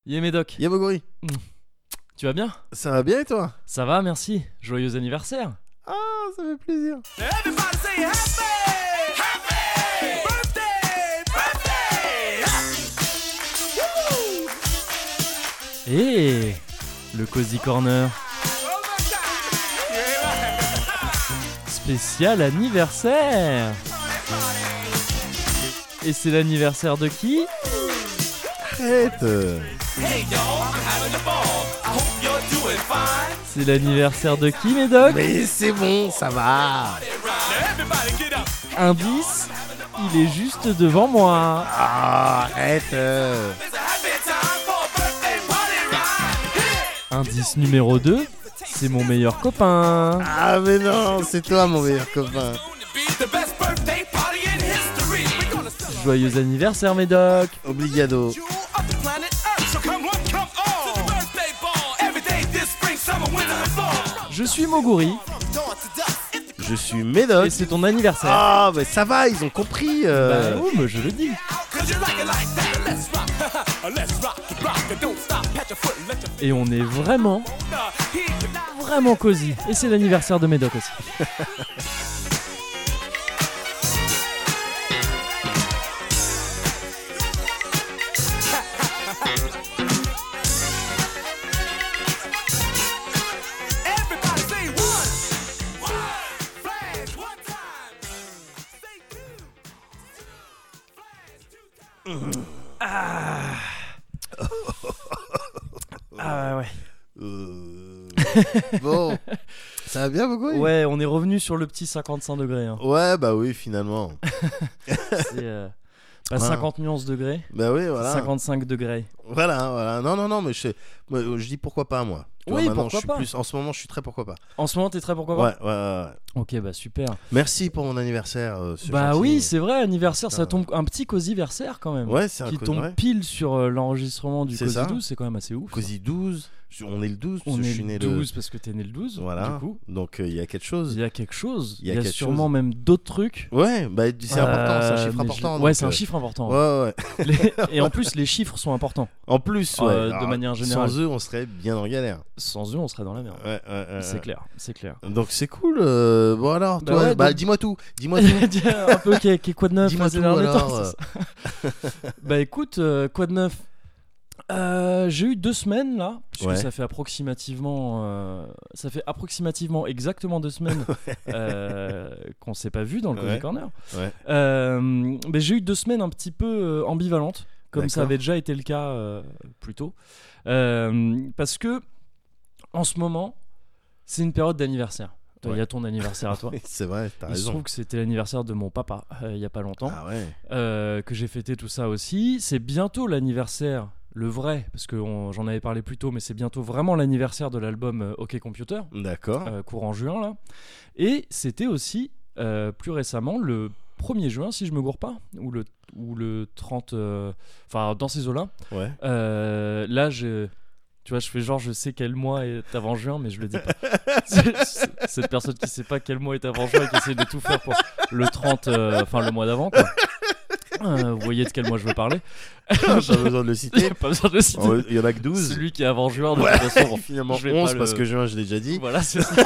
Yé Médoc. Yamoguri, Tu vas bien? ça va bien et toi? Ça va, merci. Joyeux anniversaire. Ah, ça fait plaisir. Everybody say happy, happy birthday, birthday. Et le Cozy Corner. Spécial anniversaire. Et c'est l'anniversaire de qui? Arrête. Hey y'all, I'm having a ball. I hope you're doing fine. C'est l'anniversaire de qui, Médoc? Mais c'est bon, ça va. Everybody get up. Indice, il est juste devant moi. Ah, arrête. It's a happy time for a birthday party ride. Indice numéro 2, c'est mon meilleur copain. Ah, mais non, c'est toi mon meilleur copain. Soon to be the best birthday party in history. We're gonna celebrate Joyeux anniversaire, Médoc. Obligado. you of the planet Earth. So come on, come on. To the birthday ball. Every day this spring, summer, winter, and fall. Je suis Moguri Dawn to dusk. Je suis Médoc. et c'est ton anniversaire. Ah, mais ça va, ils ont compris. Bah oui, mais je le dis. Cause you like it like that. Let's rock. Let's rock, rock. Don't stop. Pat your foot and let your Et on est vraiment, heat. vraiment cosy. Et c'est l'anniversaire de Médoc aussi. Everybody say one. Flash one time. Say two. Flash two times. Ah ouais. Bon, ça va bien beaucoup? Ouais, on est revenu sur le petit 55 degrés. Hein. Ouais, bah oui, finalement. C'est pas 50 nuances degrés, Bah oui, voilà. 55 degrés. Voilà. Non, mais je dis pourquoi pas, moi. Tu vois, Oui, maintenant, pourquoi je suis pas. plus, en ce moment, je suis très pourquoi pas. En ce moment, t'es très pourquoi pas? Ouais. Ok, bah super. Merci pour mon anniversaire. C'est Bah gentil. oui, c'est vrai, anniversaire, ça Putain. tombe un petit cosy-versaire quand même. Ouais, c'est un qui co- tombe ouais. pile sur l'enregistrement du C'est Cozy ça. 12, c'est quand même assez ouf. Cozy 12. On est le 12. parce On que je est suis né le 12 parce que t'es né le 12, Voilà. du coup. Donc il y a quelque chose. Il y a quelque chose. Il y a quelque sûrement chose. même d'autres trucs. Ouais, bah c'est important, c'est un chiffre mais important. ouais, donc, c'est un chiffre important. Ouais. Et en plus, les chiffres sont importants. En plus, ouais. De Alors, manière générale. Sans eux, on serait bien en galère. Sans eux, on serait dans la merde. Ouais. C'est clair, c'est clair. Donc c'est cool. Bon alors, Bah toi, ouais, donc- dis-moi tout. Un peu, ok, quoi de neuf Dis-moi ces tout, derniers alors, temps, c'est ça. Bah écoute, quoi de neuf? J'ai eu 2 semaines là, puisque Ouais. ça fait approximativement exactement 2 semaines qu'on s'est pas vu dans le Cozy Ouais. Corner. Ouais. Mais j'ai eu 2 semaines un petit peu ambivalentes, comme ça D'accord. avait déjà été le cas plus tôt, parce que en ce moment, c'est une période d'anniversaire. Toi, il y a ton anniversaire à toi. C'est vrai, t'as Il se raison. trouve que c'était l'anniversaire de mon papa il y a pas longtemps, Ah ouais. que j'ai fêté tout ça aussi. C'est bientôt l'anniversaire, le vrai, parce que j'en avais parlé plus tôt, mais c'est bientôt vraiment l'anniversaire de l'album OK Computer, D'accord. courant juin là. Et c'était aussi plus récemment le 1er juin, si je me gourre pas, ou le 30, enfin dans ces eaux-là. Ouais. Là, tu vois, je fais genre, je sais quel mois est avant juin, mais je le dis pas. Cette personne qui sait pas quel mois est avant juin et qui essaie de tout faire pour le 30, enfin le mois d'avant, quoi. Vous voyez de quel mois je veux parler. Pas besoin de le Il citer. n'y a pas besoin de le citer. Oh, il y en a que 12. Celui qui est avant juin, de Ouais, toute façon. finalement je vais 11 pas parce le- que juin, je l'ai déjà dit. Voilà, c'est ça.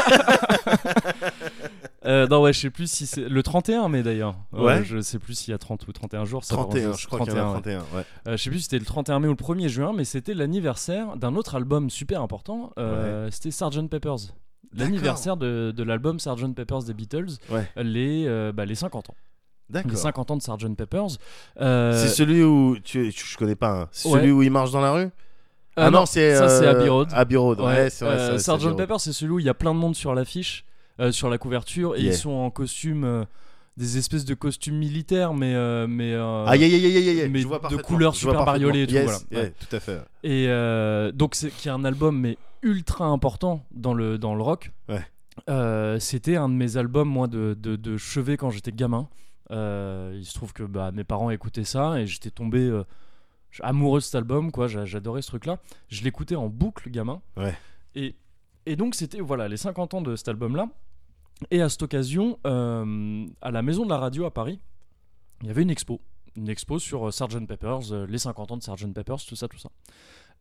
Non, ouais, je sais plus si c'est le 31 mai d'ailleurs. Ouais. Je sais plus s'il y a 30 ou 31 jours. ça, par 31, contre, je crois qu'il y en a 31. Ouais. Je sais plus si c'était le 31 mai ou le 1er juin, mais c'était l'anniversaire d'un autre album super important. C'était Sgt Pepper's. L'anniversaire de l'album Sgt Pepper's des Beatles, Ouais. les 50 ans. Les D'accord. 50 ans de Sgt Pepper's. C'est celui où je connais pas. Hein. C'est Ouais. celui où il marche dans la rue. Non, ça c'est Abbey Road. Abbey Road. Ouais, c'est vrai. c'est Abbey Sgt Road. Pepper, c'est celui où il y a plein de monde sur l'affiche, sur la couverture, et Yeah. ils sont en costume, des espèces de costumes militaires, mais Aïe. mais Je vois de parfaitement. couleurs Je vois super bariolées et tout, Yes, voilà. yeah, tout à fait. Et donc c'est qui est un album mais ultra important dans le rock. Ouais. C'était un de mes albums moi de chevet quand j'étais gamin. Il se trouve que mes parents écoutaient ça et j'étais tombé amoureux de cet album, quoi. J'adorais ce truc là, je l'écoutais en boucle gamin. Ouais. Et donc c'était voilà les 50 ans de cet album là. Et à cette occasion, à la Maison de la Radio à Paris, il y avait une expo sur Sgt Pepper's, les 50 ans de Sgt Pepper's, tout ça.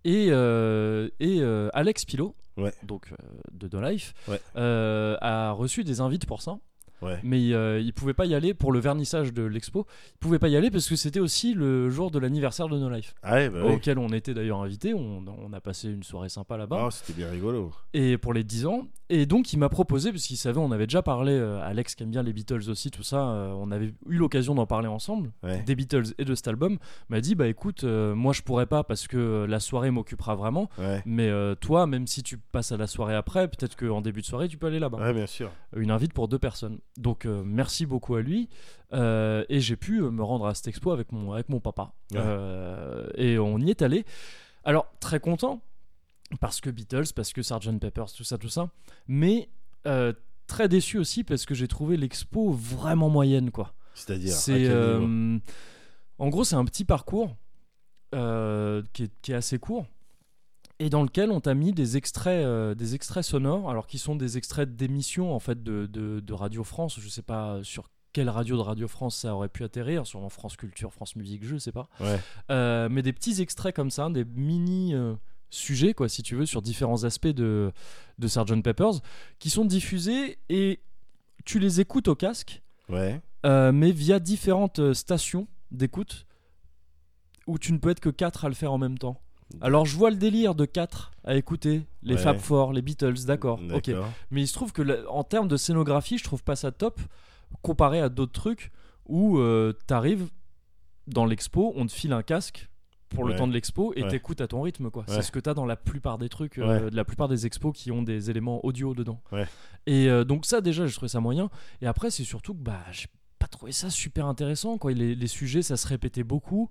Et Alex Pilot, Ouais. donc de No Life, Ouais. a reçu des invites pour ça. Ouais. Mais il pouvait pas y aller pour le vernissage de l'expo. Il pouvait pas y aller parce que c'était aussi le jour de l'anniversaire de No Life, Ah ouais, bah oui. auquel on était d'ailleurs invités. On a passé une soirée sympa là-bas. Oh, c'était bien rigolo. Et pour les 10 ans. Et donc il m'a proposé, parce qu'il savait, on avait déjà parlé, Alex qui aime bien les Beatles aussi, tout ça, on avait eu l'occasion d'en parler ensemble, Ouais. des Beatles et de cet album. M'a dit, bah écoute, moi je pourrais pas parce que la soirée m'occupera vraiment, Ouais. mais toi, même si tu passes à la soirée après, peut-être qu'en début de soirée tu peux aller là-bas. Ouais, bien sûr. Une invite pour 2 personnes. Donc merci beaucoup à lui. Et j'ai pu me rendre à cette expo avec mon papa. Ouais. Et on y est allé. Alors très content, parce que Beatles, parce que Sgt Pepper, tout ça. Mais très déçu aussi parce que j'ai trouvé l'expo vraiment moyenne, quoi. C'est-à-dire, à C'est quel niveau en gros, c'est un petit parcours qui est assez court, et dans lequel on t'a mis des extraits sonores, alors qui sont des extraits d'émissions en fait de Radio France. Je sais pas sur quelle radio de Radio France ça aurait pu atterrir, sûrement France Culture, France Musique, je sais pas. Ouais. Mais des petits extraits comme ça, des mini sujets, quoi, si tu veux, sur différents aspects de Sgt Pepper's, qui sont diffusés, et tu les écoutes au casque, Ouais. mais via différentes stations d'écoute, où tu ne peux être que 4 à le faire en même temps. Alors je vois le délire de 4 à écouter les Ouais. Fab Four, les Beatles, d'accord, ok. Mais il se trouve que en termes de scénographie, je trouve pas ça top comparé à d'autres trucs où t'arrives dans l'expo, on te file un casque pour le Ouais. temps de l'expo et Ouais. t'écoutes à ton rythme, quoi. Ouais. C'est ce que t'as dans la plupart des trucs, Ouais. de la plupart des expos qui ont des éléments audio dedans. Ouais. Et donc ça déjà, j'ai trouvé ça moyen. Et après, c'est surtout que j'ai pas trouvé ça super intéressant, quoi. Les sujets, ça se répétait beaucoup.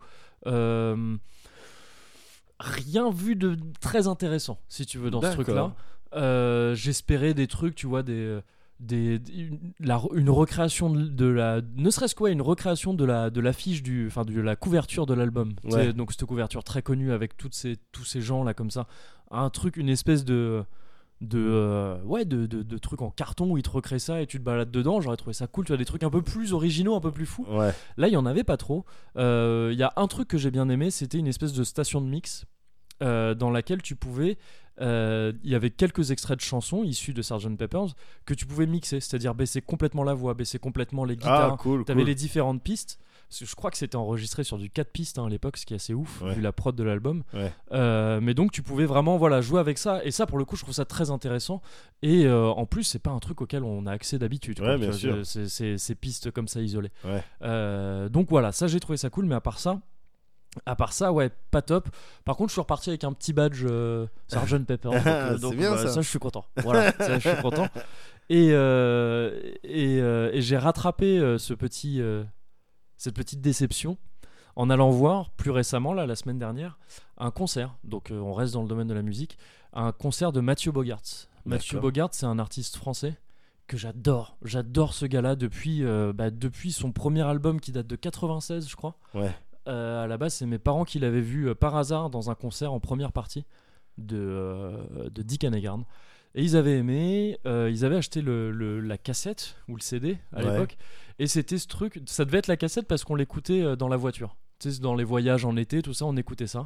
Rien vu de très intéressant, si tu veux, dans ce D'accord. truc-là. J'espérais des trucs, tu vois, une recréation ne serait-ce quoi, une recréation de l'affiche de la couverture de l'album. Tu Ouais. sais, donc cette couverture très connue avec tous ces gens là comme ça, un truc, une espèce de trucs en carton où ils te recréent ça et tu te balades dedans. J'aurais trouvé ça cool, tu as des trucs un peu plus originaux, un peu plus fous. Ouais. Là il y en avait pas trop. Il y a un truc que j'ai bien aimé, c'était une espèce de station de mix dans laquelle tu pouvais il y avait quelques extraits de chansons issus de Sgt Pepper's que tu pouvais mixer, c'est-à-dire baisser complètement la voix, baisser complètement les guitares. Ah, cool. T'avais Cool. les différentes pistes. Je crois que c'était enregistré sur du 4 pistes à l'époque, ce qui est assez ouf, Ouais. vu la prod de l'album. Ouais. Mais donc tu pouvais vraiment jouer avec ça. Et ça, pour le coup, je trouve ça très intéressant. Et en plus, c'est pas un truc auquel on a accès d'habitude, quoi. Ouais, bien Tu vois, sûr. ces pistes comme ça isolées. Ouais. Donc voilà, ça j'ai trouvé ça cool. Mais à part ça, ouais, pas top. Par contre, je suis reparti avec un petit badge Sgt Pepper. C'est bien, ça. Je suis content. Voilà, ça, je suis content. Et j'ai rattrapé cette petite déception en allant voir plus récemment, là, la semaine dernière, un concert. Donc on reste dans le domaine de la musique. Un concert de Mathieu Bogarts. Mathieu D'accord. Bogarts, c'est un artiste français que j'adore. J'adore ce gars-là depuis son premier album qui date de 96, je crois. Ouais. À la base, c'est mes parents qui l'avaient vu par hasard dans un concert en première partie de Dick Hannegarn. Et ils avaient aimé, ils avaient acheté la cassette ou le CD à Ouais. l'époque. Et c'était ce truc, ça devait être la cassette parce qu'on l'écoutait dans la voiture. Tu sais, dans les voyages en été, tout ça, on écoutait ça.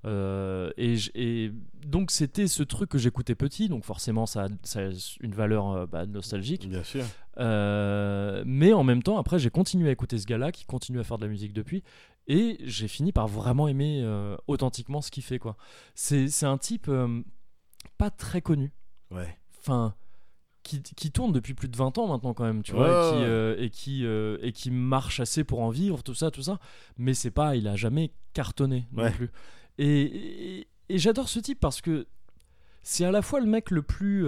Et donc c'était ce truc que j'écoutais petit, donc forcément ça a une valeur nostalgique. Bien sûr. Mais en même temps, après, j'ai continué à écouter ce gars-là qui continue à faire de la musique depuis. Et j'ai fini par vraiment aimer authentiquement ce qu'il fait, quoi. C'est un type pas très connu. Ouais. Enfin, qui tourne depuis plus de 20 ans maintenant quand même, tu Ouais, vois, ouais. et qui marche assez pour en vivre, tout ça. Mais c'est pas, il a jamais cartonné non Ouais. plus. Et j'adore ce type parce que c'est à la fois le mec le plus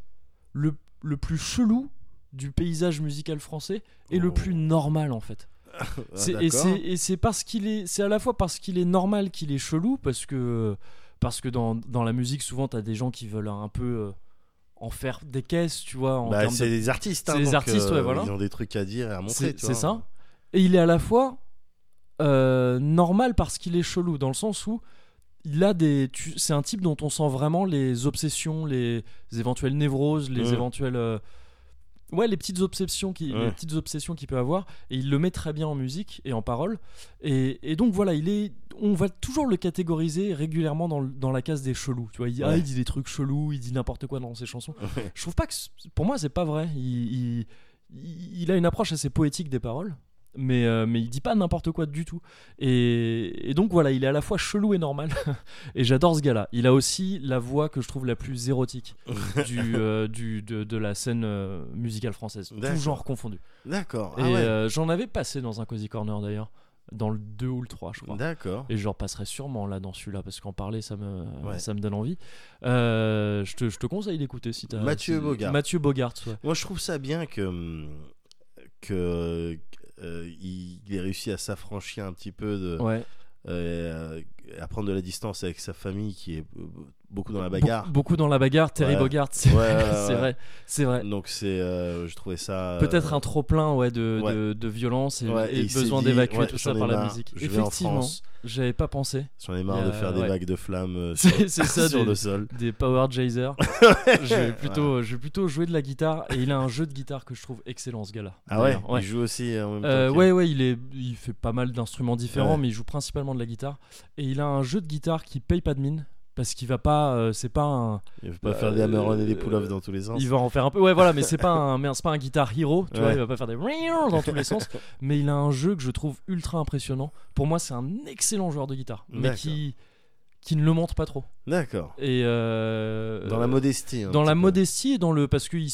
chelou du paysage musical français et le plus normal en fait. C'est parce qu'il est, c'est à la fois parce qu'il est normal qu'il est chelou, parce que dans la musique souvent t'as des gens qui veulent un peu en faire des caisses, tu vois. C'est des artistes. C'est des artistes, ouais, voilà. Ils ont des trucs à dire et à montrer. tu c'est vois. ça. Et il est à la fois normal parce qu'il est chelou, dans le sens où il a c'est un type dont on sent vraiment les obsessions, les éventuelles névroses, les éventuelles Ouais, les petites obsessions qu'il peut avoir, et il le met très bien en musique et en parole. Et donc voilà, on va toujours le catégoriser régulièrement dans la case des chelous. Tu vois, il dit des trucs chelous, il dit n'importe quoi dans ses chansons. Je trouve pas que, pour moi, c'est pas vrai. Il a une approche assez poétique des paroles. Mais il dit pas n'importe quoi du tout. Et donc voilà, il est à la fois chelou et normal. Et j'adore ce gars-là. Il a aussi la voix que je trouve la plus érotique de la scène musicale française. Tout genre confondu. D'accord. Et j'en avais passé dans un Cozy Corner d'ailleurs. Dans le 2 ou le 3, je crois. D'accord. Et je repasserai sûrement là dans celui-là, parce qu'en parler, ça me donne envie. Je te conseille d'écouter si t'as. Mathieu Bogart. Mathieu Bogart, ouais. Moi, je trouve ça bien que il ait réussi à s'affranchir un petit peu de. Ouais. À prendre de la distance avec sa famille qui est beaucoup dans la bagarre. Beaucoup dans la bagarre. Terry Bogart, c'est vrai. Donc je trouvais ça peut-être un trop plein de violence et besoin d'évacuer tout ça par la musique. Effectivement, j'avais pas pensé. J'en ai marre de faire des vagues de flammes c'est ça, sur le sol. Des power jazzers. Je vais plutôt jouer de la guitare, et il a un jeu de guitare que je trouve excellent, ce gars-là. Ah ouais. Il joue aussi en même temps. Il fait pas mal d'instruments différents, mais il joue principalement de la guitare, et il a un jeu de guitare qui paye pas de mine. Parce qu'il va pas, c'est pas un. Il va pas faire des hammer-on et des pull-offs dans tous les sens. Il va en faire un peu, mais c'est pas un guitar hero, tu vois. Il va pas faire des dans tous les sens. Mais il a un jeu que je trouve ultra impressionnant. Pour moi, c'est un excellent joueur de guitare, mais qui ne le montre pas trop. D'accord. Et dans la modestie. Dans la modestie et parce qu'il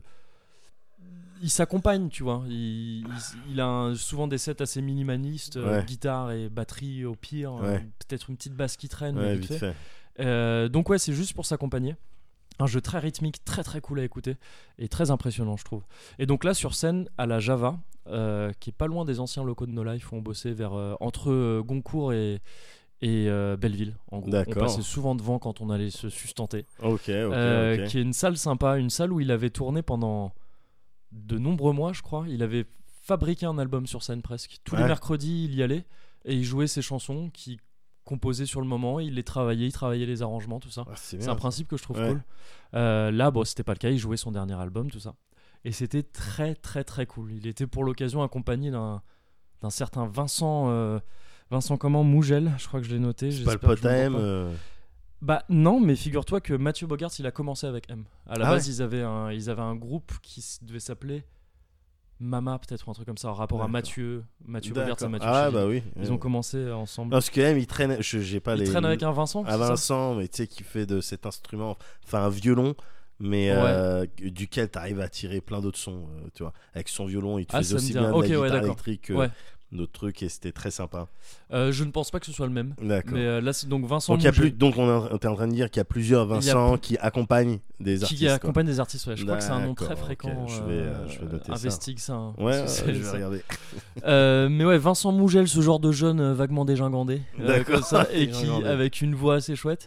s'accompagne, tu vois. Il a souvent des sets assez minimalistes, guitare et batterie au pire, peut-être une petite basse qui traîne, vite fait. Donc c'est juste pour s'accompagner. Un jeu très rythmique, très très cool à écouter et très impressionnant, je trouve. Et donc là, sur scène, à la Java, qui est pas loin des anciens locaux de No Life, où on bossait entre Goncourt et Belleville, en gros. On passait souvent devant quand on allait se sustenter. Qui est une salle sympa, une salle où il avait tourné pendant de nombreux mois, je crois. Il avait fabriqué un album sur scène presque. Tous les mercredis, il y allait et il jouait ses chansons qu'il composait sur le moment. Il les travaillait, il travaillait les arrangements, tout ça. C'est un principe que je trouve cool. Là, c'était pas le cas. Il jouait son dernier album, tout ça. Et c'était très, très, très cool. Il était pour l'occasion accompagné d'un certain Vincent Mougel, je crois que je l'ai noté. C'est pas le pote à M. Bah non, mais figure-toi que Mathieu Bogart, il a commencé avec M. À la base, ils avaient un groupe qui devait s'appeler Mama, peut-être, ou un truc comme ça, en rapport à Mathieu Bogart et Mathieu Chédid. Bah oui. Ils ont commencé ensemble. Parce que M, il traîne, il traîne avec un Vincent. Vincent, mais tu sais, qui fait de cet instrument, enfin un violon, mais duquel tu arrives à tirer plein d'autres sons, tu vois. Avec son violon, il te faisait aussi bien de la guitare électrique que d'autres trucs, et c'était très sympa. Je ne pense pas que ce soit le même. D'accord. Mais là, c'est donc Vincent. Donc on est en train de dire qu'il y a plusieurs Vincent qui accompagnent des artistes. Qui accompagnent des artistes, Je crois que c'est un nom très fréquent. Je vais noter ça. Investigue ça. Je vais regarder. Mais Vincent Mougel, ce genre de jeune vaguement dégingandé, comme ça, et qui avec une voix assez chouette,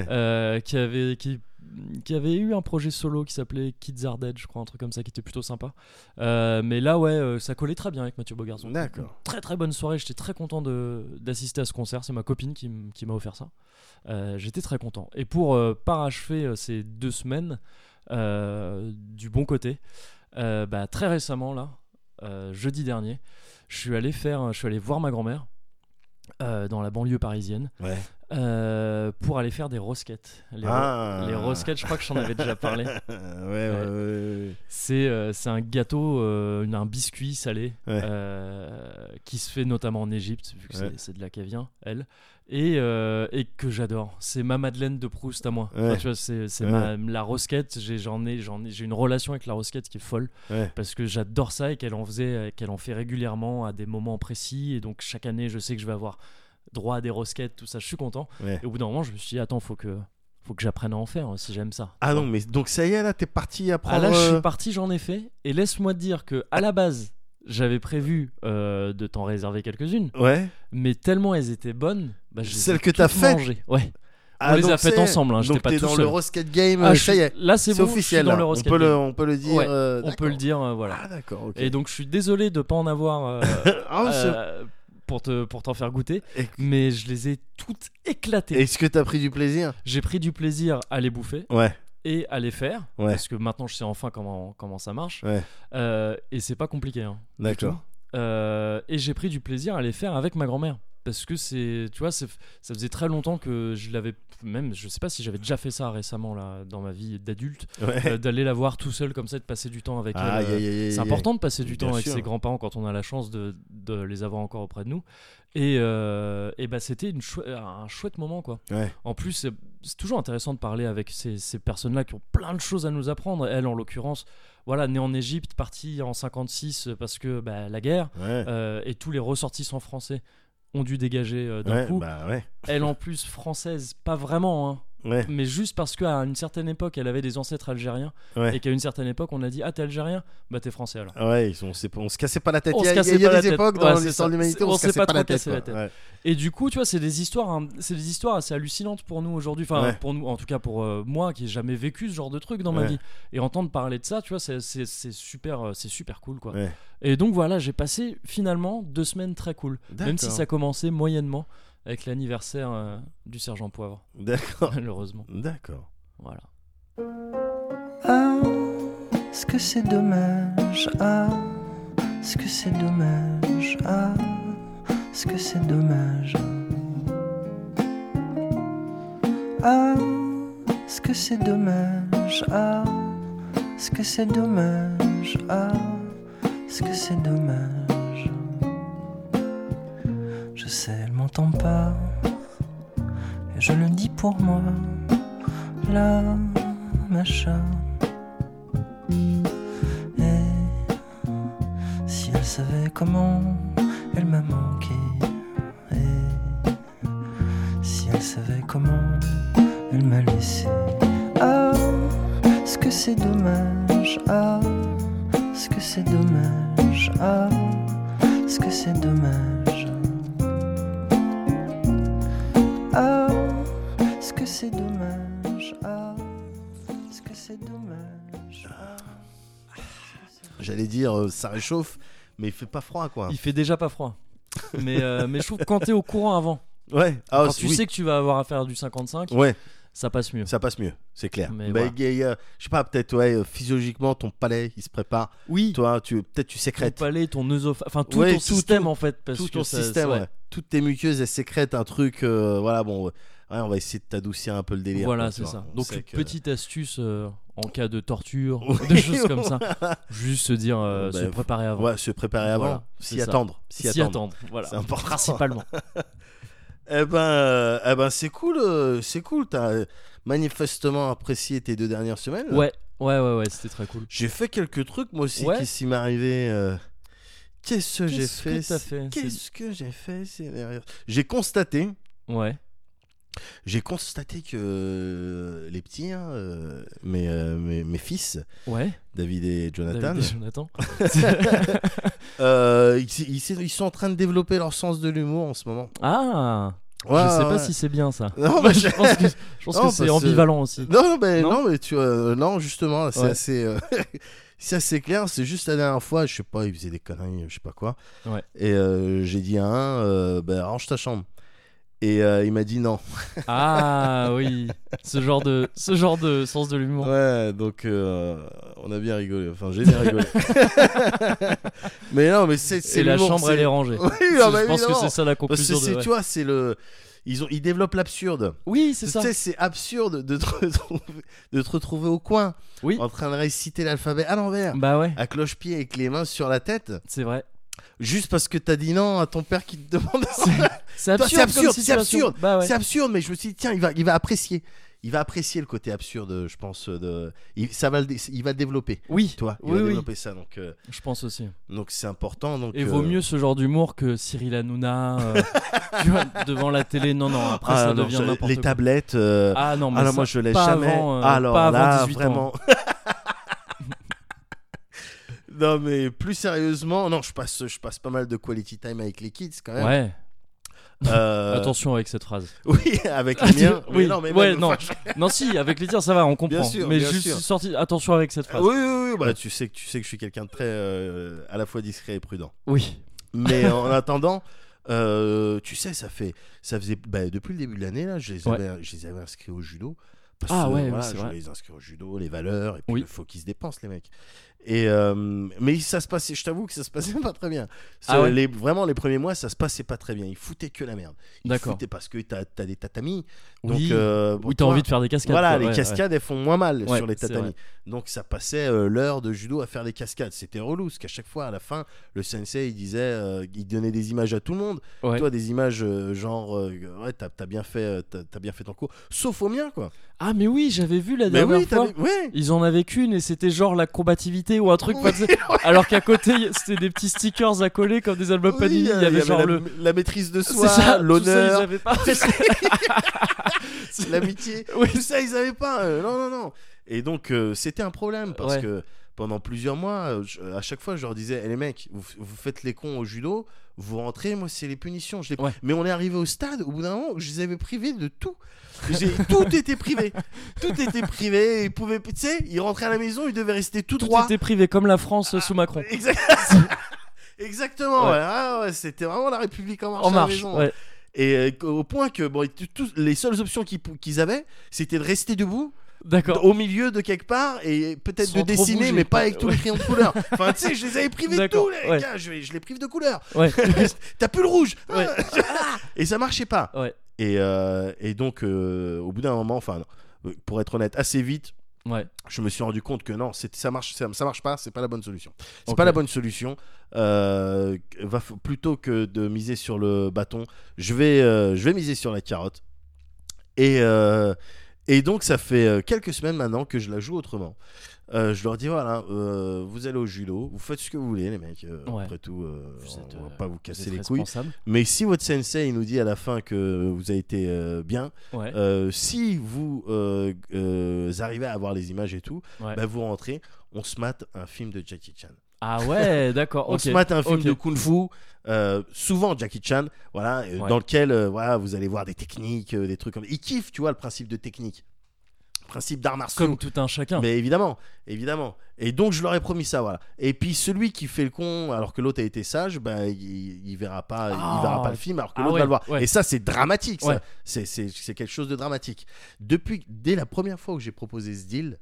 qui avait eu un projet solo qui s'appelait Kids Are Dead, je crois, un truc comme ça, qui était plutôt sympa. Mais là, ça collait très bien avec Mathieu Bogart. D'accord. Très très bonne soirée, j'étais très content d'assister à ce concert. C'est ma copine qui m'a offert ça. J'étais très content. Et pour parachever ces 2 semaines du bon côté, très récemment, là, jeudi dernier, je suis allé voir ma grand-mère dans la banlieue parisienne. Pour aller faire des rosquettes. Les rosquettes, je crois que j'en avais déjà parlé. C'est un gâteau, un biscuit salé qui se fait notamment en Égypte, vu que c'est de là qu'elle vient, elle, et que j'adore. C'est ma Madeleine de Proust à moi. Enfin, tu vois, la rosquette. J'ai une relation avec la rosquette qui est folle, parce que j'adore ça et qu'elle en fait régulièrement à des moments précis, et donc chaque année, je sais que je vais avoir droit à des rosquettes, tout ça, je suis content. Et au bout d'un moment, je me suis dit, attends, faut que j'apprenne à en faire, si j'aime ça. Non, mais donc ça y est, là, t'es parti apprendre. Là, je suis parti, j'en ai fait. Et laisse-moi te dire que à la base, j'avais prévu de t'en réserver quelques-unes. Mais tellement elles étaient bonnes, celles que t'as faites. On les a faites ensemble, j'étais pas tout seul. Donc t'es dans le Rosquette Game, ça y est. Là, c'est bon, officiel. Dans le on peut le dire. On peut le dire, voilà. Ah d'accord. Et donc je suis désolé de pas en avoir. Pour t'en faire goûter, mais je les ai toutes éclatées. Est-ce que t'as pris du plaisir ? J'ai pris du plaisir à les bouffer. et à les faire, parce que maintenant je sais enfin comment ça marche, et c'est pas compliqué. Hein, d'accord. Et j'ai pris du plaisir à les faire avec ma grand-mère. Parce que tu vois, ça faisait très longtemps que je l'avais, même, je sais pas si j'avais déjà fait ça récemment là, dans ma vie d'adulte, d'aller la voir tout seul comme ça, de passer du temps avec elle. C'est important de passer du temps avec ses grands-parents quand on a la chance de les avoir encore auprès de nous. Et bah, c'était un chouette moment, quoi. En plus, c'est toujours intéressant de parler avec ces personnes-là qui ont plein de choses à nous apprendre. Elle, en l'occurrence, voilà, née en Égypte, partie en 56 parce que la guerre, et tous les ressortissants français ont dû dégager d'un coup. Elle, en plus, française, pas vraiment, hein. Mais juste parce qu'à une certaine époque elle avait des ancêtres algériens, et qu'à une certaine époque on a dit t'es algérien, t'es français alors. On se cassait pas la tête. Il y a des époques dans l'histoire de l'humanité on se cassait pas la tête. Et du coup tu vois, c'est des histoires assez hallucinantes pour nous aujourd'hui, pour nous, en tout cas pour moi qui ai jamais vécu ce genre de truc dans ma vie, et entendre parler de ça, tu vois, c'est super cool, quoi. Et donc voilà, j'ai passé finalement 2 semaines très cool. D'accord. Même si ça commençait moyennement avec l'anniversaire du sergent Poivre. D'accord. Malheureusement. D'accord. Voilà. Ah, est-ce que c'est dommage? Ah, est-ce que c'est dommage? Ah, est-ce que c'est dommage? Ah, est-ce que c'est dommage? Ah, est-ce que c'est dommage? Ah, est-ce que c'est dommage? Je sais, elle m'entend pas, et je le dis pour moi, là, machin. Et si elle savait comment elle m'a manqué, et si elle savait comment elle m'a laissé. Ah, est-ce que c'est dommage? Ah, est-ce que c'est dommage? Ah, est-ce que c'est dommage? Ah, est-ce que c'est dommage? Ah, est-ce que c'est dommage? Ah, j'allais dire ça réchauffe, mais il fait pas froid, quoi. Il fait déjà pas froid. Mais je trouve que quand t'es au courant avant, quand tu sais que tu vas avoir à faire du 55, ça passe mieux. Ça passe mieux, c'est clair. Mais voilà. Je sais pas, peut-être physiologiquement ton palais il se prépare. Oui. Toi, peut-être tu sécrètes. Ton palais, ton œsophage, enfin tout ton système en fait, parce tout que ton système, toutes tes muqueuses elles sécrètent un truc. Voilà, bon, on va essayer de t'adoucir un peu le délire. Voilà, c'est ça. Donc petite astuce en cas de torture, des choses comme ça. Juste se dire, se préparer avant. Ouais, se préparer avant. Voilà, s'y attendre. Voilà. C'est important. Principalement. Eh ben c'est cool, t'as manifestement apprécié tes 2 dernières semaines. Ouais, c'était très cool. J'ai fait quelques trucs moi aussi qui m'est arrivé. Qu'est-ce que j'ai fait? Qu'est-ce que j'ai fait? J'ai constaté. J'ai constaté que les petits, mes fils, David et Jonathan, ils sont en train de développer leur sens de l'humour en ce moment. Ah, je sais pas si c'est bien ça. Non, je pense que c'est ambivalent aussi. Non, mais tu non, justement, c'est assez. C'est assez clair, c'est juste la dernière fois, je sais pas, il faisait des conneries, je sais pas quoi. Et j'ai dit à un, range ta chambre. Et il m'a dit non. Ah oui, ce genre de sens de l'humour. Ouais, donc on a bien rigolé. Enfin, j'ai bien rigolé. Mais non, mais c'est et la chambre elle est rangée. Oui, je pense que c'est ça la conclusion. Parce que tu vois, c'est le. Ils développent l'absurde. Oui, c'est ça. Tu sais, c'est absurde de te retrouver au coin, en train de réciter l'alphabet à l'envers, à cloche-pied avec les mains sur la tête. C'est vrai. Juste parce que t'as dit non à ton père qui te demande. C'est absurde. C'est absurde. C'est absurde, mais je me suis dit tiens, il va apprécier. Il va apprécier le côté absurde, je pense. Il va le développer. Oui. Toi, il va développer ça. Donc, je pense aussi. Donc c'est important. Donc, et vaut mieux ce genre d'humour que Cyril Hanouna tu vois, devant la télé. Non, après ça devient n'importe quoi. Les tablettes. Non, mais moi je laisse jamais. Alors pas avant là, 18 vraiment. ans. Non, mais plus sérieusement, non, je passe pas mal de quality time avec les kids quand même. Ouais. Attention avec cette phrase. Oui, avec les miens. Oui, non, si, avec les tiens, ça va, on comprend. Bien sûr, mais bien juste sûr. Sorti. Attention avec cette phrase. Oui. Bah, tu sais que je suis quelqu'un de très à la fois discret et prudent. Oui. Mais en attendant, tu sais, ça faisait depuis le début de l'année là, je les avais inscrits au judo Parce que je voulais les inscrire au judo, les valeurs, et puis il faut qu'ils se dépensent, les mecs. Et mais ça se passait, je t'avoue que ça se passait pas très bien. Vraiment, les premiers mois, ça se passait pas très bien. Ils foutaient que la merde. Ils foutaient parce que t'as des tatamis. Donc, t'as envie de faire des cascades. Voilà, les cascades, elles font moins mal sur les tatamis. Donc, ça passait l'heure de judo à faire des cascades. C'était relou, parce qu'à chaque fois, à la fin, le sensei, il disait, il donnait des images à tout le monde. Toi, des images genre, t'as bien fait ton cours. Sauf au mien, quoi. Ah, mais oui, j'avais vu la dernière fois. Ils en avaient qu'une et c'était genre la combativité ou un truc. Alors qu'à côté, c'était des petits stickers à coller comme des albums Panini. Il y avait genre la maîtrise de soi, l'honneur. Ça, ils avaient pas. L'amitié. Tout ça, ils avaient pas. Non. Et donc, c'était un problème parce que pendant plusieurs mois, à chaque fois, je leur disais les mecs, vous faites les cons au judo, vous rentrez, moi, c'est les punitions. Mais on est arrivé au stade, au bout d'un moment, où je les avais privés de tout. Tout était privé. Ils pouvaient, tu sais, ils rentraient à la maison, ils devaient rester tout droit. Tout était privé, comme la France sous Macron. Exactement. C'était vraiment la République en marche. À la maison. Et au point que les seules options qu'ils avaient, c'était de rester debout. D'accord. Au milieu de quelque part et peut-être de dessiner, mais pas avec tous les crayons de couleur. Enfin, tu sais, je les avais privés de tout, les gars. Je les prive de couleur. T'as plus le rouge. Et ça marchait pas. Et donc, au bout d'un moment, enfin, pour être honnête, assez vite, je me suis rendu compte que non, ça marche pas. C'est pas la bonne solution. C'est pas la bonne solution. Plutôt que de miser sur le bâton, je vais miser sur la carotte. Et donc ça fait quelques semaines maintenant que je la joue autrement. Je leur dis voilà, vous allez au judo, vous faites ce que vous voulez les mecs. Après tout, on va pas vous casser les couilles. Mais si votre sensei il nous dit à la fin que vous avez été bien, si vous arrivez à avoir les images et tout, vous rentrez, on se mate un film de Jackie Chan. Ah ouais, d'accord. On se mate un film de Kung Fu, souvent Jackie Chan, dans lequel vous allez voir des techniques, des trucs comme. Il kiffe, tu vois, le principe de technique, principe d'arts martiaux. Comme tout un chacun. Mais évidemment. Et donc je leur ai promis ça, voilà. Et puis celui qui fait le con, alors que l'autre a été sage, il verra pas, il verra pas le film, alors que l'autre va le voir. Et ça, c'est dramatique, ça. C'est quelque chose de dramatique. Dès la première fois où j'ai proposé ce deal.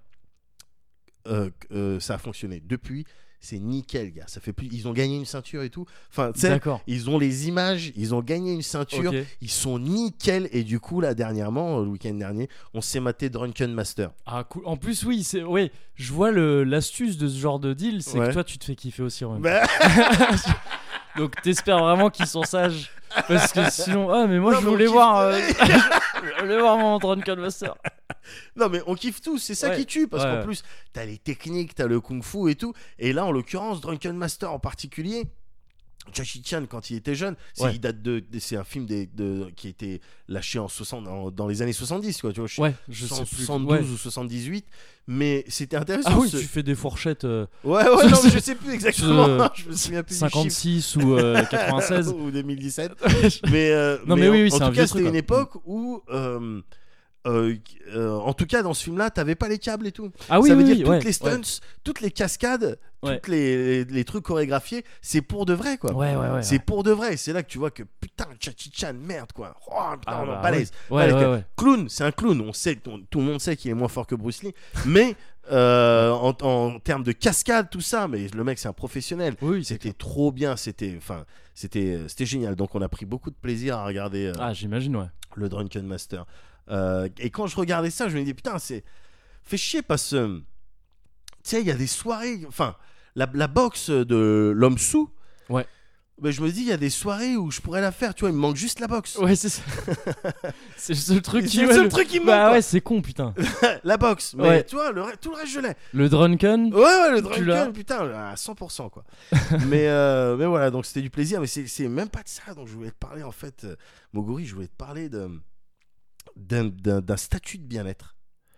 Ça a fonctionné. Depuis, c'est nickel, gars. Ça fait plus. Ils ont gagné une ceinture et tout. Enfin, tu sais, ils ont les images. Ils ont gagné une ceinture. Ils sont nickel. Et du coup, là, dernièrement, le week-end dernier, on s'est maté Drunken Master. Ah, cool. En plus, je vois l'astuce de ce genre de deal, c'est que toi, tu te fais kiffer aussi en même temps. Donc, t'espères vraiment qu'ils sont sages. Parce que sinon, mais moi, je voulais voir. Je voulais voir mon Drunken Master. Non mais on kiffe tous, c'est ça qui tue parce qu'en plus t'as les techniques, t'as le kung fu et tout, et là en l'occurrence Drunken Master en particulier, Jackie Chan quand il était jeune, c'est un film qui a été lâché dans les années 70 quoi, tu vois, je sais 72 ou 78, mais c'était intéressant. Ah oui, tu fais des fourchettes non mais je sais plus exactement, je me souviens plus 56 ou 96 ou 2017 mais oui, en tout cas c'était une époque où en tout cas dans ce film là t'avais pas les câbles et tout. Ça veut dire toutes les stunts, toutes les cascades, toutes les trucs chorégraphiés, c'est pour de vrai quoi. C'est pour de vrai. C'est là que tu vois que putain Jackie Chan, merde quoi. Balèze. Clown, c'est un clown. On sait, tout le monde sait qu'il est moins fort que Bruce Lee, mais en termes de cascade tout ça, mais le mec c'est un professionnel. C'était trop bien. C'était génial. Donc on a pris beaucoup de plaisir à regarder. J'imagine le Drunken Master. Et quand je regardais ça, je me disais putain, c'est fait chier parce que tu sais, il y a des soirées, enfin la boxe de l'homme sous. Je me dis il y a des soirées où je pourrais la faire, tu vois, il me manque juste la boxe. C'est ça. C'est le seul truc qui me manque. C'est con putain. La boxe, mais tu vois tout le reste je l'ai. Le Drunken. Le Drunken putain à 100% quoi. mais voilà, donc c'était du plaisir, mais c'est même pas de ça dont je voulais te parler en fait, Moguri, je voulais te parler d'un statut de bien-être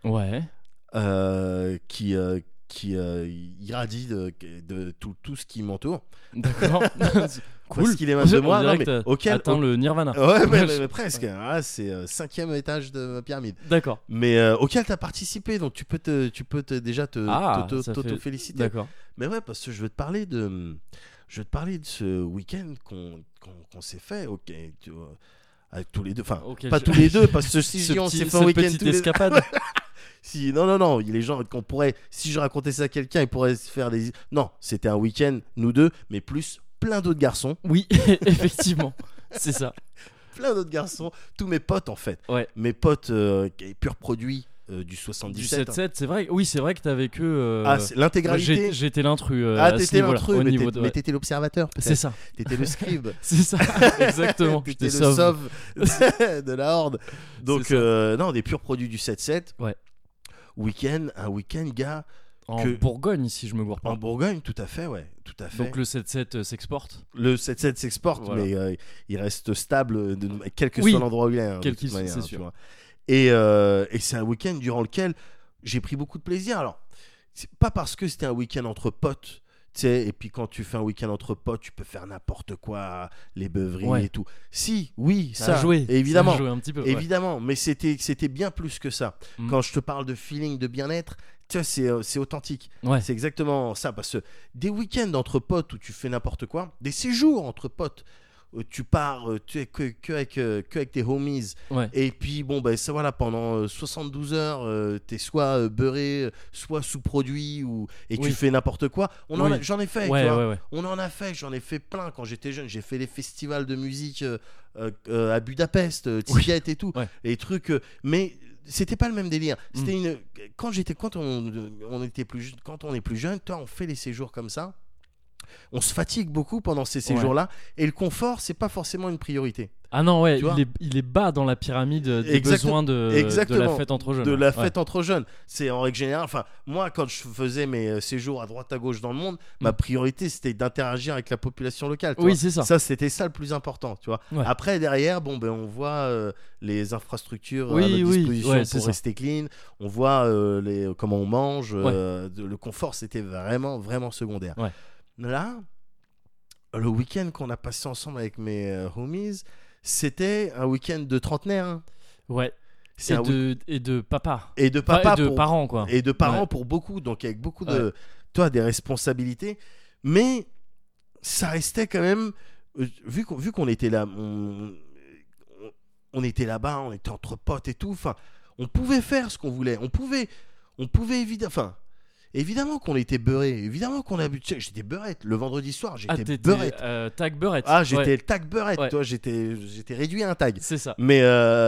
qui irradie de tout ce qui m'entoure. D'accord. Cool. Parce qu'il est mal de moi, non, mais atteint le nirvana. Mais presque. C'est 5e étage de ma pyramide. D'accord. Mais auquel t'as participé, donc tu peux déjà t'auto-féliciter. D'accord. Mais parce que je veux te parler de ce week-end qu'on s'est fait. avec tous les deux, enfin pas tous les deux parce que si on s'est fait un week-end tous les escapade. Si non, les gens qu'on pourrait, si je racontais ça à quelqu'un, ils pourraient se faire des. Non, c'était un week-end nous deux, mais plus plein d'autres garçons. Oui, effectivement, c'est ça. Plein d'autres garçons, tous mes potes en fait. Ouais. Mes potes pur produit du 77. Du 7-7, c'est vrai. Oui, c'est vrai que t'avais que. C'est l'intégralité. J'étais l'intrus. T'étais l'intrus, mais t'étais l'observateur. Peut-être. C'est ça. T'étais le scribe. C'est ça, exactement. T'étais le sauve de la horde. Donc non, des purs produits du 7-7. Ouais. Un week-end, gars. En Bourgogne, si je me gourre pas. En Bourgogne, tout à fait, ouais. Tout à fait. Donc le 7-7 s'exporte. Le 7-7 s'exporte, voilà. Mais il reste stable, quel que soit l'endroit où il est. Hein, c'est sûr. Tu vois. Et c'est un week-end durant lequel j'ai pris beaucoup de plaisir. Alors, c'est pas parce que c'était un week-end entre potes. Tu sais, et puis quand tu fais un week-end entre potes, tu peux faire n'importe quoi, les beuveries et tout. Si, oui, ça a joué. Évidemment, ça a joué un petit peu, évidemment, mais c'était bien plus que ça. Quand je te parle de feeling, de bien-être, tu vois, c'est authentique. Ouais. C'est exactement ça, parce que des week-ends entre potes où tu fais n'importe quoi, des séjours entre potes. Tu pars que avec tes homies et puis bon ça voilà pendant 72 heures t'es soit beurré soit sous-produit et tu fais n'importe quoi. J'en ai fait, tu vois. On en a fait, j'en ai fait plein quand j'étais jeune. J'ai fait les festivals de musique à Budapest, Tibet et tout, les trucs mais c'était pas le même délire. C'était quand on était plus quand on est plus jeune, toi on fait les séjours comme ça. On se fatigue beaucoup pendant ces séjours-là et le confort, c'est pas forcément une priorité. Ah non, il est bas dans la pyramide des besoins de la fête entre jeunes. De la fête entre jeunes. C'est en règle générale. Enfin, moi, quand je faisais mes séjours à droite à gauche dans le monde, ma priorité, c'était d'interagir avec la population locale. Oui, c'est ça. Ça, c'était ça le plus important, tu vois. Ouais. Après, derrière, on voit les infrastructures à notre disposition pour rester clean. On voit comment on mange. Le confort, c'était vraiment, vraiment secondaire. Ouais. Là, le week-end qu'on a passé ensemble avec mes homies, c'était un week-end de trentenaire. Hein. Ouais. Et de papa. Et de papa. Et de parents, quoi. Et de parents pour beaucoup, donc avec beaucoup de, des responsabilités. Mais ça restait quand même, vu qu'on était là, on était là-bas, on était entre potes et tout. Enfin, on pouvait faire ce qu'on voulait. On pouvait évidemment qu'on était beurré, évidemment qu'on a bu. J'étais beurrette. Le vendredi soir, j'étais beurrette. Tag beurette. Ah, j'étais le tag beurette. Ouais. Toi, j'étais réduit à un tag. C'est ça. Mais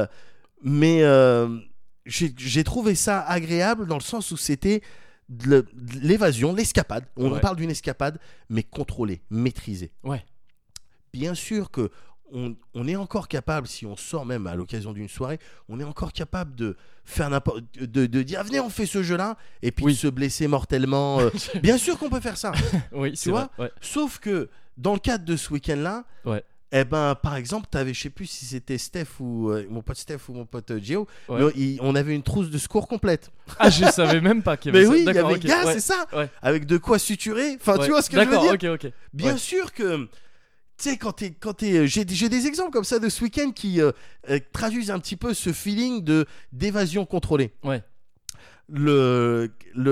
j'ai trouvé ça agréable dans le sens où c'était de l'évasion, l'escapade. On parle d'une escapade, mais contrôlée, maîtrisée. Ouais. Bien sûr que on est encore capable, si on sort même à l'occasion d'une soirée, on est encore capable de faire de dire venez on fait ce jeu là et puis de se blesser mortellement. Bien sûr qu'on peut faire ça. Oui, tu vois. Ouais. Sauf que dans le cadre de ce week-end là, par exemple, t'avais, je sais plus si c'était Steph ou mon pote Steph ou mon pote Gio, on avait une trousse de secours complète. Ah, je savais même pas qu'il y avait ça. Mais oui, il y avait gars, c'est ça. Ouais. Avec de quoi suturer. Enfin, tu vois ce que je veux dire. Ok. Bien sûr que tu sais, quand j'ai des exemples comme ça de ce week-end qui traduisent un petit peu ce feeling d'évasion contrôlée. Ouais. Le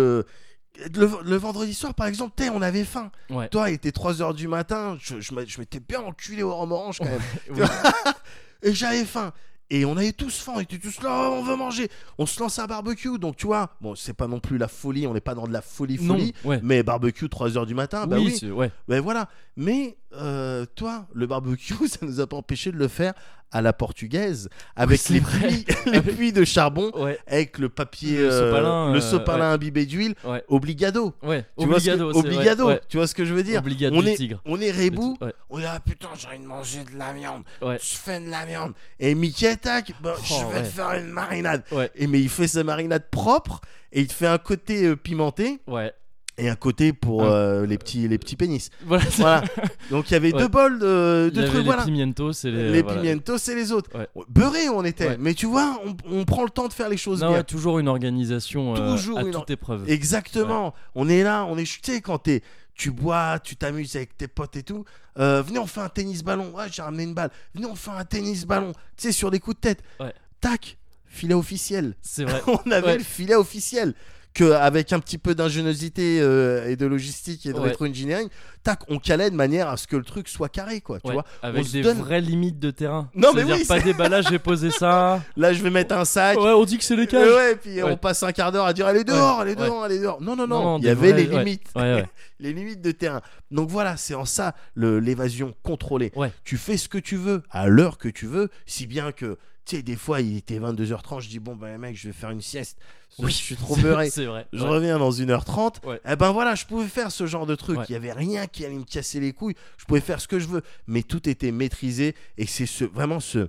vendredi soir, par exemple, on avait faim. Ouais. Toi, il était 3h du matin, je m'étais bien enculé au rhum orange quand même. Et j'avais faim. Et on avait tous faim, on était tous là, on veut manger. On se lance à un barbecue, donc tu vois, bon, c'est pas non plus la folie, on n'est pas dans de la folie, mais barbecue 3h du matin, bah oui. Ben voilà. Mais toi, le barbecue, ça nous a pas empêché de le faire à la portugaise, avec les puits de charbon, avec le papier, le sopalin imbibé d'huile, obligado. Ouais, tu vois ce que je veux dire. On est rebou, on est là, putain, j'ai envie de manger de la viande, je fais de la viande. Et Mickey, tac, je vais te faire une marinade. Mais il fait sa marinade propre, et il te fait un côté pimenté. Ouais. Et un côté pour les petits pénis. Voilà. Donc il y avait deux bols de trucs. Les pimientos et les pimientos et les autres. Beurrés on était. Mais tu vois, on prend le temps de faire les choses bien. Toujours une organisation à toute épreuve. Exactement. Ouais. On est là, on est chuté quand tu bois, tu t'amuses avec tes potes et tout. Venez, on fait un tennis ballon. Ouais, j'ai ramené une balle. Venez, on fait un tennis ballon. Tu sais, sur des coups de tête. Ouais. Tac, filet officiel. C'est vrai. On avait le filet officiel. qu'avec un petit peu d'ingéniosité et de logistique et de rétro-engineering, tac, on calait de manière à ce que le truc soit carré, quoi. Tu vois, avec des vraies limites de terrain. Non, mais c'est-à-dire pas des ballages, j'ai posé ça. Là, je vais mettre un sac. Ouais, on dit que c'est les cages. Et puis on passe un quart d'heure à dire elle est dehors, elle est dehors. Non. Il y avait les limites. Les limites de terrain. Donc voilà, c'est en ça l'évasion contrôlée. Tu fais ce que tu veux, à l'heure que tu veux, si bien que, tu sais, des fois, il était 22h30, je dis, bon, ben, mec, je vais faire une sieste. Je suis trop beurré. C'est vrai. Je reviens dans 1h30. Et ben voilà, je pouvais faire ce genre de truc. Il n'y avait rien qui allait me casser les couilles. Je pouvais faire ce que je veux. Mais tout était maîtrisé. Et c'est vraiment ce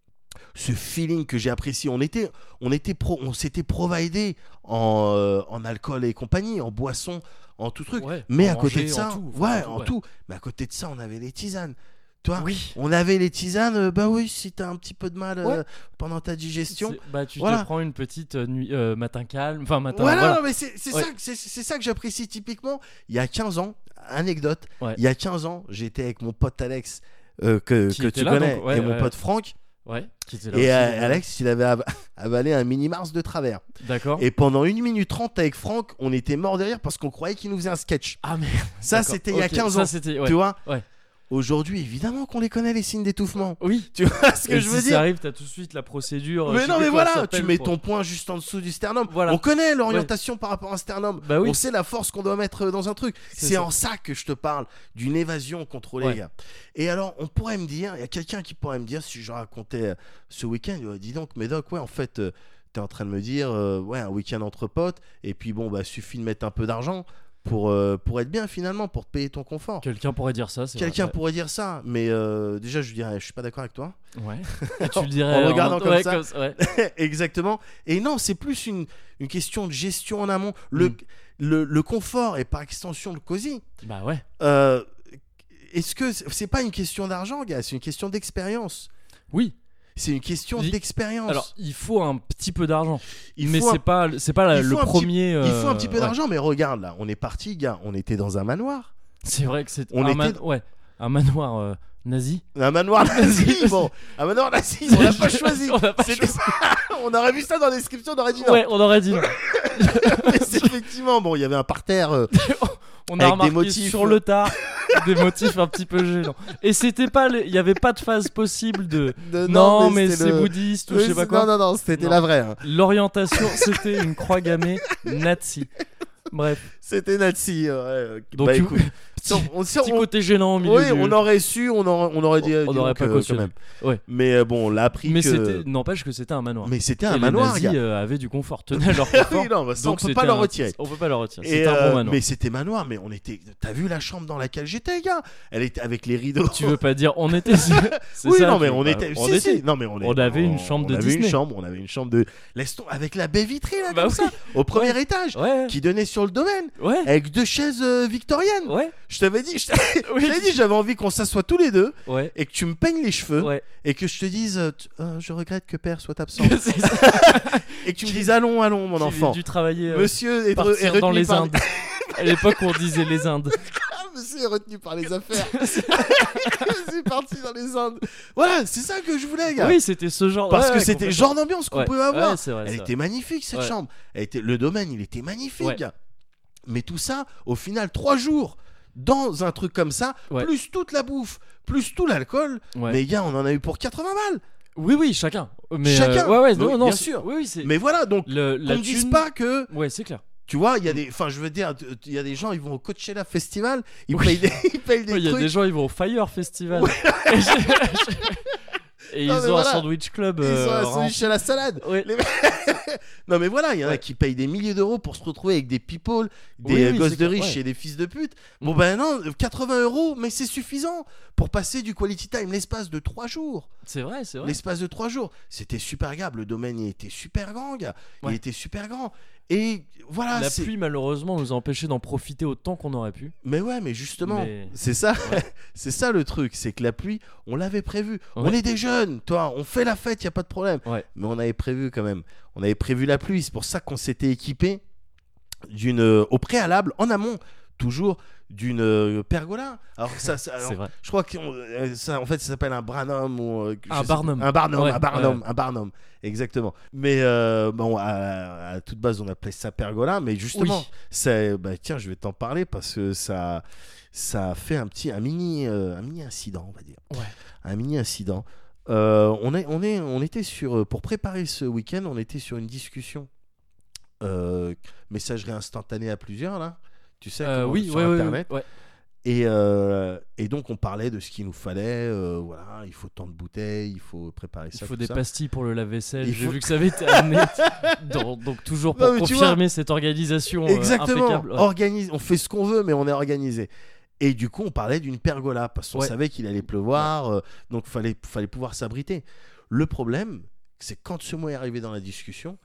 feeling que j'ai apprécié. On s'était providé en alcool et compagnie, en boisson, en tout truc. Mais à côté de ça, en tout. Mais à côté de ça, on avait les tisanes. Toi, on avait les tisanes. Bah oui, si t'as un petit peu de mal pendant ta digestion, tu te prends une petite nuit, matin calme, enfin matin. Non, mais c'est ça que j'apprécie typiquement. Il y a 15 ans, anecdote. Il y a 15 ans, j'étais avec mon pote Alex que tu connais et mon pote Franck. Qui était là et aussi, Alex, il avait avalé un mini Mars de travers. D'accord. Et pendant 1 minute 30 avec Franck, on était mort de rire parce qu'on croyait qu'il nous faisait un sketch. Ah merde. Ça, c'était il y a 15 ans. Tu vois. Aujourd'hui, évidemment qu'on les connaît, les signes d'étouffement. Oui. Tu vois ce que je veux dire? Si ça arrive, t'as tout de suite la procédure. Mais non, mais voilà, tu mets ton poing juste en dessous du sternum. On connaît l'orientation par rapport à un sternum. On sait la force qu'on doit mettre dans un truc. C'est en ça que je te parle d'une évasion contrôlée, gars. Et alors, on pourrait me dire, il y a quelqu'un qui pourrait me dire, si je racontais ce week-end, dis donc, Médoc, en fait, t'es en train de me dire, un week-end entre potes, et puis bon, suffit de mettre un peu d'argent. Pour être bien finalement, pour te payer ton confort. Quelqu'un pourrait dire ça, c'est Quelqu'un pourrait dire ça, mais déjà je dirais, je suis pas d'accord avec toi. Ouais. Et tu le dirais en regardant comme ça. Exactement. Et non, c'est plus une question de gestion en amont. Le confort et par extension le cosy. Bah ouais. Est-ce que c'est pas une question d'argent, gars? C'est une question d'expérience. Oui. C'est une question d'expérience. Alors, il faut un petit peu d'argent. Mais c'est pas le premier. Il faut un petit peu d'argent, mais regarde là, on est parti, gars. On était dans un manoir. C'est vrai que c'est un manoir nazi. Un manoir nazi. Bon, un manoir nazi. On l'a pas choisi. On aurait vu ça dans la description, on aurait dit non. Ouais, on aurait dit non. Mais c'est effectivement bon. Il y avait un parterre. On a remarqué des motifs sur le tard. Des motifs un petit peu gênants. Et c'était pas il y avait pas de phase possible de non mais c'est bouddhiste ou je sais pas quoi. Non, c'était la vraie. L'orientation, c'était une croix gammée nazi. Bref, c'était nazi. Donc écoute, petit côté gênant au milieu. Oui, on aurait su, on aurait dit. On n'aurait pas cautionné. Ouais. Mais bon, on l'a appris. Mais n'empêche que c'était un manoir. Mais c'était un manoir, gars. Les nazis avaient du confort, tenaient leur confort. Oui, non, ça, on peut pas leur retirer. On peut pas leur retirer. C'était un bon manoir. Mais c'était manoir, mais on était. T'as vu la chambre dans laquelle j'étais, gars? Elle était avec les rideaux. Tu veux pas dire on était? Oui, non, mais on était. Non, mais on avait une chambre de Disney. On avait une chambre de. Laisse-toi avec la baie vitrée là, comme ça, au premier étage, qui donnait sur le domaine, avec 2 chaises victoriennes. Je t'avais dit, j'avais envie qu'on s'assoie tous les deux et que tu me peignes les cheveux et que je te dise je regrette que père soit absent et que tu me dises allons mon enfant. J'ai dû travailler monsieur est retenu dans les Indes. À l'époque on disait les Indes. Monsieur est retenu par les affaires. C'est parti dans les Indes. Voilà, c'est ça que je voulais, gars. Oui, c'était ce genre. Parce que c'était le genre d'ambiance qu'on pouvait avoir. C'est vrai, elle était magnifique cette chambre. Le domaine, il était magnifique, gars. Mais tout ça, au final, 3 jours dans un truc comme ça, plus toute la bouffe, plus tout l'alcool. Mais gars, on en a eu pour 80 balles. Oui, chacun. Mais chacun. Non, bien sûr. Oui, mais voilà, donc, qu'on ne dise pas que. Ouais, c'est clair. Tu vois, il y a des, enfin, je veux dire, il y a des gens, ils vont au Coachella Festival, ils payent des trucs. Il y a des gens, ils vont au Fire Festival. Et ils ont un sandwich club. Ils ont un sandwich à la salade. Non mais voilà, il y en a qui payent des milliers d'euros pour se retrouver avec des people, des gosses de riches et des fils de pute. Bon ben non, 80 €, mais c'est suffisant pour passer du quality time l'espace de 3 jours. C'est vrai. L'espace de 3 jours. C'était super agréable, le domaine il était super grand, gars. Il était super grand. Et voilà. La pluie malheureusement nous a empêché d'en profiter autant qu'on aurait pu. Mais ouais, mais justement, c'est ça, c'est ça le truc, c'est que la pluie, on l'avait prévu. On est des jeunes, toi, on fait la fête, y a pas de problème. Mais on avait prévu quand même. On avait prévu la pluie, c'est pour ça qu'on s'était équipé au préalable, en amont. toujours d'une pergola. Alors ça, c'est vrai. Je crois que ça, en fait, ça s'appelle un Barnum ou un Barnum. Un Barnum, exactement. Mais bon, à toute base, on appelait ça pergola, mais justement, c'est, tiens, je vais t'en parler parce que ça a fait un mini incident, on va dire. Ouais. Un mini incident. On était sur, pour préparer ce week-end, on était sur une discussion messagerie instantanée à plusieurs là, tu sais, sur internet. Ouais. Et donc on parlait de ce qu'il nous fallait, voilà, il faut tant de bouteilles, il faut préparer ça. Il faut des pastilles pour le lave-vaisselle. J'ai vu que ça avait été amené. Donc toujours pour confirmer cette organisation. Exactement. Impeccable. Ouais. On fait ce qu'on veut, mais on est organisé. Et du coup, on parlait d'une pergola parce qu'on savait qu'il allait pleuvoir, donc fallait pouvoir s'abriter. Le problème, c'est quand ce mot est arrivé dans la discussion,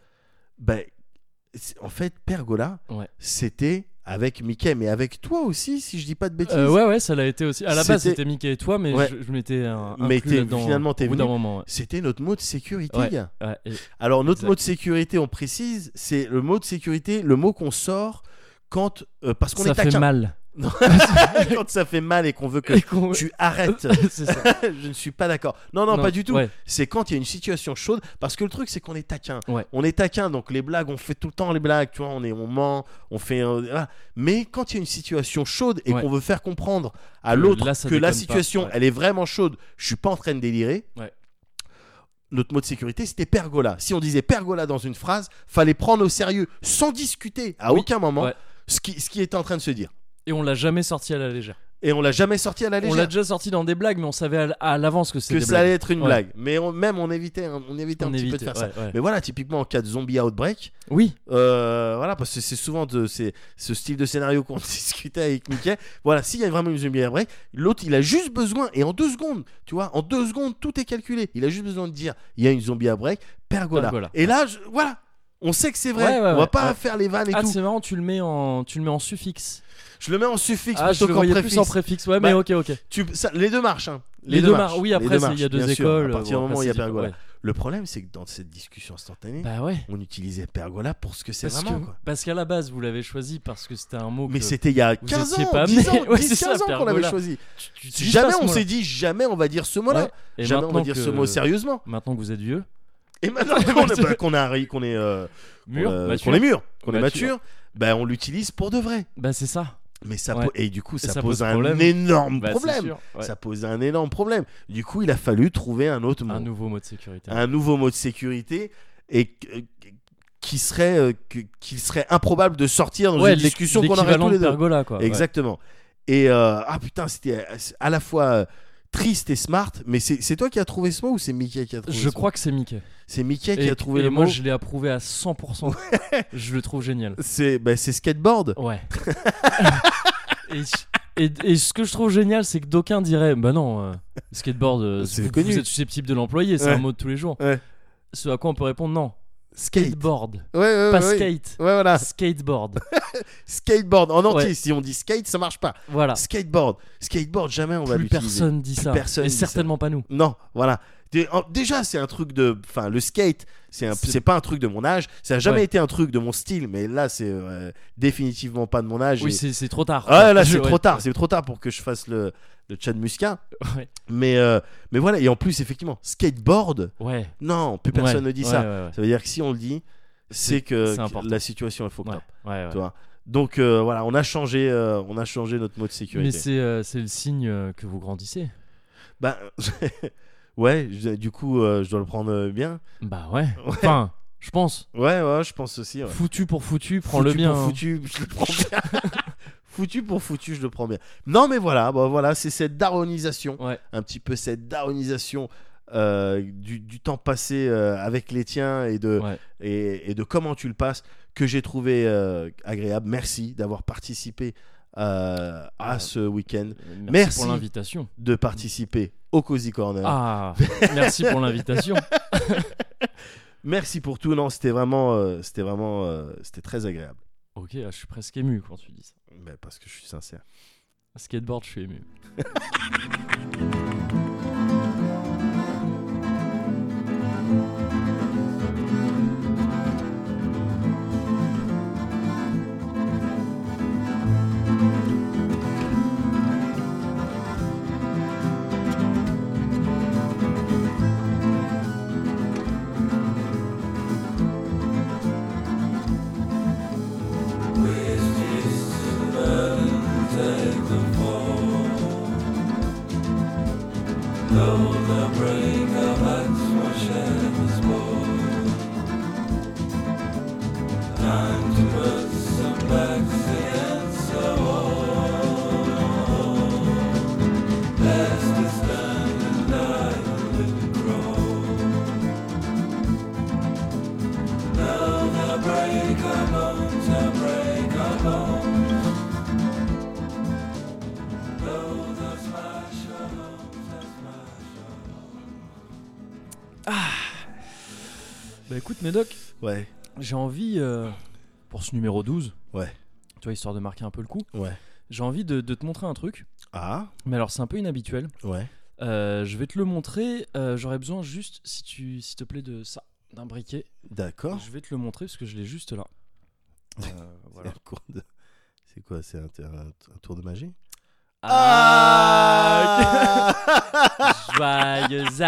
en fait, pergola, c'était avec Mickey, mais avec toi aussi, si je dis pas de bêtises. Ouais, ça l'a été aussi. À la base, c'était Mickey et toi, mais je m'étais inclus là-dedans. Finalement, t'es venu. Moment, C'était notre mot de sécurité, gars. Alors, notre mot de sécurité, on précise, c'est le mot de sécurité, le mot qu'on sort quand parce qu'on est taquin. Ça fait mal. Non. Quand ça fait mal et qu'on veut que tu arrêtes. C'est ça. Je ne suis pas d'accord. Non, pas du tout. C'est quand il y a une situation chaude, parce que le truc c'est qu'on est taquin. On est taquin, donc les blagues, on fait tout le temps les blagues, tu vois, on ment, on fait voilà. Mais quand il y a une situation chaude et qu'on veut faire comprendre à l'autre que la situation elle est vraiment chaude, je suis pas en train de délirer. Notre mot de sécurité, c'était pergola. Si on disait pergola dans une phrase, fallait prendre au sérieux sans discuter à aucun moment ce qui était en train de se dire. Et on l'a jamais sorti à la légère. On l'a déjà déjà sorti dans des blagues, mais on savait à l'avance que c'était que ça allait être une blague. Mais on évitait un petit peu de faire ça. Mais voilà, typiquement en cas de zombie outbreak. Oui. Voilà, parce que c'est souvent ce style de scénario qu'on discutait avec Mickey. Voilà, s'il y a vraiment une zombie outbreak, l'autre il a juste besoin, et en 2 secondes, tu vois, en 2 secondes tout est calculé. Il a juste besoin de dire, il y a une zombie outbreak, pergola. Et là, voilà, on sait que c'est vrai. On va pas faire les vannes et tout. C'est marrant, tu le mets en suffixe. Je le mets en suffixe plutôt qu'en préfixe. Plus en préfixe, mais ok. Les deux marchent. Hein. Les deux marchent. Oui, après, il y a 2 écoles. À partir du moment où il y a pergola. Le problème, c'est que dans cette discussion instantanée, on utilisait pergola pour ce que c'est vraiment. Parce qu'à la base, vous l'avez choisi parce que c'était un mot. Mais c'était il y a 15 ans, 10 ans qu'on l'avait choisi. Jamais on s'est dit, jamais on va dire ce mot-là. Jamais on va dire ce mot sérieusement. Maintenant que vous êtes vieux. Et maintenant qu'on est mature, on l'utilise pour de vrai. C'est ça. Mais et du coup ça pose un énorme problème. Ça pose un énorme problème. Du coup, il a fallu trouver un autre mot. Un nouveau mot de sécurité. Un nouveau mot de sécurité et qu'il serait improbable de sortir dans une discussion qu'on aurait tous les deux. Pergola, quoi. Exactement. Et putain, c'était à la fois triste et smart, mais c'est toi qui as trouvé ce mot ou c'est Mickey qui a trouvé ce mot ? Je crois que c'est Mickey. C'est Mickey qui a trouvé le mot. Et moi, je l'ai approuvé à 100%. Je le trouve génial. C'est skateboard. Ouais. Et ce que je trouve génial, c'est que d'aucuns diraient non, skateboard, vous êtes susceptible de l'employer, c'est un mot de tous les jours. Ce à quoi on peut répondre non. Skateboard. Pas skate. Voilà. Skateboard. Skateboard en entier. Si on dit skate, ça marche pas. Voilà. Skateboard, jamais on va l'utiliser. Personne dit ça. Et certainement pas nous. Non, voilà. Déjà, c'est un truc de. Enfin, le skate, c'est pas un truc de mon âge. Ça a jamais été un truc de mon style, mais là, c'est définitivement pas de mon âge. Oui, c'est trop tard. Ah, là, c'est trop tard. C'est trop tard pour que je fasse le Chad Muska. Mais voilà. Et en plus, effectivement, skateboard. Non, plus personne ne dit ça. Ça veut dire que si on le dit, c'est que la situation est fucked up. Tu vois. Donc voilà, on a changé notre mot de sécurité. Mais c'est le signe que vous grandissez. Ouais, du coup, je dois le prendre bien. Enfin, je pense. Ouais, je pense aussi. Foutu pour foutu, prends-le bien. Foutu, je le prends bien. Foutu pour foutu, je le prends bien. Non, mais voilà, c'est cette daronisation. Un petit peu cette daronisation du temps passé avec les tiens et de comment tu le passes que j'ai trouvé agréable. Merci d'avoir participé à ce week-end. Merci pour l'invitation. De participer au Cozy Corner. Merci pour l'invitation. Merci pour tout. Non, c'était très agréable. Ok, je suis presque ému quand tu dis ça. Parce que je suis sincère. Skateboard, je suis ému. Bah écoute Médoc, ouais. J'ai envie, pour ce numéro 12, ouais. Tu vois, histoire de marquer un peu le coup, ouais. J'ai envie de te montrer un truc. Ah. Mais alors c'est un peu inhabituel. Ouais. Je vais te le montrer, j'aurais besoin juste, s'il te plaît, de ça, d'un briquet. D'accord. Je vais te le montrer parce que je l'ai juste là. Voilà. C'est quoi, c'est un tour de magie? Ah Joyeux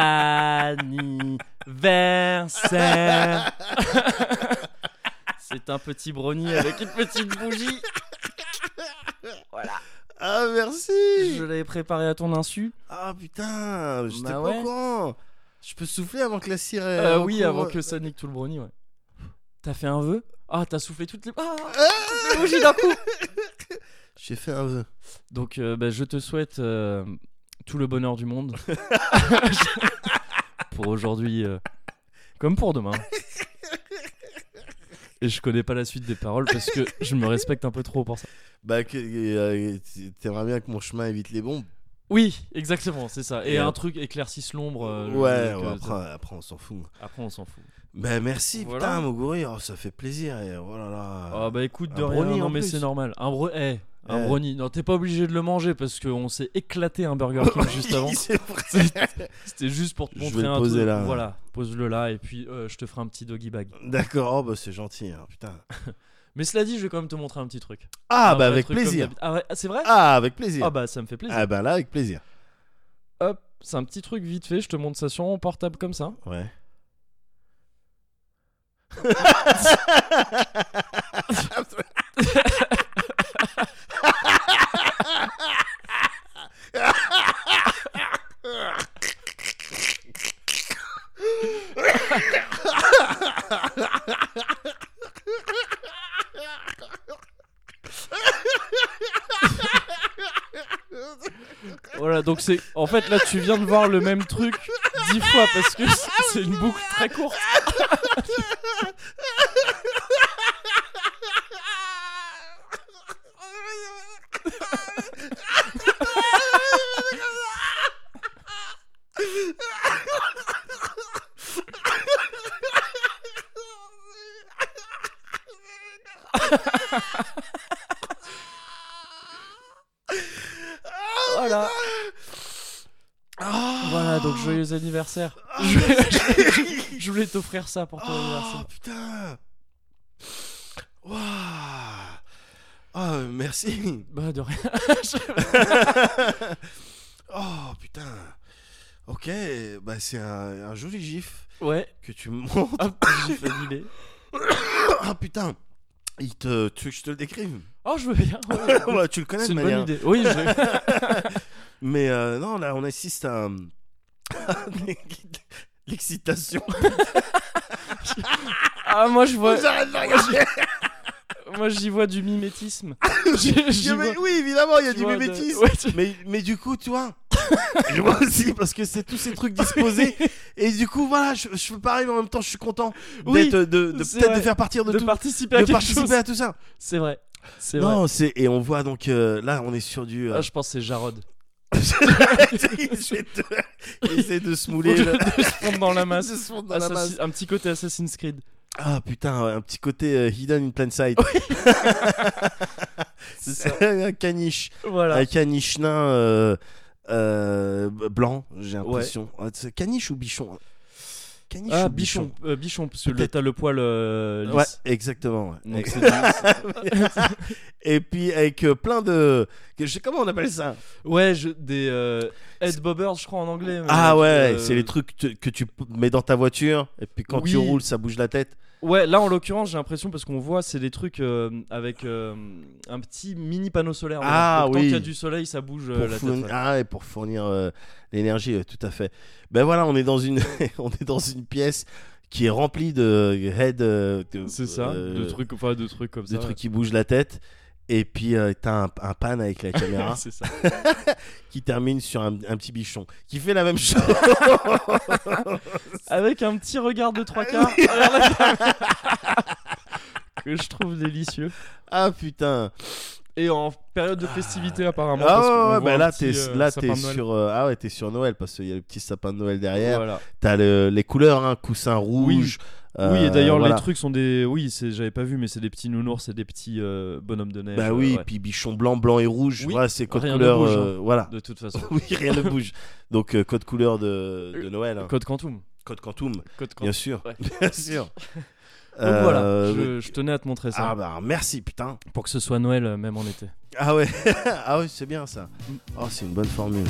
anniversaire. C'est un petit brownie avec une petite bougie. Voilà. Ah merci. Je l'avais préparé à ton insu. Ah putain, j'étais pas au courant. Je peux souffler avant que la sirène oui, avant que ça nique tout le brownie, ouais. T'as fait un vœu? Ah, t'as soufflé toutes les bougies d'un coup. J'ai fait un vœu. Donc je te souhaite tout le bonheur du monde. Pour aujourd'hui comme pour demain. Et je connais pas la suite des paroles parce que je me respecte un peu trop pour ça. Bah t'aimerais bien que mon chemin évite les bombes. Oui, exactement, c'est ça. Et un truc éclaircisse l'ombre. Ouais, après on s'en fout. Après on s'en fout. Bah merci, voilà. Putain Moguri, ça fait plaisir. Et oh là là. Oh bah écoute, de rien, non mais c'est normal. Un brownie. Non, t'es pas obligé de le manger parce qu'on s'est éclaté un Burger King juste avant. C'était juste pour te montrer un truc. Là. Voilà, pose-le là et puis je te ferai un petit doggy bag. D'accord, oh bah c'est gentil, hein, putain. Mais cela dit, je vais quand même te montrer un petit truc. Ah bah avec plaisir. Ah ouais, c'est vrai? Ah avec plaisir. Ah bah ça me fait plaisir. Ah bah là avec plaisir. Hop, c'est un petit truc vite fait, je te montre ça sur mon portable comme ça. Ouais. Voilà, donc c'est en fait là tu viens de voir le même truc 10 fois parce que c'est une boucle très courte. Voilà. Voilà, donc joyeux anniversaire. Je voulais t'offrir ça pour ton anniversaire. Putain. Waouh. Oh, merci. Bah de rien. Oh putain. Ok, bah c'est un joli gif. Ouais. Que tu me montres. Hop, gif animé. Ah putain. Tu veux que je te le décrive? Oh, je veux bien. Ouais, tu le connais de manière. C'est une bonne idée. Oui, Mais non, là, on assiste à l'excitation. Ah, moi, je vois. J'arrête de regarder. Moi, j'y vois du mimétisme. Oui, évidemment, il y a du mimétisme. Ouais, mais du coup, tu vois, je vois aussi parce que c'est tous ces trucs disposés. Et du coup, voilà, je fais pareil, mais en même temps, je suis content d'être, de peut-être de faire partir de tout. Participer à tout ça. C'est vrai. Non, et on voit donc là, on est sur du. Ah, je pense que c'est Jarod. Essaye de se mouler, de se fondre dans la masse. Un petit côté Assassin's Creed. Ah putain, un petit côté hidden in plain sight. Oui. C'est ça. Un caniche. Voilà. Un caniche nain blanc, j'ai l'impression. Ouais. C'est caniche ou bichon? Caniche ou bichon. Bichon, parce que t'as le poil lisse. Ouais, exactement. Ouais. Donc c'est et puis avec plein de... Je sais comment on appelle ça. Ouais, des head bobbers, je crois en anglais. Ah ouais, c'est les trucs que tu mets dans ta voiture. Et puis quand tu roules, ça bouge la tête. Ouais, là en l'occurrence, j'ai l'impression parce qu'on voit, c'est des trucs avec un petit mini panneau solaire. Ah donc, oui. Tant qu'il y a du soleil, ça bouge la tête. Ouais. Ah ouais, pour fournir l'énergie, tout à fait. Ben voilà, on est dans une pièce qui est remplie de head. C'est ça, de trucs comme ça. Des trucs qui bougent la tête. Et puis t'as un pan avec la caméra c'est ça. qui termine sur un petit bichon qui fait la même chose avec un petit regard de 3/4 vers la caméra que je trouve délicieux. Ah putain. Et en période de festivité apparemment. Ah ouais, bah là t'es sur t'es sur Noël parce qu'il y a le petit sapin de Noël derrière. Voilà. T'as les couleurs, hein, coussin rouge. Oui, et d'ailleurs voilà. les trucs sont des. Oui, j'avais pas vu, mais c'est des petits nounours, c'est des petits bonhommes de neige. Bah oui, puis bichon blanc et rouge. Oui, voilà, c'est code rien couleur. ne bouge, hein, voilà. de toute façon. Oui, rien ne bouge. Donc code couleur de Noël. Hein. Code Quantum. Code Quantum. Bien sûr. Ouais. Bien sûr. Donc voilà, je tenais à te montrer ça. Ah bah merci putain. Pour que ce soit Noël même en été. Ah ouais, ah ouais, c'est bien ça. Oh, c'est une bonne formule.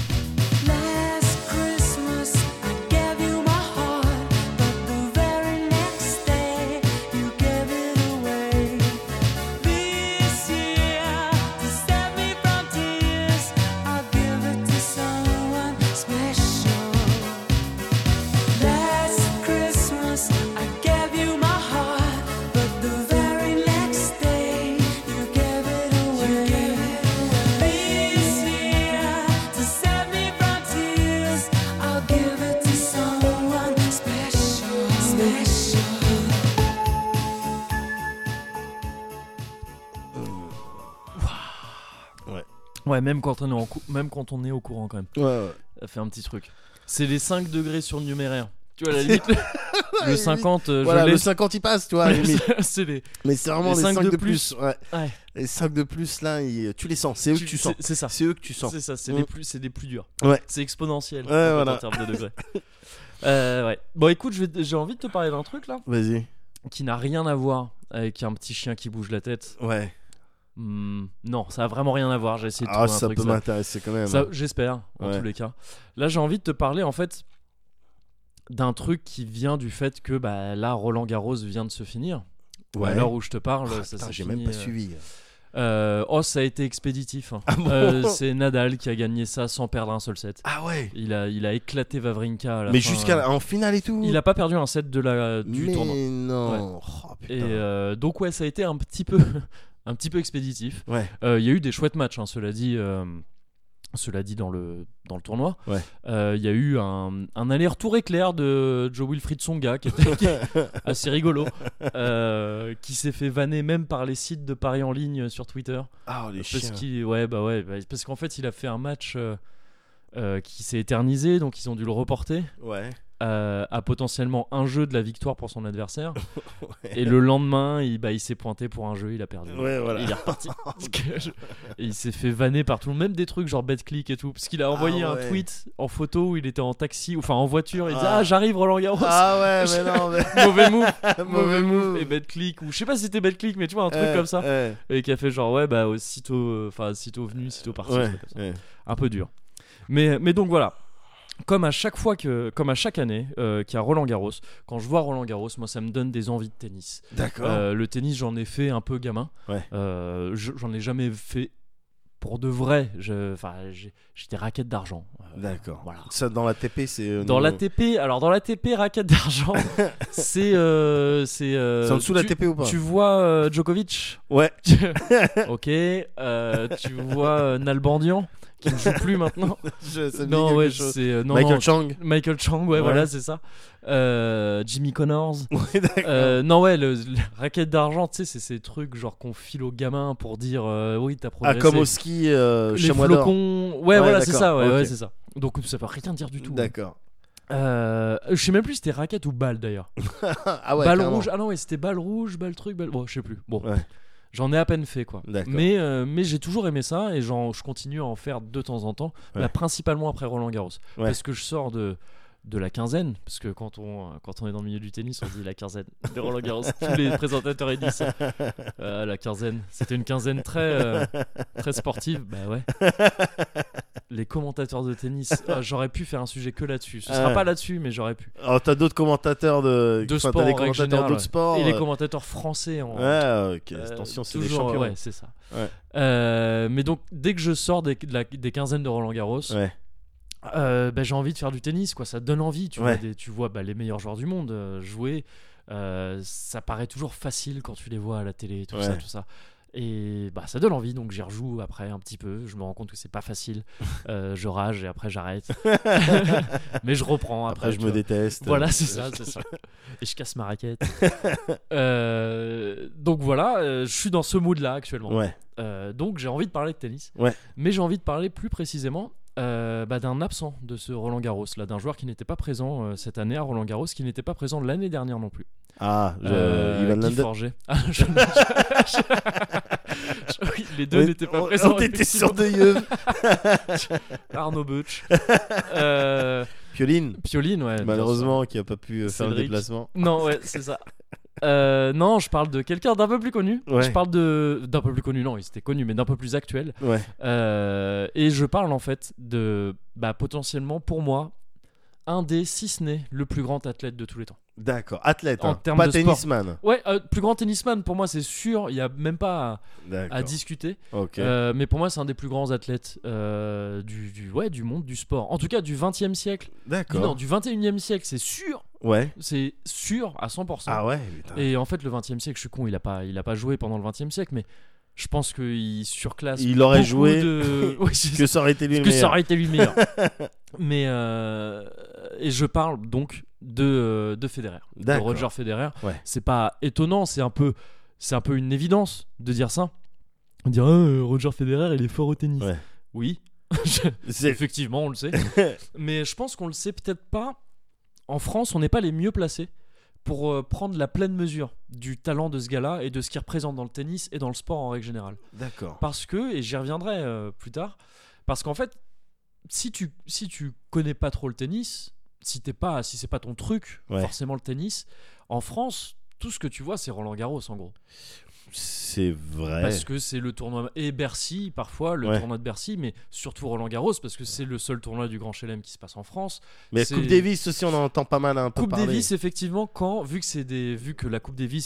Ouais, même quand on est au courant quand même. Ouais. Ça fait un petit truc. C'est les 5 degrés surnuméraires. Tu vois, à la limite, le 50, voilà, le 50 il passe, tu vois. Mais c'est vraiment les 5 de plus. Ouais. Les 5 de plus, là, tu les sens. C'est eux que tu sens. C'est ça. C'est eux que tu sens. C'est ça, c'est des plus durs. Ouais. C'est exponentiel voilà. en termes de degrés. Ouais. Bon, écoute, j'ai envie de te parler d'un truc là. Vas-y. Qui n'a rien à voir avec un petit chien qui bouge la tête. Ouais. Non, ça a vraiment rien à voir. J'ai essayé de trouver un truc. Ça peut m'intéresser quand même. Ça, j'espère, en tous les cas. Là, j'ai envie de te parler en fait d'un truc qui vient du fait que là, Roland Garros vient de se finir. Ouais. À l'heure où je te parle, ça s'est j'ai fini, même pas suivi. Ça a été expéditif. Hein. Ah bon c'est Nadal qui a gagné ça sans perdre un seul set. Ah ouais. Il a éclaté Wawrinka à la mais fin. jusqu'en finale et tout. Il a pas perdu un set du tournoi. Mais non. Ouais. Oh, putain. Et donc ouais, ça a été un petit peu expéditif. Ouais. Il y a eu des chouettes matchs, hein, cela dit dans le tournoi. Ouais. Il y a eu un aller-retour éclair de Jo-Wilfried Tsonga qui était assez rigolo, qui s'est fait vanner même par les sites de paris en ligne sur Twitter. Ah, les chiens. Parce qu'en fait il a fait un match qui s'est éternisé, donc ils ont dû le reporter. Ouais. À potentiellement un jeu de la victoire pour son adversaire. Ouais. Et le lendemain il s'est pointé pour un jeu, il a perdu. Ouais, voilà. Et il est reparti. Et il s'est fait vanner par tout le monde, même des trucs genre BetClick et tout, parce qu'il a envoyé un tweet en photo où il était en taxi, enfin en voiture, il disait j'arrive Roland Garros. Ah ouais, mais non, mais... mauvais move. Et BetClick, ou je sais pas si c'était BetClick, mais tu vois un truc comme ça, et qui a fait genre sitôt venu, sitôt parti. Un peu dur. Mais donc voilà. Comme à chaque année qu'il y a Roland Garros, quand je vois Roland Garros, moi ça me donne des envies de tennis. D'accord. Le tennis, j'en ai fait un peu gamin. Ouais. J'en ai jamais fait pour de vrai. J'ai des raquettes d'argent. D'accord. Voilà. Ça dans l'ATP, c'est dans l'ATP. Alors dans l'ATP, raquettes d'argent, c'est en dessous de l'ATP ou pas? Tu vois Djokovic. Ouais. Ok. Tu vois Nalbandian, qui ne joue plus maintenant. C'est Michael Chang. Michael Chang, voilà, c'est ça. Jimmy Connors. Ouais, d'accord. Le raquette d'argent, tu sais, c'est ces trucs genre qu'on file aux gamins pour dire oui, t'as progressé. Ah, comme au ski, les chamois flocons. d'or. Voilà, c'est ça. Okay. C'est ça. Donc ça veut rien dire du tout. D'accord. Je sais même plus si c'était raquette ou balle d'ailleurs. Ah ouais. Balle carrément. rouge. Ah non, c'était balle rouge, balle truc, balle. Bon, je sais plus. Bon. Ouais. J'en ai à peine fait quoi. D'accord. Mais j'ai toujours aimé ça et je continue à en faire de temps en temps, principalement après Roland Garros, parce que je sors de la quinzaine, parce que quand on est dans le milieu du tennis, on dit la quinzaine de Roland Garros. Tous les présentateurs ils disent ça. La quinzaine, c'était une quinzaine très sportive. Bah ouais. les commentateurs de tennis, j'aurais pu faire un sujet que là-dessus. Ce sera pas là-dessus, mais j'aurais pu. Alors t'as d'autres commentateurs de sport, t'as les commentateurs d'autres sports. Et les commentateurs français en. Ouais, ok. Attention, c'est toujours, des champions. Ouais, c'est ça. Ouais. Mais donc dès que je sors des quinzaines de Roland Garros, j'ai envie de faire du tennis, quoi. Ça te donne envie. Tu vois les meilleurs joueurs du monde jouer. Ça paraît toujours facile quand tu les vois à la télé, tout ça. Et ça donne envie, donc j'y rejoue après un petit peu. Je me rends compte que c'est pas facile. Je rage et après j'arrête. Mais je reprends après. Je me déteste. Voilà, c'est ça. Et je casse ma raquette. Donc voilà, je suis dans ce mood-là actuellement. Donc j'ai envie de parler de tennis. Mais j'ai envie de parler plus précisément d'un absent de ce Roland Garros, là, d'un joueur qui n'était pas présent cette année à Roland Garros, qui n'était pas présent l'année dernière non plus. Ivan Guy Forget. Les deux n'étaient pas présents. On était sur de yeux. Arnaud Butch. Pioline, ouais. Malheureusement, qui a pas pu faire le déplacement. Non, ouais, c'est ça. Non, je parle de quelqu'un d'un peu plus connu. Je parle d'un peu plus connu, non, il était connu, mais d'un peu plus actuel. Et je parle en fait de potentiellement pour moi un des, si ce n'est le plus grand athlète de tous les temps. D'accord, athlète, en pas tennisman. Ouais, plus grand tennisman pour moi c'est sûr, il y a même pas à discuter. Mais pour moi c'est un des plus grands athlètes du monde du sport. En tout cas du 20e siècle. D'accord. Non, du 21e siècle, c'est sûr. Ouais. C'est sûr à 100%. Ah ouais, putain. Et en fait le 20e siècle, je suis con, il a pas joué pendant le 20e siècle, mais je pense qu'il surclasse. Il aurait joué que ça aurait été lui le meilleur. Mais et je parle donc de Federer, de Roger Federer. C'est pas étonnant, c'est un peu une évidence de dire ça. On dirait Roger Federer, il est fort au tennis. Oui, effectivement, on le sait. Mais je pense qu'on le sait peut-être pas. En France, on n'est pas les mieux placés pour prendre la pleine mesure du talent de ce gars-là et de ce qu'il représente dans le tennis et dans le sport en règle générale. D'accord. Parce que, et j'y reviendrai plus tard, parce qu'en fait, si tu connais pas trop le tennis, si c'est pas ton truc, forcément le tennis, en France, tout ce que tu vois, c'est Roland Garros en gros. C'est vrai. Parce que c'est le tournoi, et Bercy parfois, le tournoi de Bercy, mais surtout Roland Garros parce que c'est le seul tournoi du Grand Chelem qui se passe en France. Mais Coupe Davis aussi, on en entend pas mal un peu Coupe parler. Davis effectivement, vu que la Coupe Davis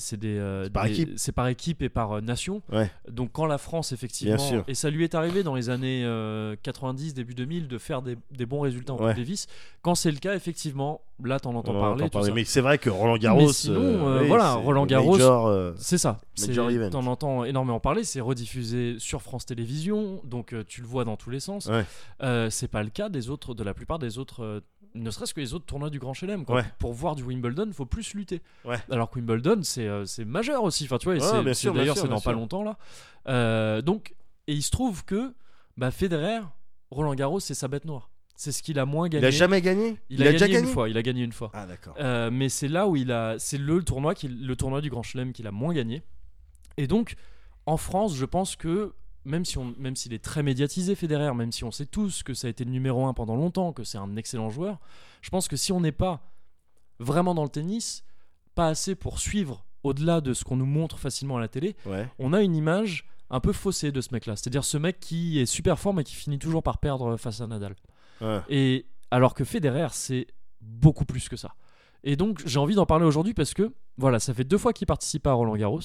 c'est par équipe et par nation. Donc quand la France effectivement, et ça lui est arrivé dans les années 90, début 2000 de faire des bons résultats en Coupe Davis. Quand c'est le cas effectivement, là t'en entends parler. Mais c'est vrai que Roland Garros, mais sinon, Roland Garros, c'est ça. T'en entends énormément parler, c'est rediffusé sur France Télévisions, donc tu le vois dans tous les sens. C'est pas le cas de la plupart des autres, ne serait-ce que les autres tournois du Grand Chelem. Pour voir du Wimbledon, faut plus lutter. Alors que Wimbledon, c'est majeur aussi. Enfin, tu vois, c'est dans pas longtemps là. Donc, et il se trouve que Federer, Roland Garros, c'est sa bête noire. C'est ce qu'il a moins gagné. Il a jamais gagné. Il a déjà gagné une fois. Il a gagné une fois. Ah d'accord. Mais c'est là où c'est le tournoi du Grand Chelem qu'il a moins gagné. Et donc, en France, je pense que même s'il est très médiatisé, Federer, même si on sait tous que ça a été le numéro 1 pendant longtemps, que c'est un excellent joueur, je pense que si on n'est pas vraiment dans le tennis, pas assez pour suivre au-delà de ce qu'on nous montre facilement à la télé, on a une image un peu faussée de ce mec-là. C'est-à-dire ce mec qui est super fort mais qui finit toujours par perdre face à Nadal. Et alors que Federer, c'est beaucoup plus que ça. Et donc, j'ai envie d'en parler aujourd'hui parce que, voilà, ça fait 2 fois qu'il participe à Roland Garros.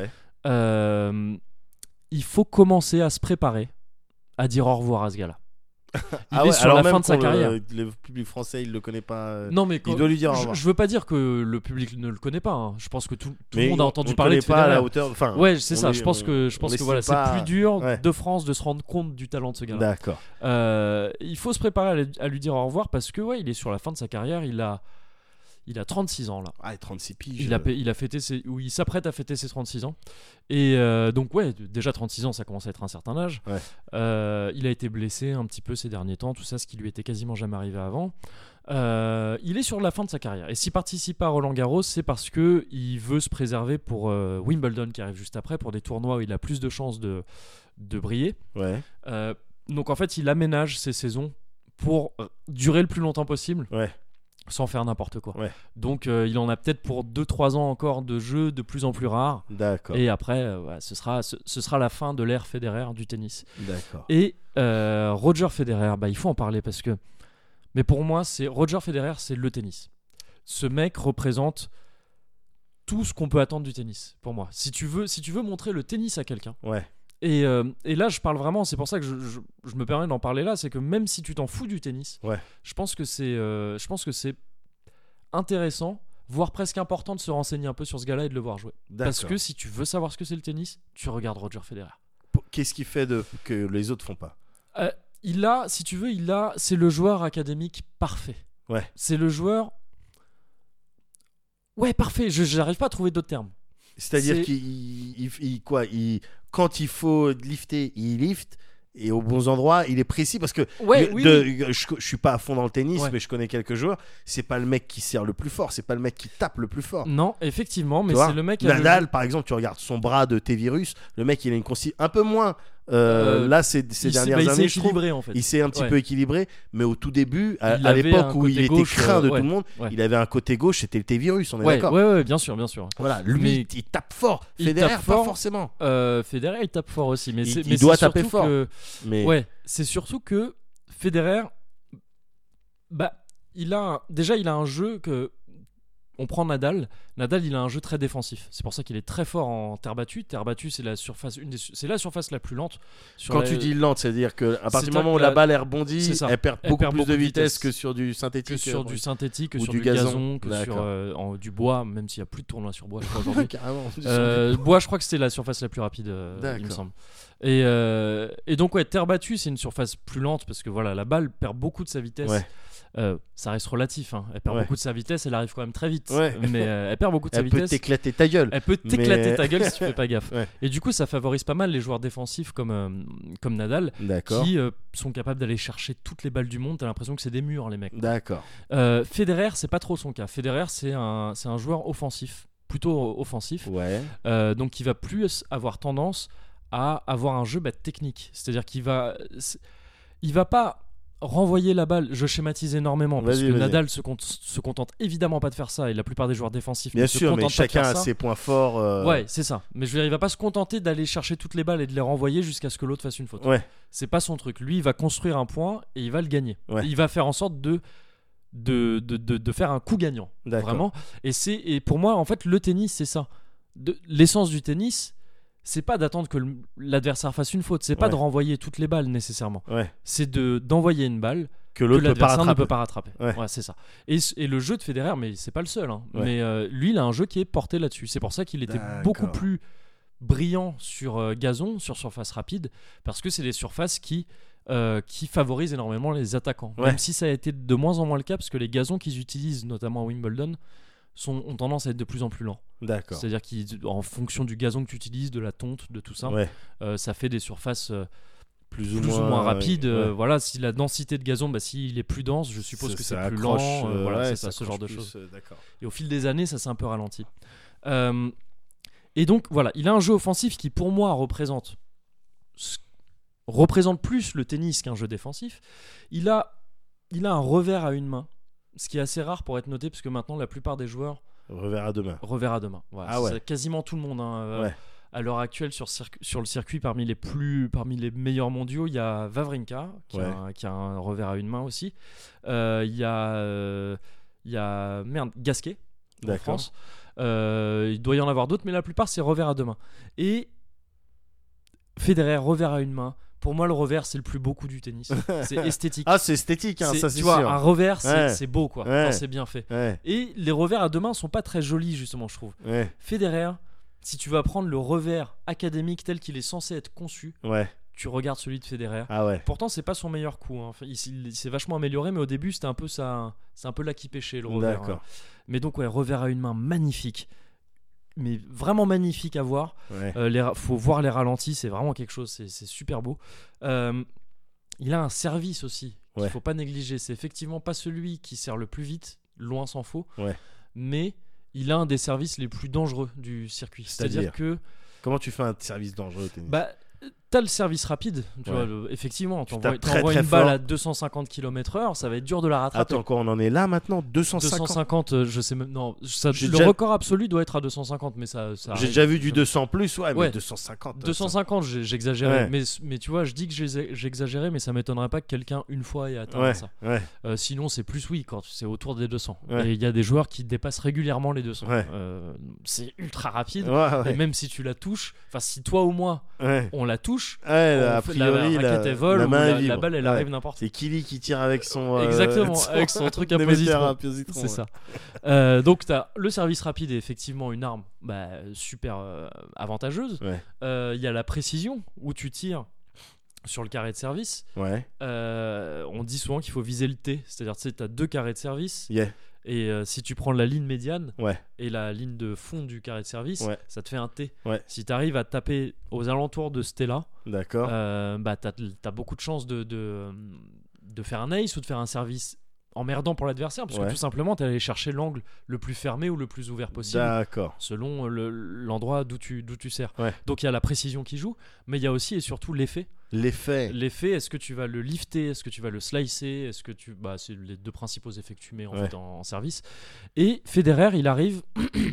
Il faut commencer à se préparer à dire au revoir à ce gars-là. Il est sur la fin de sa carrière. Le public français, il le connaît pas. Non, mais il doit lui dire au revoir. Je veux pas dire que le public ne le connaît pas. Hein. Je pense que tout le monde a entendu parler de Federer. Pas à la hauteur. Enfin, ouais, c'est ça. Je pense que voilà, c'est plus dur de France de se rendre compte du talent de ce gars-là. D'accord. Il faut se préparer à lui dire au revoir parce que il est sur la fin de sa carrière. Il a 36 ans là. Ah, 36 piges. Il s'apprête à fêter ses 36 ans. Et donc déjà 36 ans, ça commence à être un certain âge. Il a été blessé un petit peu ces derniers temps, tout ça, ce qui lui était quasiment jamais arrivé avant. Il est sur la fin de sa carrière. Et s'il participe à Roland Garros, c'est parce que il veut se préserver pour Wimbledon qui arrive juste après, pour des tournois où il a plus de chances de briller. Donc en fait, il aménage ses saisons pour durer le plus longtemps possible. sans faire n'importe quoi. Ouais. Donc il en a peut-être pour 2-3 ans encore de jeux de plus en plus rares. D'accord. Et après, ce sera la fin de l'ère Federer du tennis. D'accord. Et Roger Federer, il faut en parler parce que... Mais pour moi, Roger Federer, c'est le tennis. Ce mec représente tout ce qu'on peut attendre du tennis, pour moi. Si tu veux montrer le tennis à quelqu'un... Ouais. Et là, je parle vraiment, c'est pour ça que je me permets d'en parler là, c'est que même si tu t'en fous du tennis, je pense que c'est intéressant, voire presque important de se renseigner un peu sur ce gars-là et de le voir jouer. D'accord. Parce que si tu veux savoir ce que c'est le tennis, tu regardes Roger Federer. Qu'est-ce qu'il fait que les autres font pas? C'est le joueur académique parfait. Ouais. C'est le joueur... Ouais, parfait, je n'arrive pas à trouver d'autres termes. C'est-à-dire quand il faut lifter, il lift, et aux bons endroits, il est précis, parce que je suis pas à fond dans le tennis, mais je connais quelques joueurs. C'est pas le mec qui serre le plus fort, c'est pas le mec qui tape le plus fort. Non, effectivement, mais c'est le mec. Nadal, par exemple, tu regardes son bras de T-Virus, le mec, il a une consigne un peu moins. Là, ces dernières années, je trouve, en fait. il s'est un petit peu équilibré, mais au tout début, à l'époque où il était craint de tout le monde, il avait un côté gauche, c'était le T-Virus, on est d'accord. Ouais, bien sûr. Voilà, lui, il tape fort. Federer, pas forcément. Federer, il tape fort aussi, mais il doit taper fort. Ouais, c'est surtout que Federer, il a un jeu que... On prend Nadal, il a un jeu très défensif. C'est pour ça qu'il est très fort en terre battue. Terre battue, c'est la surface la plus lente. Quand tu dis lente, c'est-à-dire qu'à partir du moment où la balle est rebondie, elle perd beaucoup plus de vitesse que sur du synthétique. Que sur du synthétique, que sur du gazon, que sur du bois, même s'il n'y a plus de tournois sur bois, je crois, aujourd'hui. Carrément. Bois, je crois que c'était la surface la plus rapide, il me semble. Et donc, terre battue, c'est une surface plus lente parce que voilà, la balle perd beaucoup de sa vitesse. Ouais. Ça reste relatif, hein. Elle perd beaucoup de sa vitesse, elle arrive quand même très vite, mais elle perd beaucoup de sa vitesse. Elle peut t'éclater ta gueule. Elle peut t'éclater ta gueule si tu fais pas gaffe. Et du coup, ça favorise pas mal les joueurs défensifs comme Nadal, qui sont capables d'aller chercher toutes les balles du monde. T'as l'impression que c'est des murs, les mecs. D'accord. Federer, c'est pas trop son cas. Federer, c'est un joueur offensif, plutôt offensif. Donc qui va plus avoir tendance à avoir un jeu technique. C'est-à-dire qu'il va pas renvoyer la balle. Je schématise énormément parce que Nadal se contente évidemment pas de faire ça, et la plupart des joueurs défensifs bien sûr, mais chacun a ses points forts. Ouais, c'est ça. Mais je veux dire, il va pas se contenter d'aller chercher toutes les balles et de les renvoyer jusqu'à ce que l'autre fasse une faute. C'est pas son truc. Lui, il va construire un point et il va le gagner. Il va faire en sorte de faire un coup gagnant. Vraiment. Et pour moi, en fait, le tennis, c'est ça. L'essence du tennis, c'est pas d'attendre que l'adversaire fasse une faute, c'est pas de renvoyer toutes les balles nécessairement. C'est d'envoyer une balle que l'adversaire ne peut pas rattraper. Ouais, c'est ça. Et le jeu de Federer, mais c'est pas le seul, hein. Mais lui, il a un jeu qui est porté là-dessus. C'est pour ça qu'il était beaucoup plus brillant sur gazon, sur surface rapide, parce que c'est des surfaces qui favorisent énormément les attaquants. Même si ça a été de moins en moins le cas, parce que les gazons qu'ils utilisent, notamment à Wimbledon, ont tendance à être de plus en plus lents. D'accord. C'est-à-dire qu'en fonction du gazon que tu utilises, de la tonte, de tout ça, ça fait des surfaces plus ou moins rapides. Voilà, si la densité de gazon, s'il est plus dense, je suppose que c'est plus lent. Voilà, c'est ça, ce genre de choses. Et au fil des années, ça s'est un peu ralenti. Et donc, voilà, il a un jeu offensif qui, pour moi, représente plus le tennis qu'un jeu défensif. Il a un revers à une main, ce qui est assez rare pour être noté, parce que maintenant la plupart des joueurs revers à deux mains. Voilà, c'est quasiment tout le monde, hein. À l'heure actuelle sur le circuit, parmi les meilleurs mondiaux, il y a Wawrinka qui a un revers à une main aussi. Il y a Gasquet en France. Il doit y en avoir d'autres, mais la plupart c'est revers à deux mains. Et Federer, revers à une main. Pour moi, le revers, c'est le plus beau coup du tennis. C'est esthétique. C'est esthétique, hein, ça c'est tu sûr. vois, un revers, c'est beau, quoi. Quand c'est bien fait. Et les revers à deux mains sont pas très jolis, justement, je trouve. Federer, si tu vas prendre le revers académique tel qu'il est censé être conçu, tu regardes celui de Federer. Pourtant, c'est pas son meilleur coup, hein. Enfin, il s'est vachement amélioré, mais au début, c'était un peu ça. C'est un peu là qui pêchait, le revers. D'accord. Hein. Mais donc, revers à une main magnifique. Mais vraiment magnifique à voir. Faut voir les ralentis, c'est vraiment quelque chose, c'est super beau. Il a un service aussi qu'il faut pas négliger. C'est effectivement pas celui qui sert le plus vite, loin s'en faut, mais il a un des services les plus dangereux du circuit. C'est-à-dire que... Comment tu fais un service dangereux au tennis ? t'as le service rapide, tu vois, effectivement, t'envoies une balle à 250 km/h, ça va être dur de la rattraper. Attends, quoi, on en est là maintenant, 250 je sais même, non, le record absolu doit être à 250, mais ça j'ai déjà vu du 200 plus, mais 250. 250, j'exagérais, mais tu vois, je dis que j'exagérais, mais ça m'étonnerait pas que quelqu'un une fois ait atteint ça. Sinon, c'est plus, quand c'est autour des 200. Et il y a des joueurs qui dépassent régulièrement les 200. C'est ultra rapide, et même si tu la touches, enfin, si toi ou moi, on la touche, a priori, la raquette elle vole, la balle elle arrive n'importe où. C'est Kili qui tire avec son exactement, avec son truc à positron. C'est ça. Donc t'as le service rapide est effectivement une arme super avantageuse. Il y a la précision où tu tires sur le carré de service. On dit souvent qu'il faut viser le T, c'est-à-dire tu as 2 carrés de service. Et si tu prends la ligne médiane et la ligne de fond du carré de service, ça te fait un T. Si tu arrives à taper aux alentours de ce T-là, t'as beaucoup de chances de faire un ace ou de faire un service emmerdant pour l'adversaire, parce que tout simplement t'es allé chercher l'angle le plus fermé ou le plus ouvert possible, selon l'endroit d'où tu sers. Donc il y a la précision qui joue, mais il y a aussi et surtout l'effet, est-ce que tu vas le lifter, est-ce que tu vas le slicer, est-ce que c'est les 2 principaux effets que tu mets fait en service. Et Federer, il arrive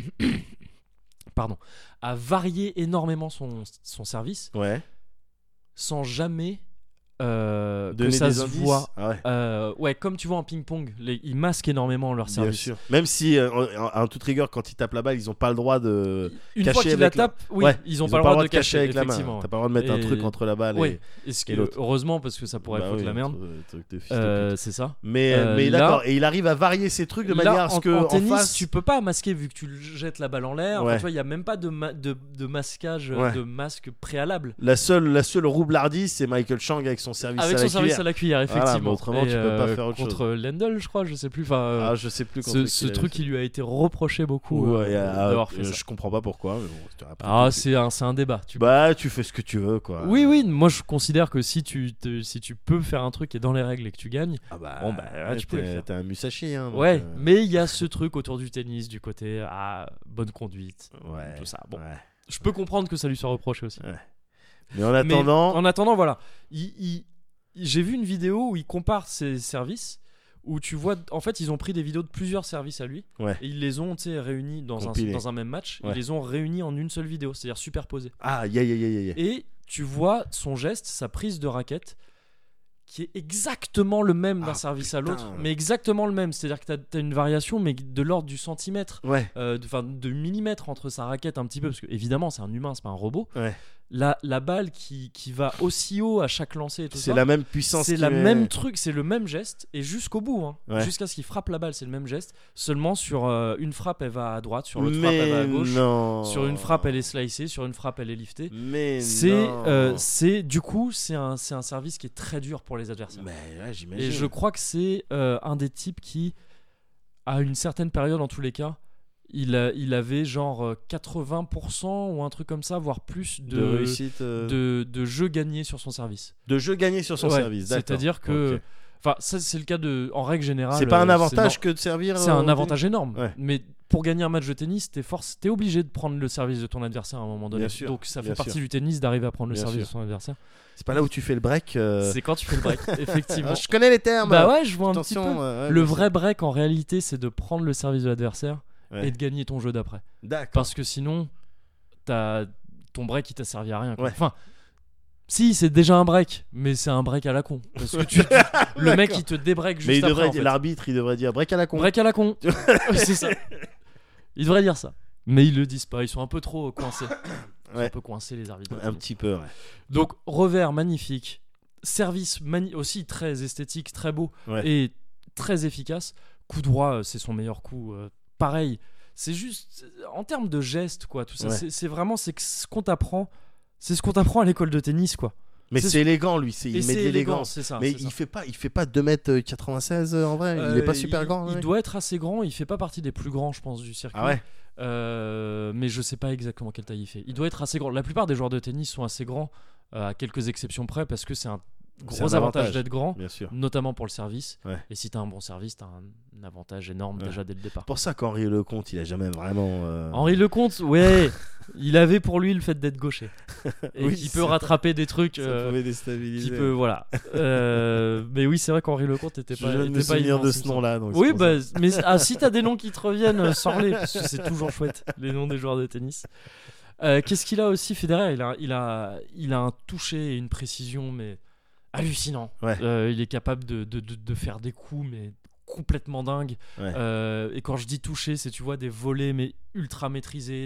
à varier énormément son service sans jamais que ça se voit. Comme tu vois en ping-pong, ils masquent énormément leur service. Bien sûr. Même si en toute rigueur, quand ils tapent la balle, ils ont pas le droit de une cacher fois qu'ils la tapent, ils ont pas le droit de cacher avec la main. T'as pas le droit de mettre un truc entre la balle et l'autre. Heureusement, parce que ça pourrait foutre la merde. C'est ça. Mais d'accord. Et il arrive à varier ces trucs de manière à ce que en tennis, face... tu peux pas masquer vu que tu jettes la balle en l'air. Tu vois, il y a même pas de masquage, de masque préalable. La seule roublardise, c'est Michael Chang avec son service à la cuillère, effectivement. Autrement, tu peux pas faire autre chose. Contre Lendl, je crois, je sais plus. Je sais plus. Ce truc qui lui a été reproché beaucoup d'avoir fait ça. Je comprends pas pourquoi. Mais bon, c'est un débat. Tu fais ce que tu veux, quoi. Oui. Moi, je considère que si tu peux faire un truc qui est dans les règles et que tu gagnes, tu peux le faire. T'es un Musashi, hein. Mais il y a ce truc autour du tennis, du côté bonne conduite, tout ça. Bon, je peux comprendre que ça lui soit reproché aussi. Mais en attendant, voilà. J'ai vu une vidéo où il compare ses services, où tu vois, en fait, ils ont pris des vidéos de plusieurs services à lui, et ils les ont réunis dans un même match. Ils les ont réunis en une seule vidéo, c'est-à-dire superposés. Et tu vois son geste, sa prise de raquette, qui est exactement le même d'un service à l'autre, mais exactement le même. C'est-à-dire que t'as une variation, mais de l'ordre du centimètre, de millimètre entre sa raquette un petit peu, parce que évidemment c'est un humain, c'est pas un robot. La balle qui va aussi haut à chaque lancer et tout c'est la même puissance, c'est même truc, c'est le même geste et jusqu'au bout, jusqu'à ce qu'il frappe la balle, c'est le même geste. Seulement sur une frappe elle va à droite, sur l'autre frappe elle va à gauche, sur une frappe elle est slicée, sur une frappe elle est liftée. Du coup c'est un service qui est très dur pour les adversaires. J'imagine. Et je crois que c'est un des types qui, à une certaine période en tous les cas, il avait genre 80% ou un truc comme ça, voire plus de réussite, de jeux gagnés sur son service. De jeux gagnés sur son service, d'accord. C'est-à-dire que, enfin, ça c'est le cas en règle générale. C'est pas un avantage que de servir. C'est un avantage énorme. Mais pour gagner un match de tennis, t'es obligé de prendre le service de ton adversaire à un moment donné. Donc ça fait partie du tennis d'arriver à prendre le service de son adversaire. C'est pas là où tu fais le break. C'est quand tu fais le break, effectivement. Je connais les termes. Je vois un petit peu. Le vrai break en réalité, c'est de prendre le service de l'adversaire et de gagner ton jeu d'après. D'accord. Parce que sinon, ton break il t'a servi à rien. Enfin, si, c'est déjà un break, mais c'est un break à la con. Parce que le mec il te débreak juste après. L'arbitre il devrait dire break à la con. Break à la con. C'est ça. Il devrait dire ça. Mais ils le disent pas, ils sont un peu trop coincés. Un peu coincés les arbitres. Un petit peu, Donc, revers magnifique. Service aussi très esthétique, très beau et très efficace. Coup droit, c'est son meilleur coup. Pareil, c'est juste en termes de gestes, quoi. Tout ça, c'est vraiment ce qu'on t'apprend. C'est ce qu'on t'apprend à l'école de tennis, quoi. Mais c'est élégant, lui. Il met de l'élégance. C'est ça, mais il fait pas 2m96 en vrai. Il est pas super grand. Il doit être assez grand. Il fait pas partie des plus grands, je pense, du circuit. Mais je sais pas exactement quelle taille il fait. Il doit être assez grand. La plupart des joueurs de tennis sont assez grands, à quelques exceptions près, parce que c'est un gros avantage d'être grand, notamment pour le service. Et si t'as un bon service, t'as un avantage énorme déjà dès le départ. Pour ça qu'Henri Lecomte, il a jamais vraiment. Henri Lecomte, il avait pour lui le fait d'être gaucher. et qui peut rattraper des trucs. Ça pouvait déstabiliser. Qui peut, voilà. Mais oui, c'est vrai qu'Henri Lecomte n'était pas. Je viens de me souvenir de ce nom-là. Donc oui, bah, mais si t'as des noms qui te reviennent, sors-les, parce que c'est toujours chouette, les noms des joueurs de tennis. Qu'est-ce qu'il a aussi, Federer? Il a un toucher et une précision, mais hallucinant. Il est capable de faire des coups, mais complètement dingue. Et quand je dis toucher, c'est, tu vois, des volets mais ultra maîtrisés,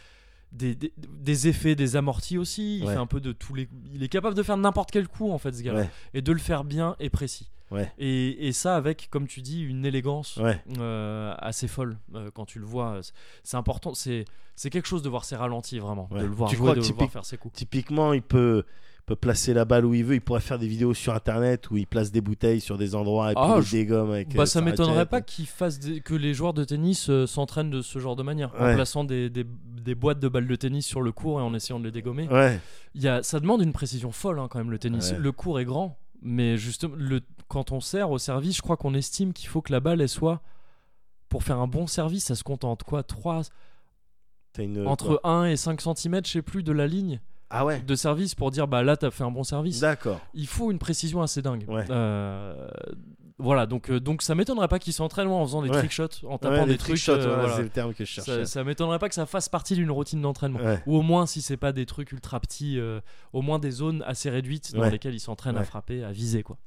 des effets, des amortis aussi. Il fait un peu de tous les. Il est capable de faire n'importe quel coup en fait, ce gars-là, et de le faire bien et précis. Et ça avec, comme tu dis, une élégance assez folle. Quand tu le vois, c'est important. C'est quelque chose de voir ses ralentis, vraiment, de le voir jouer, de le voir faire ses coups. Typiquement, il peut placer la balle où il veut. Il pourrait faire des vidéos sur internet où il place des bouteilles sur des endroits et puis il les dégomme avec ça m'étonnerait pas qu'il fasse que les joueurs de tennis s'entraînent de ce genre de manière, en plaçant des boîtes de balles de tennis sur le court et en essayant de les dégommer. Ça demande une précision folle, hein, quand même, le tennis. Le court est grand, mais justement quand on sert au service, je crois qu'on estime qu'il faut que la balle elle soit, pour faire un bon service, ça se compte quoi, entre 1 et 5 cm, je sais plus, de la ligne de service, pour dire bah là t'as fait un bon service. D'accord. Il faut une précision assez dingue. Voilà, donc ça m'étonnerait pas qu'ils s'entraînent en faisant des trickshots, en tapant des trucs. C'est le terme que je cherchais. Ça m'étonnerait pas que ça fasse partie d'une routine d'entraînement. Ou au moins, si c'est pas des trucs ultra petits, au moins des zones assez réduites dans lesquelles ils s'entraînent à frapper, à viser, quoi.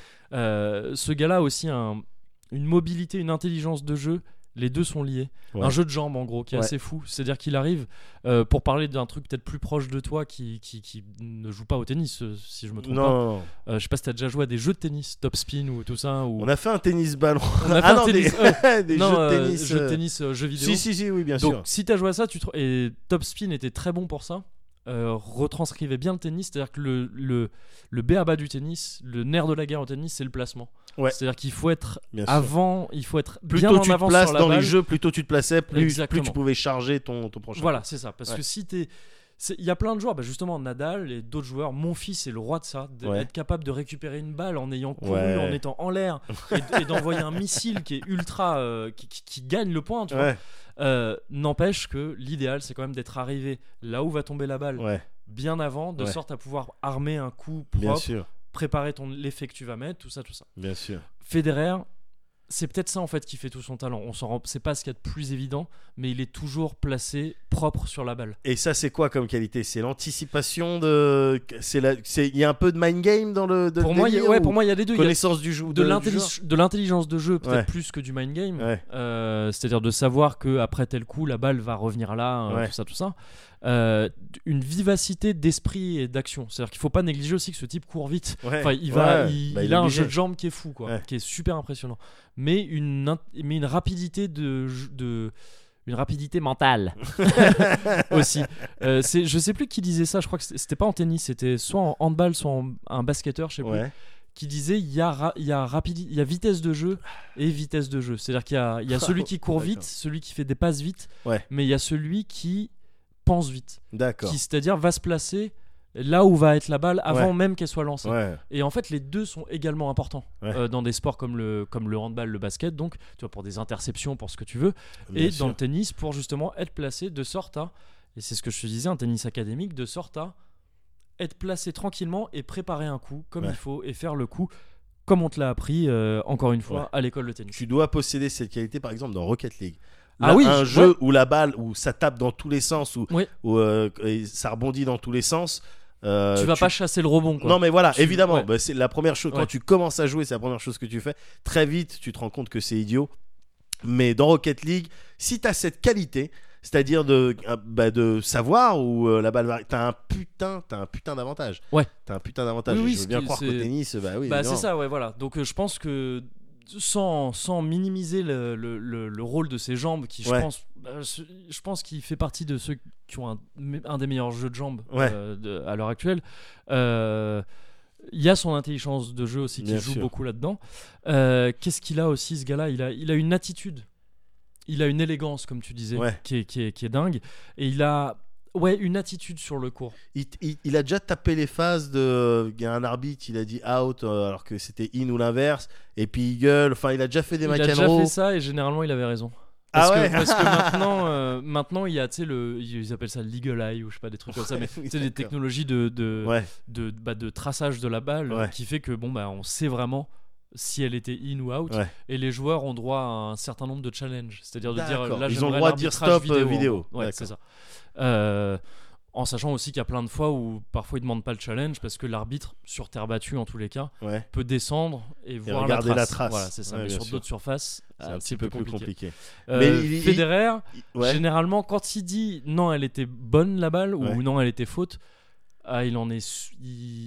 Ce gars-là a aussi une mobilité, une intelligence de jeu. Les deux sont liés. Un jeu de jambes, en gros, qui est assez fou. C'est-à-dire qu'il arrive, pour parler d'un truc peut-être plus proche de toi, qui ne joue pas au tennis, si je me trompe pas. Je sais pas si t'as déjà joué à des jeux de tennis, top spin ou tout ça. Ou... On a fait un tennis ballon. On a fait un tennis. Des jeux de tennis. Jeux vidéo. Si, oui, bien sûr. Donc, si t'as joué à ça, et top spin était très bon pour ça. Retranscrivait bien le tennis, c'est-à-dire que le b.a.-ba du tennis, le nerf de la guerre au tennis, c'est le placement. C'est-à-dire qu'il faut être avant, il faut être bien en avance sur la balle. Plutôt tu te places dans les jeux, plutôt tu te plaçais, plus tu pouvais charger ton prochain. Voilà, c'est ça. Parce que si il y a plein de joueurs, justement Nadal et d'autres joueurs. Mon fils est le roi de ça, d'être capable de récupérer une balle en ayant couru, en étant en l'air, et d'envoyer un missile qui est ultra, qui gagne le point. Tu vois. N'empêche que l'idéal, c'est quand même d'être arrivé là où va tomber la balle bien avant, de sorte à pouvoir armer un coup propre, préparer l'effet que tu vas mettre, tout ça. Bien sûr. Federer, c'est peut-être ça en fait qui fait tout son talent. C'est pas ce qu'il y a de plus évident, mais il est toujours placé propre sur la balle. Et ça, c'est quoi comme qualité? C'est l'anticipation il y a un peu de mind game dans le. Pour moi, il y a les deux. Connaissance du jeu, de l'intelligence de jeu, peut-être plus que du mind game. C'est-à-dire de savoir que après tel coup, la balle va revenir là, tout ça. Une vivacité d'esprit et d'action. C'est-à-dire qu'il faut pas négliger aussi que ce type court vite. Il a un jeu de jambes qui est fou, qui est super impressionnant. Mais une rapidité une rapidité mentale aussi. Je sais plus qui disait ça. Je crois que c'était pas en tennis, c'était soit en handball, soit un basketteur, je sais plus. Qui disait il y a vitesse de jeu et vitesse de jeu. C'est-à-dire qu'il y a celui qui court vite, celui qui fait des passes vite, mais il y a celui qui pense vite. Qui, c'est-à-dire, va se placer là où va être la balle avant même qu'elle soit lancée. Et en fait, les deux sont également importants dans des sports comme le handball, le basket, donc tu vois, pour des interceptions, pour ce que tu veux, dans le tennis, pour justement être placé de sorte à, et c'est ce que je te disais, un tennis académique, de sorte à être placé tranquillement et préparer un coup comme il faut et faire le coup comme on te l'a appris encore une fois à l'école de tennis. Tu dois posséder cette qualité par exemple dans Rocket League. Un jeu où la balle, où ça tape dans tous les sens, où et ça rebondit dans tous les sens. Tu vas pas chasser le rebond, quoi. Non mais voilà, évidemment, c'est la première chose quand tu commences à jouer, c'est la première chose que tu fais. Très vite, tu te rends compte que c'est idiot. Mais dans Rocket League, si t'as cette qualité, c'est-à-dire de savoir où la balle va, t'as un putain d'avantage. T'as un putain d'avantage. Je veux bien croire qu'au tennis, c'est ça, voilà. Donc je pense que sans minimiser le rôle de ses jambes, qui je pense qu'il fait partie de ceux qui ont un des meilleurs jeux de jambes à l'heure actuelle. Il y a son intelligence de jeu aussi qui joue beaucoup là-dedans. Qu'est-ce qu'il a aussi, ce gars-là? Il a une attitude, il a une élégance, comme tu disais, qui est dingue, et il a une attitude sur le court. Il a déjà tapé les phases il y a un arbitre, il a dit out alors que c'était in ou l'inverse, et puis il gueule. Enfin, il a déjà fait des McEnroe. Il a déjà fait ça et généralement il avait raison. Parce que maintenant, il y a, tu sais, ils appellent ça Legal Eye ou je sais pas, des trucs comme ça, mais c'est des technologies de traçage de la balle qui fait que on sait vraiment si elle était in ou out, et les joueurs ont droit à un certain nombre de challenges, c'est-à-dire de dire là, ils ont le droit de dire stop vidéo. Ouais, c'est ça. En sachant aussi qu'il y a plein de fois où parfois ils demandent pas le challenge parce que l'arbitre, sur terre battue en tous les cas, peut descendre et voir regarder la trace. Voilà, c'est ça. Mais sur d'autres surfaces, c'est un petit peu plus compliqué. Mais Federer, généralement, quand il dit non, elle était bonne la balle ou non, elle était faute, il en est sur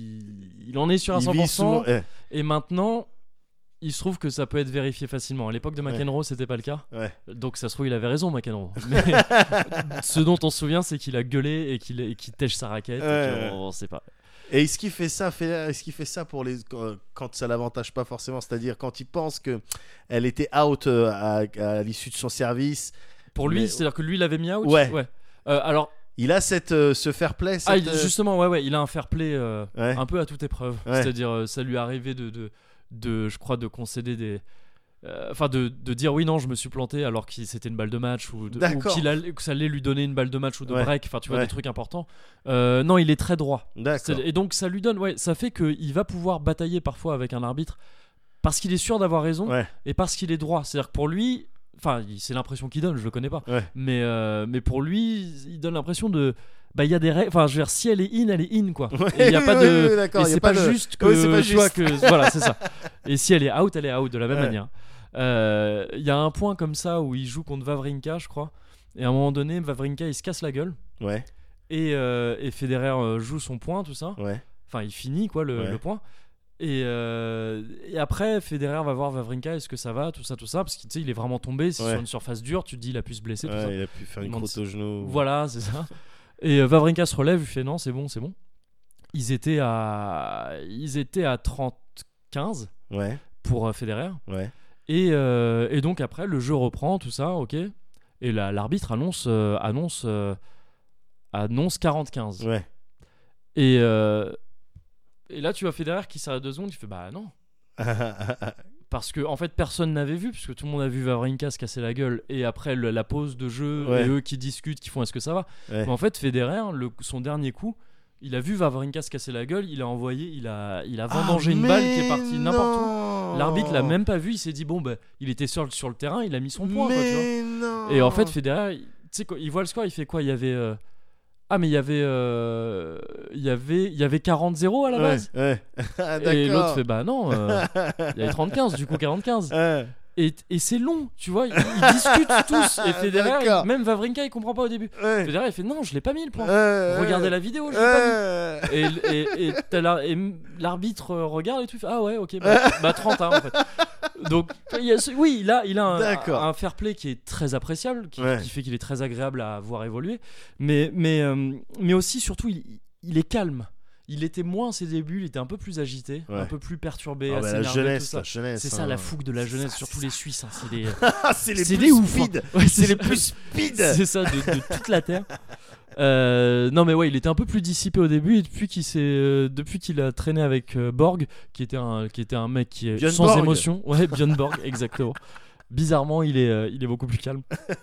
à 100%. Et maintenant, il se trouve que ça peut être vérifié facilement. À l'époque de McEnroe, c'était pas le cas. Donc ça se trouve, il avait raison, McEnroe. Mais ce dont on se souvient, c'est qu'il a gueulé et qu'il tèche sa raquette. Et on sait pas. Et est-ce qu'il fait ça, pour quand ça l'avantage pas forcément, c'est-à-dire quand il pense que elle était out à l'issue de son service. Pour lui, c'est-à-dire que lui, il l'avait mis out. Alors. Il a ce fair play. Justement, il a un fair play un peu à toute épreuve. C'est-à-dire, ça lui est arrivé je crois, de concéder des de dire oui non je me suis planté alors que c'était une balle de match ou que ça allait lui donner une balle de match ou de break, enfin tu vois, des trucs importants. Non, il est très droit. Et donc ça lui donne ça fait qu'il va pouvoir batailler parfois avec un arbitre parce qu'il est sûr d'avoir raison et parce qu'il est droit. C'est-à-dire que pour lui, enfin c'est l'impression qu'il donne, je le connais pas, mais pour lui il donne l'impression de il y a des règles, enfin je veux dire, si elle est in quoi. Il y a pas de et c'est pas juste que tu vois que voilà, c'est ça. Et si elle est out de la même manière. Il y a un point comme ça où il joue contre Wawrinka, je crois, et à un moment donné Wawrinka il se casse la gueule et Federer joue son point, tout ça, enfin il finit quoi le point, et après Federer va voir Wawrinka, est-ce que ça va, tout ça, parce qu'il, tu sais, il est vraiment tombé, c'est sur une surface dure, tu te dis il a pu se blesser, tout ça. Il a pu faire une crotte au genou, voilà, c'est ça. Et Wawrinka se relève, il fait non, c'est bon. Ils étaient à 30-15 pour Federer. Et donc après le jeu reprend, tout ça, ok. Et l'arbitre annonce 40-15. Et là tu vois Federer qui s'arrête 2 secondes, il fait bah non. Parce que en fait personne n'avait vu, puisque tout le monde a vu Wawrinka se casser la gueule, et après la pause de jeu et eux qui discutent, qui font est-ce que ça va. Mais en fait Federer, son dernier coup, il a vu Wawrinka se casser la gueule, il a vendangé une balle qui est partie n'importe où. L'arbitre l'a même pas vu, il s'est dit bon il était sur le terrain, il a mis son point, quoi, tu vois. Et en fait Federer, tu sais, il voit le score, il fait quoi, il y avait il y avait 40-0 à la base. Et l'autre fait bah non, il y avait 30-15, du coup 40-15. Et c'est long, tu vois, ils discutent tous, et Federer, même Wawrinka il comprend pas au début. Federer il fait non, je l'ai pas mis le point. Regardez la vidéo, je l'ai pas mis. Et l'arbitre regarde et tout, il fait ah ouais, ok, bah 30 en fait. Donc il a un fair play qui est très appréciable, qui fait qu'il est très agréable à voir évoluer, mais aussi surtout il est calme. Il était moins à ses débuts, il était un peu plus agité, un peu plus perturbé, assez énervé, tout ça. C'est ça la fougue de la jeunesse, surtout les Suisses, c'est les plus speed. C'est les plus speed. C'est ça, de toute la terre. Non mais il était un peu plus dissipé au début, et depuis qu'il a traîné avec Borg, qui était un mec qui est Björn sans Borg. émotion. Björn Borg, exactement. Bizarrement, il est beaucoup plus calme.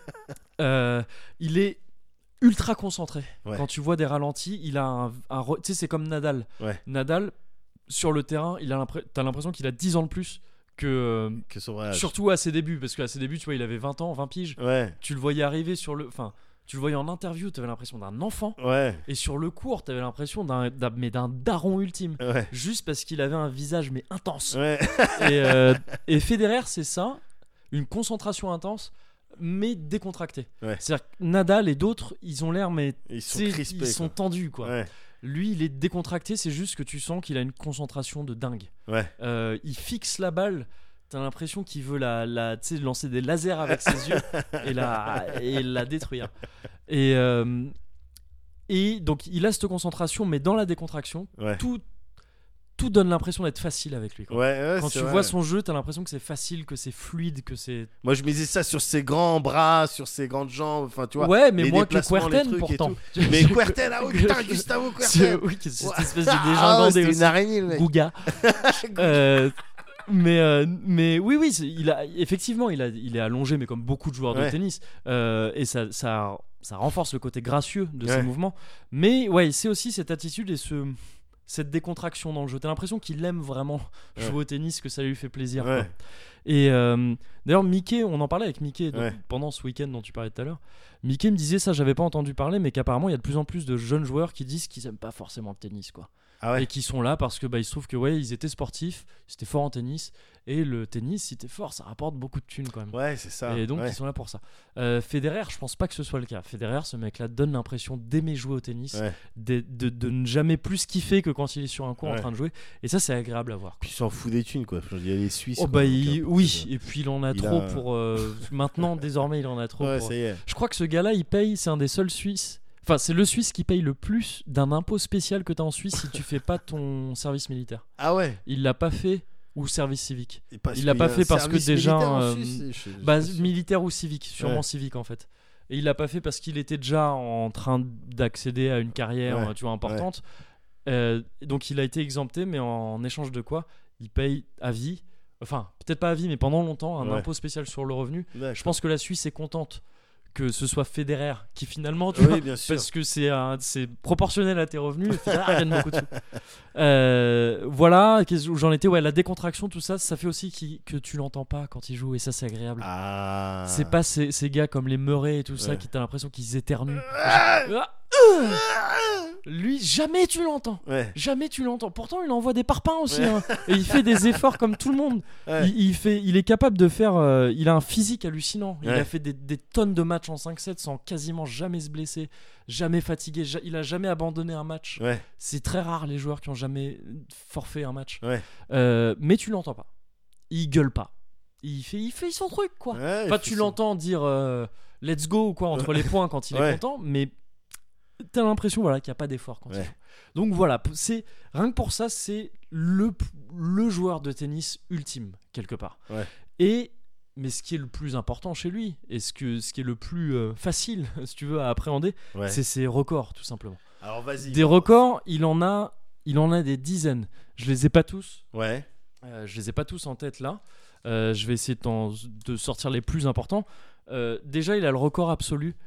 Il est ultra concentré. Quand tu vois des ralentis, il a tu sais, c'est comme Nadal. Nadal sur le terrain, t'as l'impression qu'il a 10 ans de plus que son vrai âge. Surtout à ses débuts, parce qu'à ses débuts, tu vois, il avait 20 ans, 20 piges. Tu le voyais arriver tu le voyais en interview, t'avais l'impression d'un enfant. Et sur le court, t'avais l'impression d'un daron ultime. Juste parce qu'il avait un visage mais intense. Et Federer, c'est ça, une concentration intense, mais décontractée. C'est-à-dire que Nadal et d'autres, ils ont l'air, mais ils sont crispés, ils sont tendus, quoi. Lui, il est décontracté, c'est juste que tu sens qu'il a une concentration de dingue. Il fixe la balle. T'as l'impression qu'il veut lancer des lasers avec ses yeux et la détruire. Et donc il a cette concentration, mais dans la décontraction, tout donne l'impression d'être facile avec lui, quoi. Quand tu vois son jeu, t'as l'impression que c'est facile, que c'est fluide, que c'est. Moi je misais ça sur ses grands bras, sur ses grandes jambes, enfin tu vois. Mais moins que Kuerten pourtant. Mais Kuerten, putain, Gustavo Kuerten. Oui, c'est cette espèce de dégingandé aussi. C'est une araignée, le mec. Gouga. mais oui, effectivement, il est allongé, mais comme beaucoup de joueurs de tennis, et ça renforce le côté gracieux de ses mouvements. Mais ouais, c'est aussi cette attitude et cette décontraction dans le jeu. T'as l'impression qu'il aime vraiment jouer au tennis, que ça lui fait plaisir. Quoi. Et d'ailleurs, Mickey, on en parlait avec Mickey pendant ce week-end dont tu parlais tout à l'heure. Mickey me disait ça, j'avais pas entendu parler, mais qu'apparemment il y a de plus en plus de jeunes joueurs qui disent qu'ils aiment pas forcément le tennis, quoi. Et qui sont là parce que il se trouve que ils étaient sportifs, ils étaient forts en tennis, et le tennis, si t'es fort, ça rapporte beaucoup de thunes quand même. Ouais, c'est ça. Et donc ils sont là pour ça. Federer, je pense pas que ce soit le cas. Federer, ce mec-là donne l'impression d'aimer jouer au tennis, de ne jamais plus kiffer que quand il est sur un court en train de jouer. Et ça, c'est agréable à voir. Puis il s'en fout des thunes, quoi. Il y a les Suisses. Oui, et puis il en a trop pour. Maintenant, désormais, il en a trop. Ça y est. Je crois que ce gars-là, il paye, c'est un des seuls Suisses. Enfin, c'est le Suisse qui paye le plus d'un impôt spécial que tu as en Suisse si tu fais pas ton service militaire. Ah ouais. Il l'a pas fait, ou service civique. Il l'a pas fait parce que déjà militaire ou civique, sûrement civique en fait. Et il l'a pas fait parce qu'il était déjà en train d'accéder à une carrière importante. Donc il a été exempté, mais en échange de quoi il paye à vie. Enfin, peut-être pas à vie, mais pendant longtemps, un impôt spécial sur le revenu. Je pense que la Suisse est contente que ce soit Federer qui finalement bien sûr. parce que c'est proportionnel à tes revenus. Federer gagne beaucoup de sous. Voilà où j'en étais. La décontraction, tout ça fait aussi que tu l'entends pas quand il joue, et ça c'est agréable. C'est pas ces gars comme les Murray et tout ça qui t'as l'impression qu'ils éternuent. Lui, jamais tu l'entends. Jamais tu l'entends. Pourtant, il envoie des parpaings aussi. Et il fait des efforts comme tout le monde. Il est capable de faire. Il a un physique hallucinant. Il a fait des tonnes de matchs en 5-7 sans quasiment jamais se blesser, jamais fatigué. Il a jamais abandonné un match. C'est très rare les joueurs qui ont jamais forfait un match. Mais tu l'entends pas. Il gueule pas. Il fait son truc, quoi. Enfin, tu l'entends dire let's go ou quoi entre les points quand il est content, mais t'as l'impression qu'il n'y a pas d'effort quand il joue. Donc voilà, rien que pour ça, c'est le joueur de tennis ultime quelque part. Mais ce qui est le plus important chez lui, et ce qui est le plus facile, si tu veux, à appréhender, c'est ses records, tout simplement. Alors vas-y. Des records, il en a des dizaines. Je les ai pas tous. Je les ai pas tous en tête là. Je vais essayer de sortir les plus importants. Déjà, il a le record absolu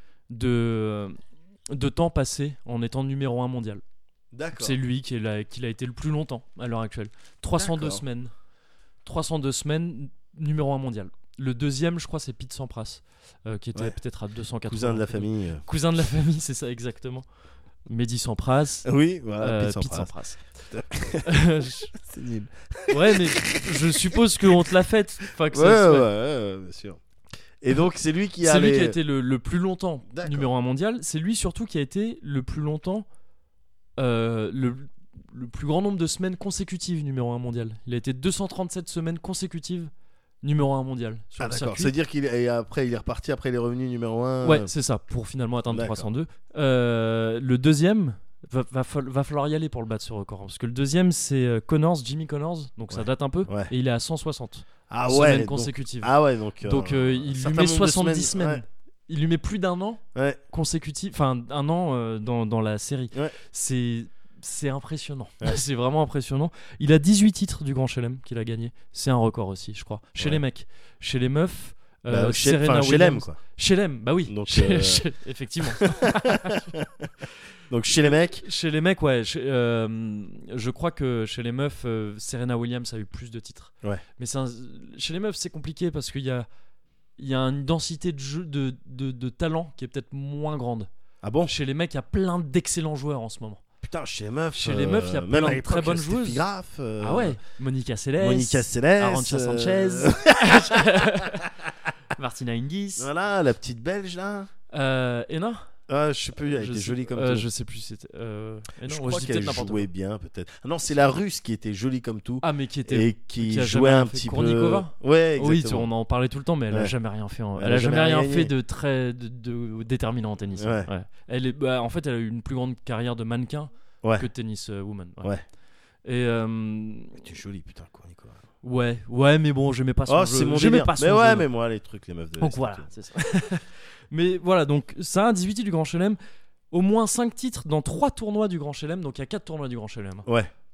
de temps passé en étant numéro 1 mondial. D'accord. C'est lui qui l'a été le plus longtemps à l'heure actuelle. 302 semaines. 302 semaines, numéro 1 mondial. Le deuxième, je crois, c'est Pete Sampras, qui était peut-être à 280. Cousin de la famille. Cousin de la famille, c'est ça, exactement. Mehdi Sampras. Oui, voilà, Pete Sampras. C'est nul. Ouais, mais je suppose qu'on te l'a faite. Ouais, bien sûr. Et donc c'est lui qui a été le plus longtemps numéro 1 mondial. C'est lui surtout qui a été le plus longtemps le plus grand nombre de semaines consécutives numéro 1 mondial. Il a été 237 semaines consécutives numéro 1 mondial sur le circuit. C'est-à-dire qu'il est reparti, après il est revenu numéro 1. Ouais, c'est ça, pour finalement atteindre 302. Le deuxième va falloir y aller pour le battre ce record, parce que le deuxième c'est Jimmy Connors, donc ça date un peu, et il est à 160 semaines consécutives. Donc il lui met 70 semaines. Il lui met plus d'un an consécutif, enfin un an dans la série. C'est impressionnant. C'est vraiment impressionnant. Il a 18 titres du Grand Chelem qu'il a gagné. C'est un record aussi, je crois. Chez les mecs. Chez les meufs, Serena Williams. Chez l'M, bah oui. Donc, effectivement. Donc chez les mecs. Chez les mecs, ouais. Je crois que chez les meufs, Serena Williams a eu plus de titres. Mais chez les meufs, c'est compliqué parce qu'il y a une densité de jeu, de talent qui est peut-être moins grande. Ah bon ? Chez les mecs, il y a plein d'excellents joueurs en ce moment. Putain, chez les meufs, il y a plein de très bonnes joueuses. Ah ouais, Monica Seles, Arantxa Sanchez, Martina Hingis. Voilà, la petite belge là. Ena. Je sais plus, elle était jolie comme tout. Je sais plus, c'était. Je crois qu'elle jouait bien, peut-être. Ah non, c'est la Russe qui était jolie comme tout. Ah, mais qui jouait un petit Kournikova. peu. Ouais, exactement. Oui, on en parlait tout le temps, mais elle a jamais rien fait. Elle a jamais rien fait de très déterminant en tennis. Elle est, en fait, elle a eu une plus grande carrière de mannequin que de tennis woman. Et tu es jolie, putain, Kournikova. Ouais, mais bon, j'aimais pas son jeu. C'est mon délire. Mais ouais, mais moi, les trucs, les meufs de. Donc voilà, c'est ça. Mais voilà, donc ça, 18 titres du Grand Chelem, au moins 5 titres dans 3 tournois du Grand Chelem, donc il y a 4 tournois du Grand Chelem.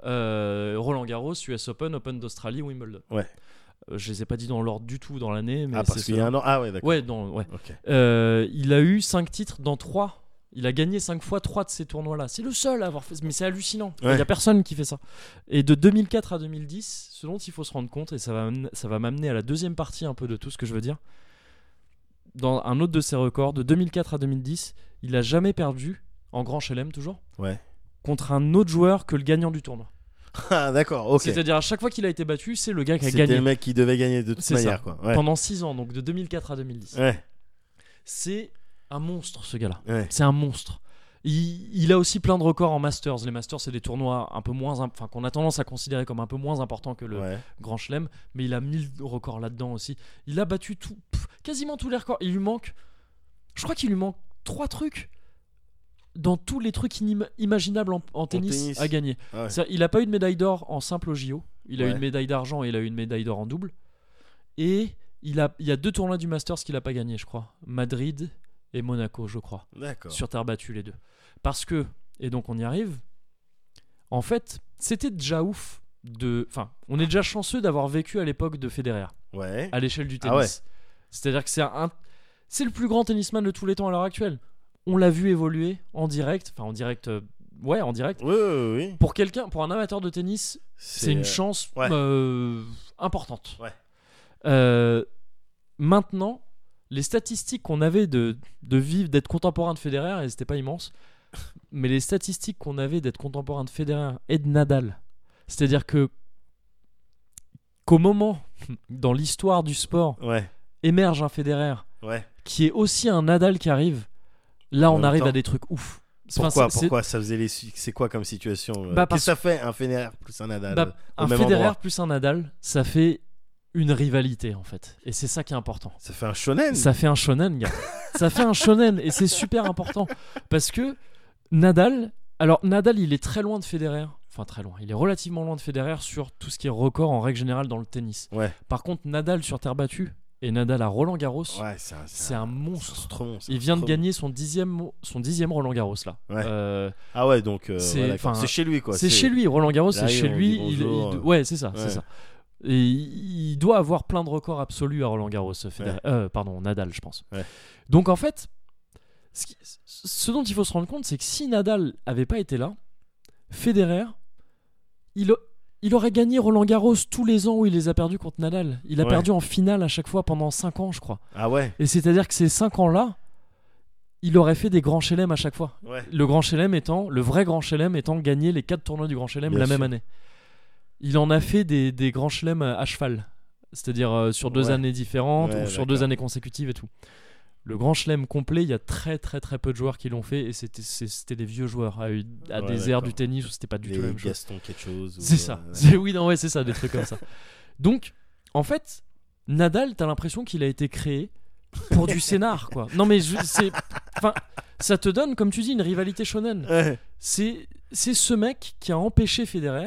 Roland Garros, US Open, Open d'Australie, Wimbledon. Ouais. Je les ai pas dit dans l'ordre du tout dans l'année, mais parce qu'il y a un an. Ah ouais, d'accord. Ouais, okay. Il a eu 5 titres dans 3. Il a gagné 5 fois 3 de ces tournois-là. C'est le seul à avoir fait, mais c'est hallucinant. Il y a personne qui fait ça. Et de 2004 à 2010, ce dont il faut se rendre compte, et ça va m'amener à la deuxième partie un peu de tout ce que je veux dire. Dans un autre de ses records, de 2004 à 2010, il a jamais perdu en Grand Chelem toujours. Ouais. Contre un autre joueur que le gagnant du tournoi. Ah d'accord, ok. C'est-à-dire à chaque fois qu'il a été battu, c'est le gars qui a gagné. C'était le mec qui devait gagner de toute manière, quoi. Ouais. Pendant 6 ans, donc de 2004 à 2010. Ouais. C'est un monstre, ce gars-là. Ouais. C'est un monstre. Il a aussi plein de records en Masters. Les Masters, c'est des tournois un peu moins, enfin qu'on a tendance à considérer comme un peu moins importants que le Grand Chelem, mais il a 1000 records là-dedans aussi. Il a battu quasiment tous les records. Je crois qu'il lui manque 3 trucs dans tous les trucs imaginables en tennis à gagner. Ah ouais. Il a pas eu de médaille d'or en simple au JO. Il a eu une médaille d'argent et il a eu une médaille d'or en double. Et il y a 2 tournois du Masters qu'il a pas gagné, je crois. Madrid et Monaco, je crois. D'accord. Sur terre battue, les 2. Parce que, et donc on y arrive, en fait, c'était déjà ouf enfin, on est déjà chanceux d'avoir vécu à l'époque de Federer. Ouais. À l'échelle du tennis. C'est-à-dire que c'est le plus grand tennisman de tous les temps à l'heure actuelle. On l'a vu évoluer en direct. En direct. Oui. Pour un amateur de tennis, c'est une chance importante. Ouais. Maintenant, les statistiques qu'on avait de vivre, d'être contemporain de Federer, elles n'étaient pas immenses. Mais les statistiques qu'on avait d'être contemporain de Federer et de Nadal, c'est-à-dire qu'au moment, dans l'histoire du sport, émerge un Federer qui est aussi un Nadal qui arrive. Là, on arrive à des trucs ouf. Pourquoi ça faisait c'est quoi comme situation Qu'est-ce que ça fait un Federer plus un Nadal un Federer plus un Nadal, ça fait une rivalité en fait. Et c'est ça qui est important. Ça fait un shonen. Ça fait un shonen, gars. Ça fait un shonen et c'est super important parce que Nadal, il est très loin de Federer. Enfin très loin. Il est relativement loin de Federer sur tout ce qui est record en règle générale dans le tennis. Ouais. Par contre, Nadal sur terre battue. Et Nadal à Roland Garros, c'est un monstre. Il vient de gagner son 10e Roland Garros là. Ouais. Ah ouais, donc c'est chez lui quoi. C'est chez lui, Roland Garros, c'est chez lui. Ouais, c'est ça, c'est ça. Et il doit avoir plein de records absolus à Roland Garros, Nadal, je pense. Ouais. Donc en fait, ce dont il faut se rendre compte, c'est que si Nadal avait pas été là, Federer, il aurait gagné Roland Garros tous les ans où il les a perdus contre Nadal. Il a perdu en finale à chaque fois pendant 5 ans, je crois. Ah ouais. Et c'est-à-dire que ces 5 ans-là, il aurait fait des grands chelem à chaque fois. Ouais. Le vrai grand chelem étant gagné les 4 tournois du grand chelem même année. Il en a fait des grands chelem à cheval. C'est-à-dire sur 2 années différentes ou sur 2 années consécutives et tout. Le grand chelem complet, il y a très très très peu de joueurs qui l'ont fait et c'était des vieux joueurs à des ères du tennis où c'était pas du tout la même chose. Gaston quelque chose. C'est ça. C'est ça, des trucs comme ça. Donc, en fait, Nadal, t'as l'impression qu'il a été créé pour du scénar, quoi. Non mais ça te donne, comme tu dis, une rivalité shonen. Ouais. C'est ce mec qui a empêché Federer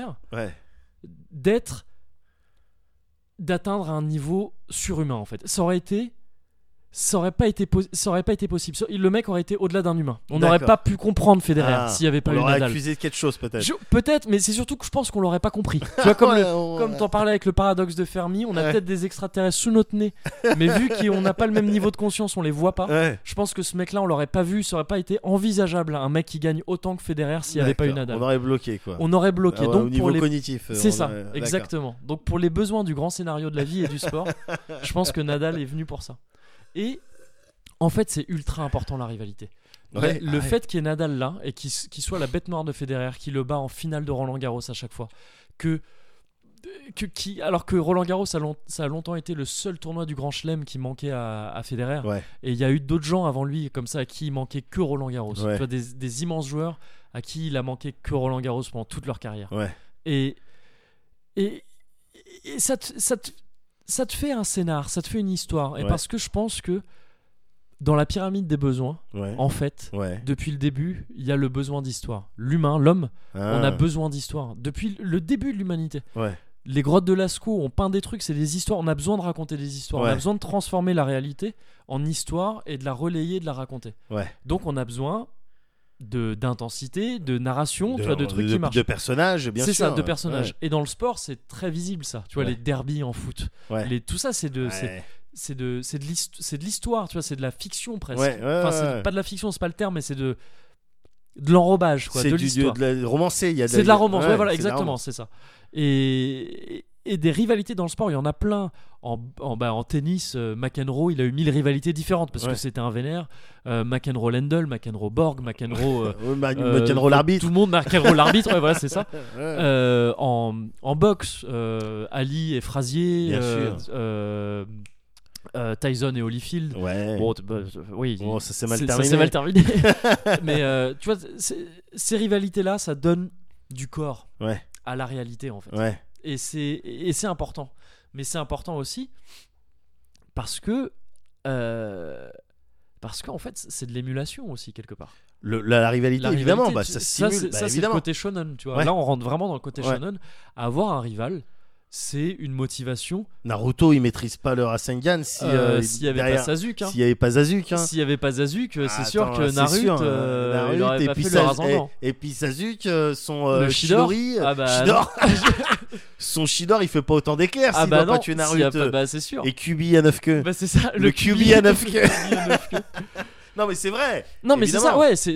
d'atteindre un niveau surhumain en fait. Ça aurait pas été possible. Le mec aurait été au-delà d'un humain. On n'aurait pas pu comprendre Federer s'il n'y avait pas eu Nadal. On l'aurait accusé de quelque chose peut-être. Peut-être, mais c'est surtout que je pense qu'on l'aurait pas compris. Tu vois, comme t'en parlais avec le paradoxe de Fermi, on a peut-être des extraterrestres sous notre nez, mais vu qu'on n'a pas le même niveau de conscience, on les voit pas. Je pense que ce mec-là, on l'aurait pas vu. Ça aurait pas été envisageable un mec qui gagne autant que Federer s'il n'y avait pas eu Nadal. On aurait bloqué quoi. On aurait bloqué. Donc au niveau cognitif. C'est ça, exactement. Donc pour les besoins du grand scénario de la vie et du sport, je pense que Nadal est venu pour ça. Et en fait, c'est ultra important la rivalité. Le fait qu'il y ait Nadal là et qu'il soit la bête noire de Federer, qui le bat en finale de Roland Garros à chaque fois, alors que Roland Garros ça a longtemps été le seul tournoi du Grand Chelem qui manquait à Federer. Et il y a eu d'autres gens avant lui comme ça à qui il manquait que Roland Garros. Tu vois, des immenses joueurs à qui il a manqué que Roland Garros pendant toute leur carrière. Et ça te fait un scénar, ça te fait une histoire. Et parce que je pense que dans la pyramide des besoins, en fait, depuis le début, il y a le besoin d'histoire. L'homme, on a besoin d'histoire. Depuis le début de l'humanité. Les grottes de Lascaux ont peint des trucs, c'est des histoires. On a besoin de raconter des histoires. On a besoin de transformer la réalité en histoire et de la relayer, de la raconter. Donc on a besoin d'intensité, de narration, tu vois, de trucs qui marchent. De personnages, bien sûr. C'est ça, de personnages. Et dans le sport, c'est très visible ça. Tu vois, les derbies en foot. Tout ça, c'est de l'histoire, tu vois, c'est de la fiction presque. C'est pas de la fiction, c'est pas le terme, mais c'est de l'enrobage, quoi, de l'histoire. C'est de la romancée. C'est de la romance, voilà, exactement, c'est ça. Et des rivalités dans le sport, il y en a plein. En tennis, McEnroe, il a eu 1000 rivalités différentes parce que c'était un vénère. McEnroe Lendl, McEnroe Borg, McEnroe McEnroe l'arbitre. Tout le monde, McEnroe l'arbitre, voilà, c'est ça. En boxe, Ali et Frazier, Tyson et Holyfield. Bon, ça s'est mal terminé. Ça s'est mal terminé. Mais tu vois, ces rivalités-là, ça donne du corps à la réalité en fait. Et c'est important. Mais c'est important aussi parce que en fait c'est de l'émulation aussi quelque part. La rivalité, évidemment, ça stimule. Ça c'est le côté shonen, tu vois. Là on rentre vraiment dans le côté shonen. Avoir un rival, c'est une motivation. Naruto, il maîtrise pas le Rasengan s'il y avait pas Sasuke. S'il y avait pas Sasuke. S'il y avait pas Sasuke, c'est sûr que Naruto il aurait pas fait le Rasengan. Et puis Sasuke, son Chidori, son Chidori, il fait pas autant d'éclairs s'il doit pas tuer Naruto. C'est sûr. Et Kyuubi à 9 queues. C'est ça. Le Kyuubi à 9 queues. Non mais c'est vrai. Non mais c'est ça,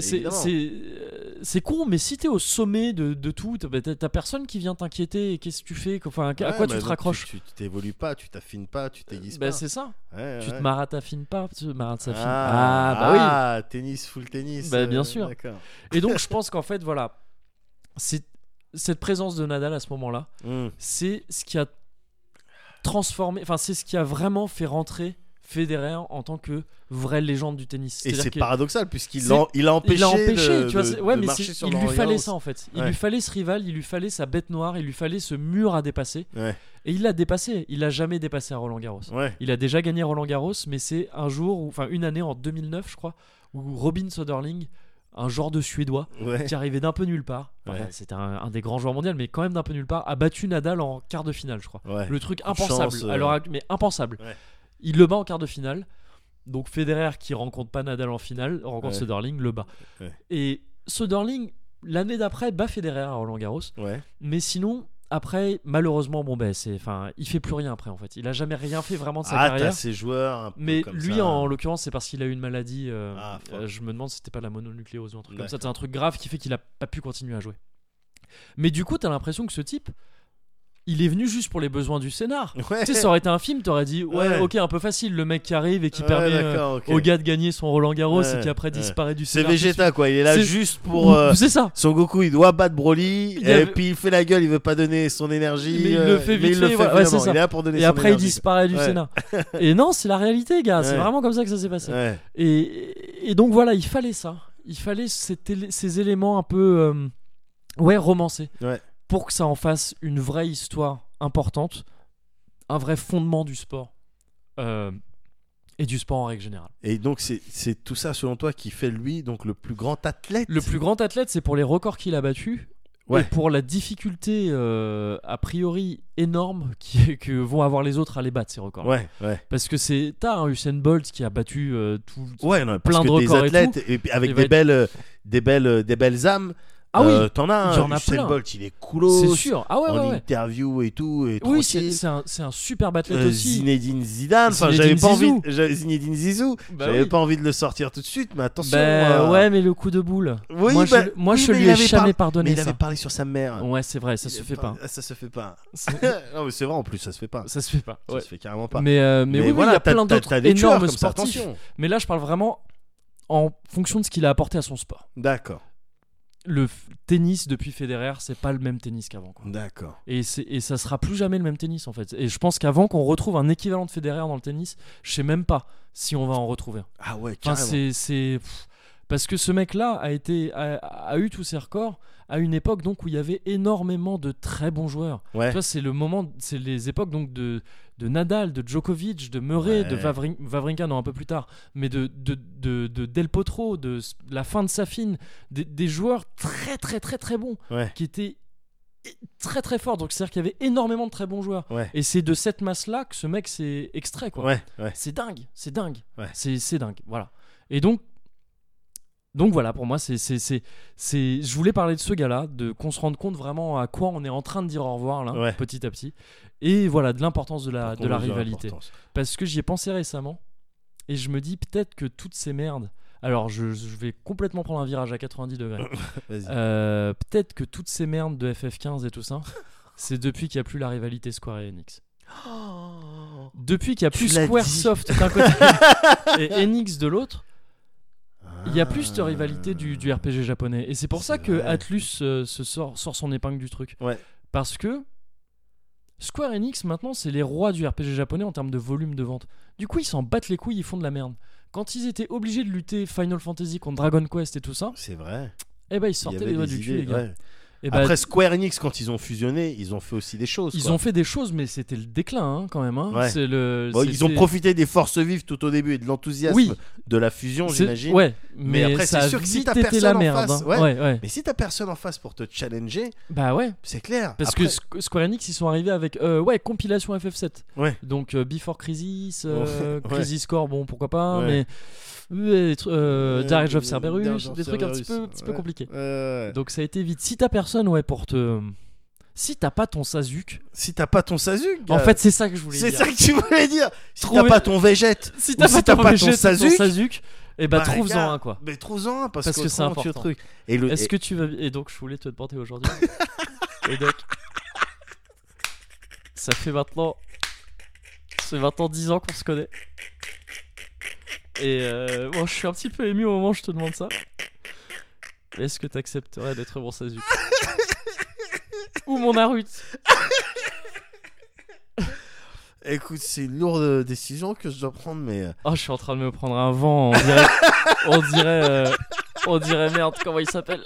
c'est con, mais si t'es au sommet de tout, t'as personne qui vient t'inquiéter. Qu'est-ce que tu fais, enfin, à quoi tu te raccroches? Tu t'évolues pas, tu t'affines pas, tu t'aiguises pas. C'est ça. Tu te marataffines pas, tu te marataffines. Oui. Tennis, full tennis. Bien sûr. D'accord. Et donc je pense qu'en fait voilà, c'est cette présence de Nadal à ce moment-là, c'est ce qui a transformé, enfin c'est ce qui a vraiment fait rentrer Federer en tant que vraie légende du tennis. Et c'est paradoxal puisqu'il l'a empêché tu vois, de marcher sur le il lui fallait ça en fait. Il lui fallait ce rival, il lui fallait sa bête noire, il lui fallait ce mur à dépasser. Et il l'a dépassé. Il l'a jamais dépassé à Roland Garros. Il a déjà gagné Roland Garros, mais c'est un jour, enfin une année en 2009 je crois, où Robin Söderling, un genre de Suédois qui arrivait d'un peu nulle part, c'était un des grands joueurs mondiaux mais quand même d'un peu nulle part, a battu Nadal en quart de finale je crois. Le truc impensable, mais impensable. Il le bat en quart de finale. Donc Federer, qui rencontre pas Nadal en finale, rencontre Söderling, le bat. Et Söderling, l'année d'après, bat Federer à Roland Garros. Mais sinon, après, malheureusement, il fait plus rien après en fait. Il a jamais rien fait vraiment de sa carrière. T'as ces joueurs un peu mais comme lui, ça. en l'occurrence, c'est parce qu'il a eu une maladie. Je me demande si c'était pas la mononucléose ou un truc comme ça. C'est un truc grave qui fait qu'il a pas pu continuer à jouer. Mais du coup, t'as l'impression que ce type, il est venu juste pour les besoins du scénar. Tu sais, ça aurait été un film, t'aurais dit ok, un peu facile, le mec qui arrive et qui permet au gars de gagner son Roland Garros et qui après disparaît du scénar. C'est Vegeta quoi, il est là juste pour c'est ça. Son Goku, il doit battre Broly et puis il fait la gueule, il veut pas donner son énergie, mais il le fait vite fait, c'est ça. Il est là pour donner et son après énergie. Il disparaît du scénar. Et non, c'est la réalité gars, c'est vraiment comme ça que ça s'est passé. Et donc voilà, il fallait ça. Il fallait ces éléments un peu romancés pour que ça en fasse une vraie histoire importante, un vrai fondement du sport et du sport en règle générale. Et donc c'est tout ça selon toi qui fait lui donc le plus grand athlète. Le plus grand athlète, c'est pour les records qu'il a battus et pour la difficulté a priori énorme que vont avoir les autres à les battre ces records. Parce que t'as un Usain Bolt qui a battu plein de records athlètes et avec des belles âmes. T'en as un, Usain Bolt, il est coolos, c'est sûr. En interview et tout. Et oui, c'est un super athlète aussi. Zinedine Zidane, Zinedine Zizou, j'avais pas envie de le sortir tout de suite, mais attention. Mais le coup de boule. Moi, je lui ai jamais pardonné. Mais il avait parlé sur sa mère. Ouais, c'est vrai, ça se fait pas. Ça se fait pas. Non, mais c'est vrai en plus, ça se fait pas. Ça se fait pas. Ça se fait carrément pas. Mais oui, il y a plein d'autres énormes sportifs. Mais là, je parle vraiment en fonction de ce qu'il a apporté à son sport. D'accord. Le tennis depuis Federer, c'est pas le même tennis qu'avant quoi. D'accord. Et ça sera plus jamais le même tennis en fait. Et je pense qu'avant qu'on retrouve un équivalent de Federer dans le tennis, je sais même pas si on va en retrouver. Ah ouais, carrément. C'est parce que ce mec-là a eu tous ses records à une époque donc où il y avait énormément de très bons joueurs. Tu vois, c'est les époques donc de Nadal, de Djokovic, de Murray, de Wawrinka, non un peu plus tard, mais de Del Potro, de la fin de Safin, des joueurs très très très très bons qui étaient très très forts. Donc c'est-à-dire qu'il y avait énormément de très bons joueurs. Et c'est de cette masse-là que ce mec s'est extrait quoi. C'est dingue. C'est dingue. Voilà. Et donc Donc voilà, pour moi, je voulais parler de ce gars-là, qu'on se rende compte vraiment à quoi on est en train de dire au revoir là, petit à petit, et voilà, de l'importance de la rivalité. Parce que j'y ai pensé récemment, et je me dis peut-être que toutes ces merdes. Alors, je vais complètement prendre un virage à 90 degrés. Peut-être que toutes ces merdes de FF15 et tout ça, c'est depuis qu'il n'y a plus la rivalité Square et Enix. Depuis qu'il n'y a plus Squaresoft d'un côté et Enix de l'autre, il n'y a plus cette rivalité du RPG japonais. Et c'est pour ça que Atlus sort son épingle du truc. Ouais. Parce que Square Enix, maintenant, c'est les rois du RPG japonais en termes de volume de vente. Du coup, ils s'en battent les couilles, ils font de la merde. Quand ils étaient obligés de lutter Final Fantasy contre Dragon Quest et tout ça, c'est vrai. Eh ben, ils sortaient les doigts du cul, les gars. Ouais. Et après Square Enix, quand ils ont fusionné, ils ont fait aussi des choses. Ils ont fait des choses, mais c'était le déclin hein, quand même. Hein. Ouais. Ils ont profité des forces vives tout au début et de l'enthousiasme de la fusion, j'imagine. Ouais, mais après, c'est sûr que si t'as personne en face, mais si t'as personne en face pour te challenger, bah ouais, c'est clair. Parce après... que Square Enix, ils sont arrivés avec compilation FF7. Ouais. Donc Before Crisis, Crisis Core, bon pourquoi pas, mais Dirge of Cerberus, des trucs un petit peu compliqués. Donc ça a été vite. Si t'as personne, pour te. Si t'as pas ton Sazuk. En fait, c'est ça que je voulais dire. C'est ça que tu voulais dire. Si t'as pas ton Vegette. Si t'as pas ton Sazuk. Et bah trouve-en un quoi. Mais trouve-en un parce que c'est important. Truc. Est-ce que tu vas. Et donc je voulais te demander aujourd'hui. Et donc. Ça fait maintenant 10 ans qu'on se connaît. Et bon, je suis un petit peu ému au moment où je te demande ça. Est-ce que t'accepterais d'être mon Sazuk ou mon Naruto? Écoute, c'est une lourde décision que je dois prendre, mais... Oh, je suis en train de me prendre un vent, on dirait merde, comment il s'appelle?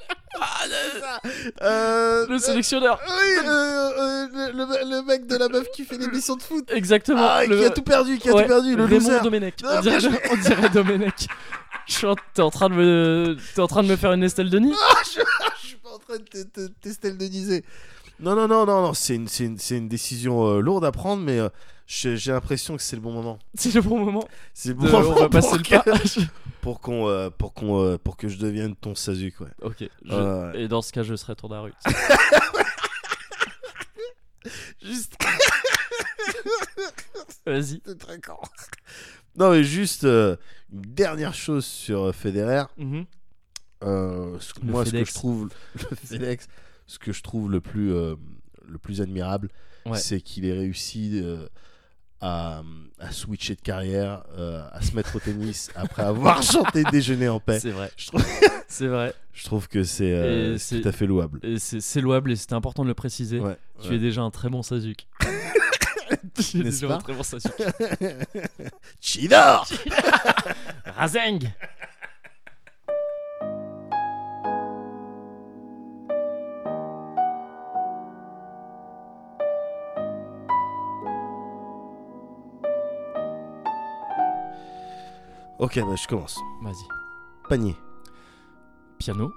Le sélectionneur. Oui, le mec de la meuf qui fait l'émission de foot. Exactement. Qui a tout perdu, le Raymond loser. Domenech. On dirait Domenech. T'es en train de me faire une Estelle Denis? Je suis pas en train de t'Estelle Deniser. Non, c'est une décision lourde à prendre, mais j'ai l'impression que c'est le bon moment. C'est le bon moment. On va passer le pas. pour que je devienne ton Sazuk, ouais. Ok. Et dans ce cas, je serai ton Naruto. Juste. Vas-y. C'est très con. Non, mais juste une dernière chose sur Federer. Mm-hmm. Moi, ce que je trouve le FedEx, ce que je trouve le plus admirable, c'est qu'il ait réussi à switcher de carrière, à se mettre au tennis après avoir chanté Déjeuner en paix. C'est vrai. C'est vrai. Je trouve que c'est tout à fait louable. Et c'est louable et c'était important de le préciser. Tu es déjà un très bon Sazuk. Tu es déjà un très bon Sazuk. Chidor Razeng. Ok, bah je commence. Vas-y. Panier. Piano.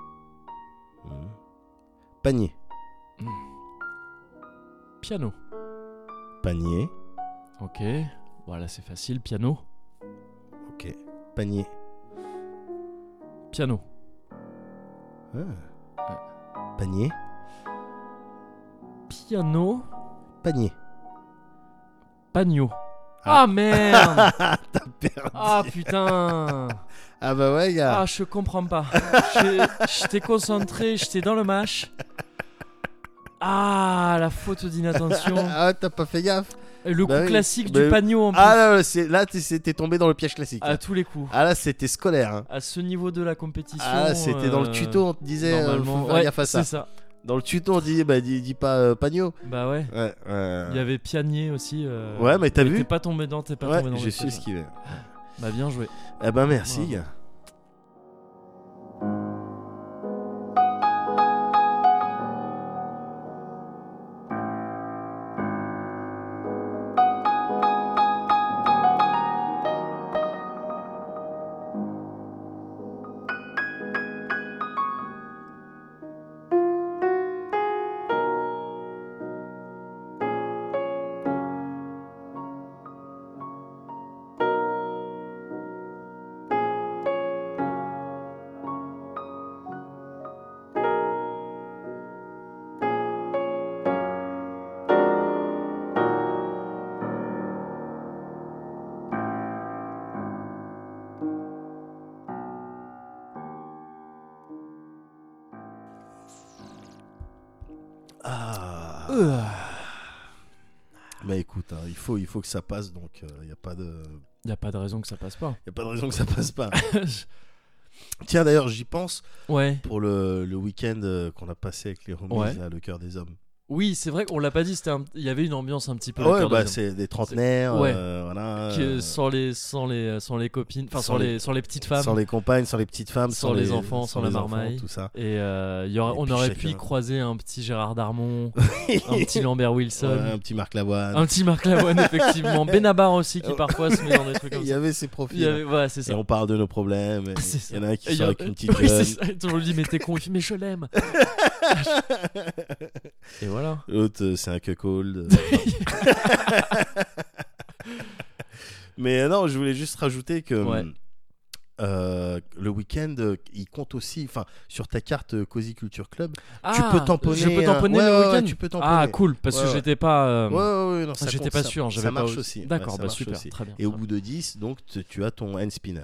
Panier. Piano. Panier. Ok. Voilà, c'est facile. Piano. Ok. Panier. Piano. Panier. Piano. Panier. Pagno. Ah merde. T'as perdu. Ah putain. Ah bah ouais gars. Ah je comprends pas. J'étais concentré, j'étais dans le match. Ah la faute d'inattention. Ah t'as pas fait gaffe. Et le coup classique du pagno en plus. Ah là t'es tombé dans le piège classique. À tous les coups. Ah là c'était scolaire. Hein. À ce niveau de la compétition. Ah c'était dans le tuto on te disait normalement. Faut faire gaffe à ça. C'est ça. Dans le tuto, on dit dis pas Pagno. Bah ouais. Il y avait Pianier aussi. Ouais, mais t'as vu. T'es pas tombé dans. Tombé dans j'ai su esquiver. Bah bien joué. Eh ben merci, gars. Bah écoute, hein, il faut que ça passe, donc il y a pas de raison que ça passe pas. Il y a pas de raison que ça passe pas. Tiens, d'ailleurs, j'y pense. Ouais. Pour le week-end qu'on a passé avec les homies, là, le cœur des hommes. Oui, c'est vrai qu'on l'a pas dit, il y avait une ambiance un petit peu. C'est des trentenaires, voilà. Sans les copines, enfin sans les petites femmes, sans les compagnes, sans les petites femmes, sans les enfants, sans la marmaille, tout ça. Et on aurait pu y croiser un petit Gérard Darmon, un petit Lambert Wilson, un petit Marc Lavoine, effectivement, Benabar aussi qui parfois se met dans des trucs comme ça. Il y avait ces profils. C'est ça. Et on parle de nos problèmes. Il y en a un qui sort avec une petite jeune. C'est ça. On lui dit mais t'es con, il fait mais je l'aime. Et voilà. L'autre, c'est un cuckold. Mais non, je voulais juste rajouter que le week-end, il compte aussi, enfin, sur ta carte Cozy Culture Club. Tu peux tamponner. Je peux tamponner le week-end. Tu peux tamponner. Ah, cool, parce que j'étais pas. Non, j'étais pas sûr. Ça marche aussi. D'accord, super, aussi. Très bien. Et au bout de 10, donc, tu as ton hand spinner.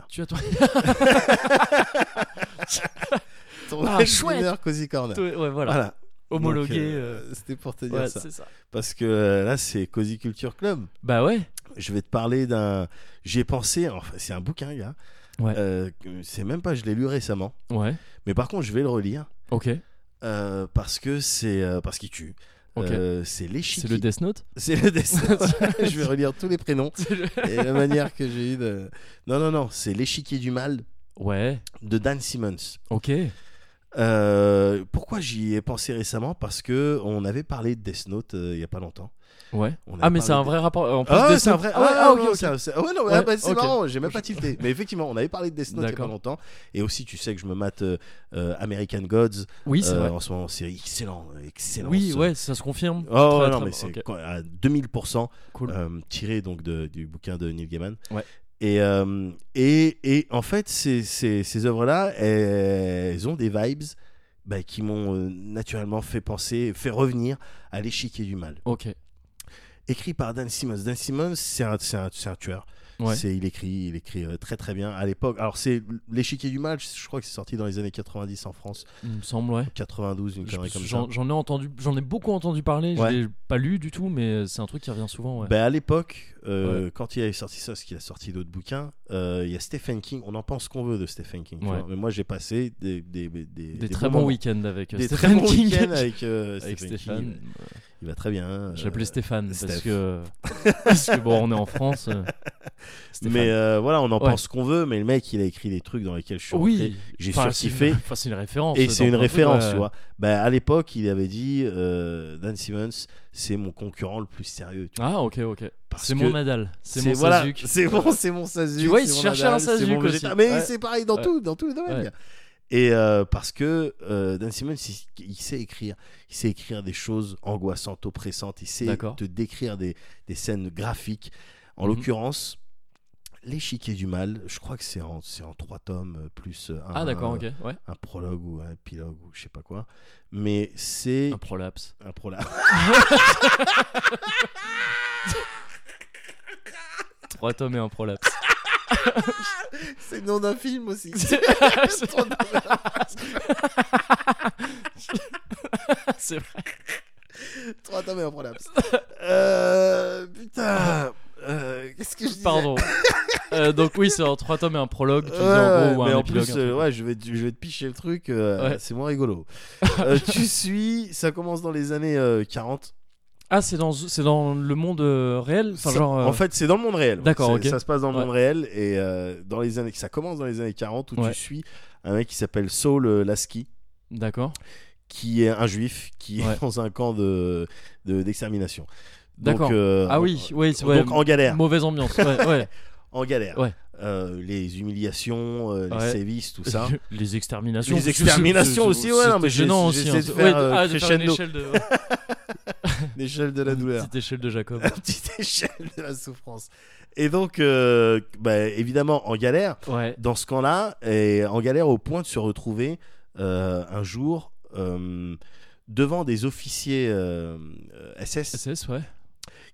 Ton hand spinner Cozy Corner. Voilà. Homologué. C'était pour te dire ça. C'est ça. Parce que là, c'est Cozy Culture Club. Bah ouais. Je vais te parler d'un. J'y ai pensé. Enfin, c'est un bouquin, gars. Ouais. C'est même pas. Je l'ai lu récemment. Ouais. Mais par contre, je vais le relire. Ok. Parce que c'est parce qu'il tue. Ok. C'est l'échiquier. C'est le Death Note. C'est le Death Note. Je vais relire tous les prénoms et la manière que j'ai eu de. Non. C'est l'échiquier du mal. Ouais. De Dan Simmons. Ok. Pourquoi j'y ai pensé récemment? Parce que on avait parlé de Death Note il y a pas longtemps. Ouais. Mais c'est un vrai rapport. En plus, c'est un vrai. C'est marrant. J'ai même pas tilté. Mais effectivement, on avait parlé de Death Note il y a pas longtemps. Et aussi, tu sais que je me mate American Gods. Oui, c'est vrai. En ce moment, c'est excellent. Oui, ça se confirme. Mais c'est à 2000% cool. Tiré donc du bouquin de Neil Gaiman. Ouais. Et en fait, ces œuvres-là, elles ont des vibes qui m'ont naturellement fait revenir à l'échiquier du mal. Ok. Écrit par Dan Simmons. Dan Simmons, c'est un tueur. Ouais. Il écrit très très bien à l'époque. Alors c'est l'échiquier du mal, je crois que c'est sorti dans les années 90 en France. Il me semble, ouais. 92, une connerie comme ça. J'en ai beaucoup entendu parler. Je l'ai pas lu du tout, mais c'est un truc qui revient souvent. Ouais. À l'époque, quand il avait sorti ça, parce qu'il a sorti d'autres bouquins, il y a Stephen King. On en pense ce qu'on veut de Stephen King. Ouais. Mais moi, j'ai passé des très bons week-ends avec des Stephen très bons King. Week-ends avec Stephen King. Il va très bien. J'appelais Stéphane parce que bon, on est en France. Mais voilà, on en pense ce qu'on veut, mais le mec, il a écrit des trucs dans lesquels je suis rentré. J'ai surkiffé. C'est une référence. Et c'est une référence, tu vois. À l'époque, il avait dit Dan Simmons, c'est mon concurrent le plus sérieux. Tu vois. Ah, ok. C'est mon Nadal. C'est mon Sazuk. C'est mon Sazuk. Tu vois, il se cherchait un Sazuk aussi. Mais c'est pareil dans tous les domaines. Et parce que Dan Simmons, il sait écrire. Il sait écrire des choses angoissantes, oppressantes. Il sait te décrire des scènes graphiques. En l'occurrence, l'échiquier du mal, je crois que c'est en 3 tomes plus un prologue ou un épilogue ou je sais pas quoi. Mais c'est un prolapse. 3 tomes et un prolapse. C'est le nom d'un film aussi. C'est vrai. 3 tomes et un prolapse. Putain. Qu'est-ce que je disais? Pardon. Donc oui, c'est en 3 tomes et un prologue. Tu disais en gros, mais en épilogue, plus, je vais te picher le truc. C'est moins rigolo. Ça commence dans les années 40. Ah, c'est dans le monde réel, En fait, c'est dans le monde réel. D'accord, ok. Ça se passe dans le monde réel et ça commence dans les années 40 où tu suis un mec qui s'appelle Saul Lasky. D'accord. Qui est un juif qui est dans un camp d'extermination. D'accord. Donc, donc en galère. Mauvaise ambiance. Ouais. En galère. Ouais. Les humiliations, les sévices, tout ça. Les exterminations. Les exterminations aussi, ouais. Non, mais gênant aussi. J'essaie de faire une l'échelle de la douleur. Petite échelle de Jacob. Petite échelle de la souffrance. Et donc, évidemment, en galère, dans ce camp-là, et en galère au point de se retrouver un jour devant des officiers SS. SS, ouais.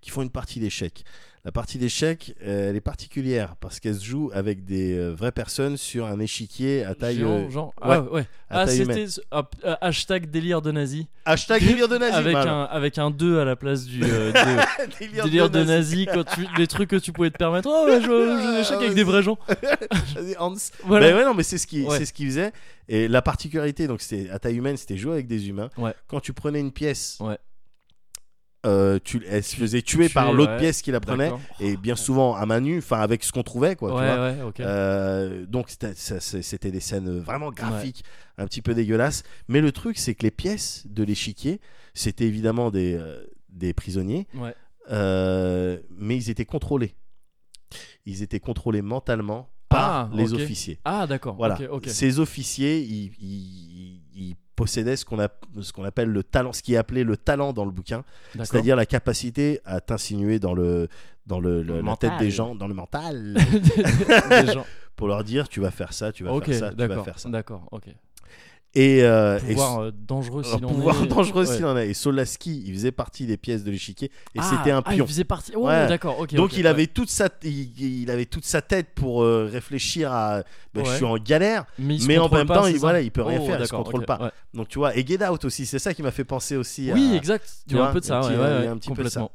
qui font une partie d'échecs. La partie d'échecs, elle est particulière parce qu'elle se joue avec des vraies personnes sur un échiquier à taille c'était hashtag délire de nazi. Hashtag délire de nazi. Avec un 2 à la place du délire de nazi. Quand les trucs que tu pouvais te permettre. Oh, je joue d'échecs avec des vrais gens. Hans. Voilà. Ouais, non, mais c'est ce qu'il faisait. Et la particularité, donc c'était à taille humaine, c'était jouer avec des humains. Ouais. Quand tu prenais une pièce. Ouais. Elle se faisait tuer par l'autre pièce qui la prenait. D'accord. Et bien souvent à main nue, enfin avec ce qu'on trouvait quoi, tu vois. Okay. Donc c'était des scènes vraiment graphiques, un petit peu dégueulasses, mais le truc c'est que les pièces de l'échiquier c'était évidemment des prisonniers, mais ils étaient contrôlés mentalement par les officiers. Ah d'accord. Voilà. Okay. Ces officiers ils possédait ce qu'on appelle le talent, ce qui est appelé le talent dans le bouquin. D'accord. C'est-à-dire la capacité à t'insinuer dans la tête des gens, dans le mental des gens, pour leur dire tu vas faire ça, tu vas faire ça, tu vas faire ça. D'accord, ok. Et pouvoir dangereux s'il en est. Pouvoir dangereux s'il en est. Et Solaski, il faisait partie des pièces de l'échiquier et c'était un pion. Il faisait partie. Oh, d'accord. Ok. Donc il avait toute sa tête pour réfléchir à. Je suis en galère, mais en même temps, il peut rien faire. Il se contrôle pas. Ouais. Donc tu vois. Et Get Out aussi, c'est ça qui m'a fait penser aussi. Oui, exact. Tu vois un peu de ça. Il y a un petit peu de ça.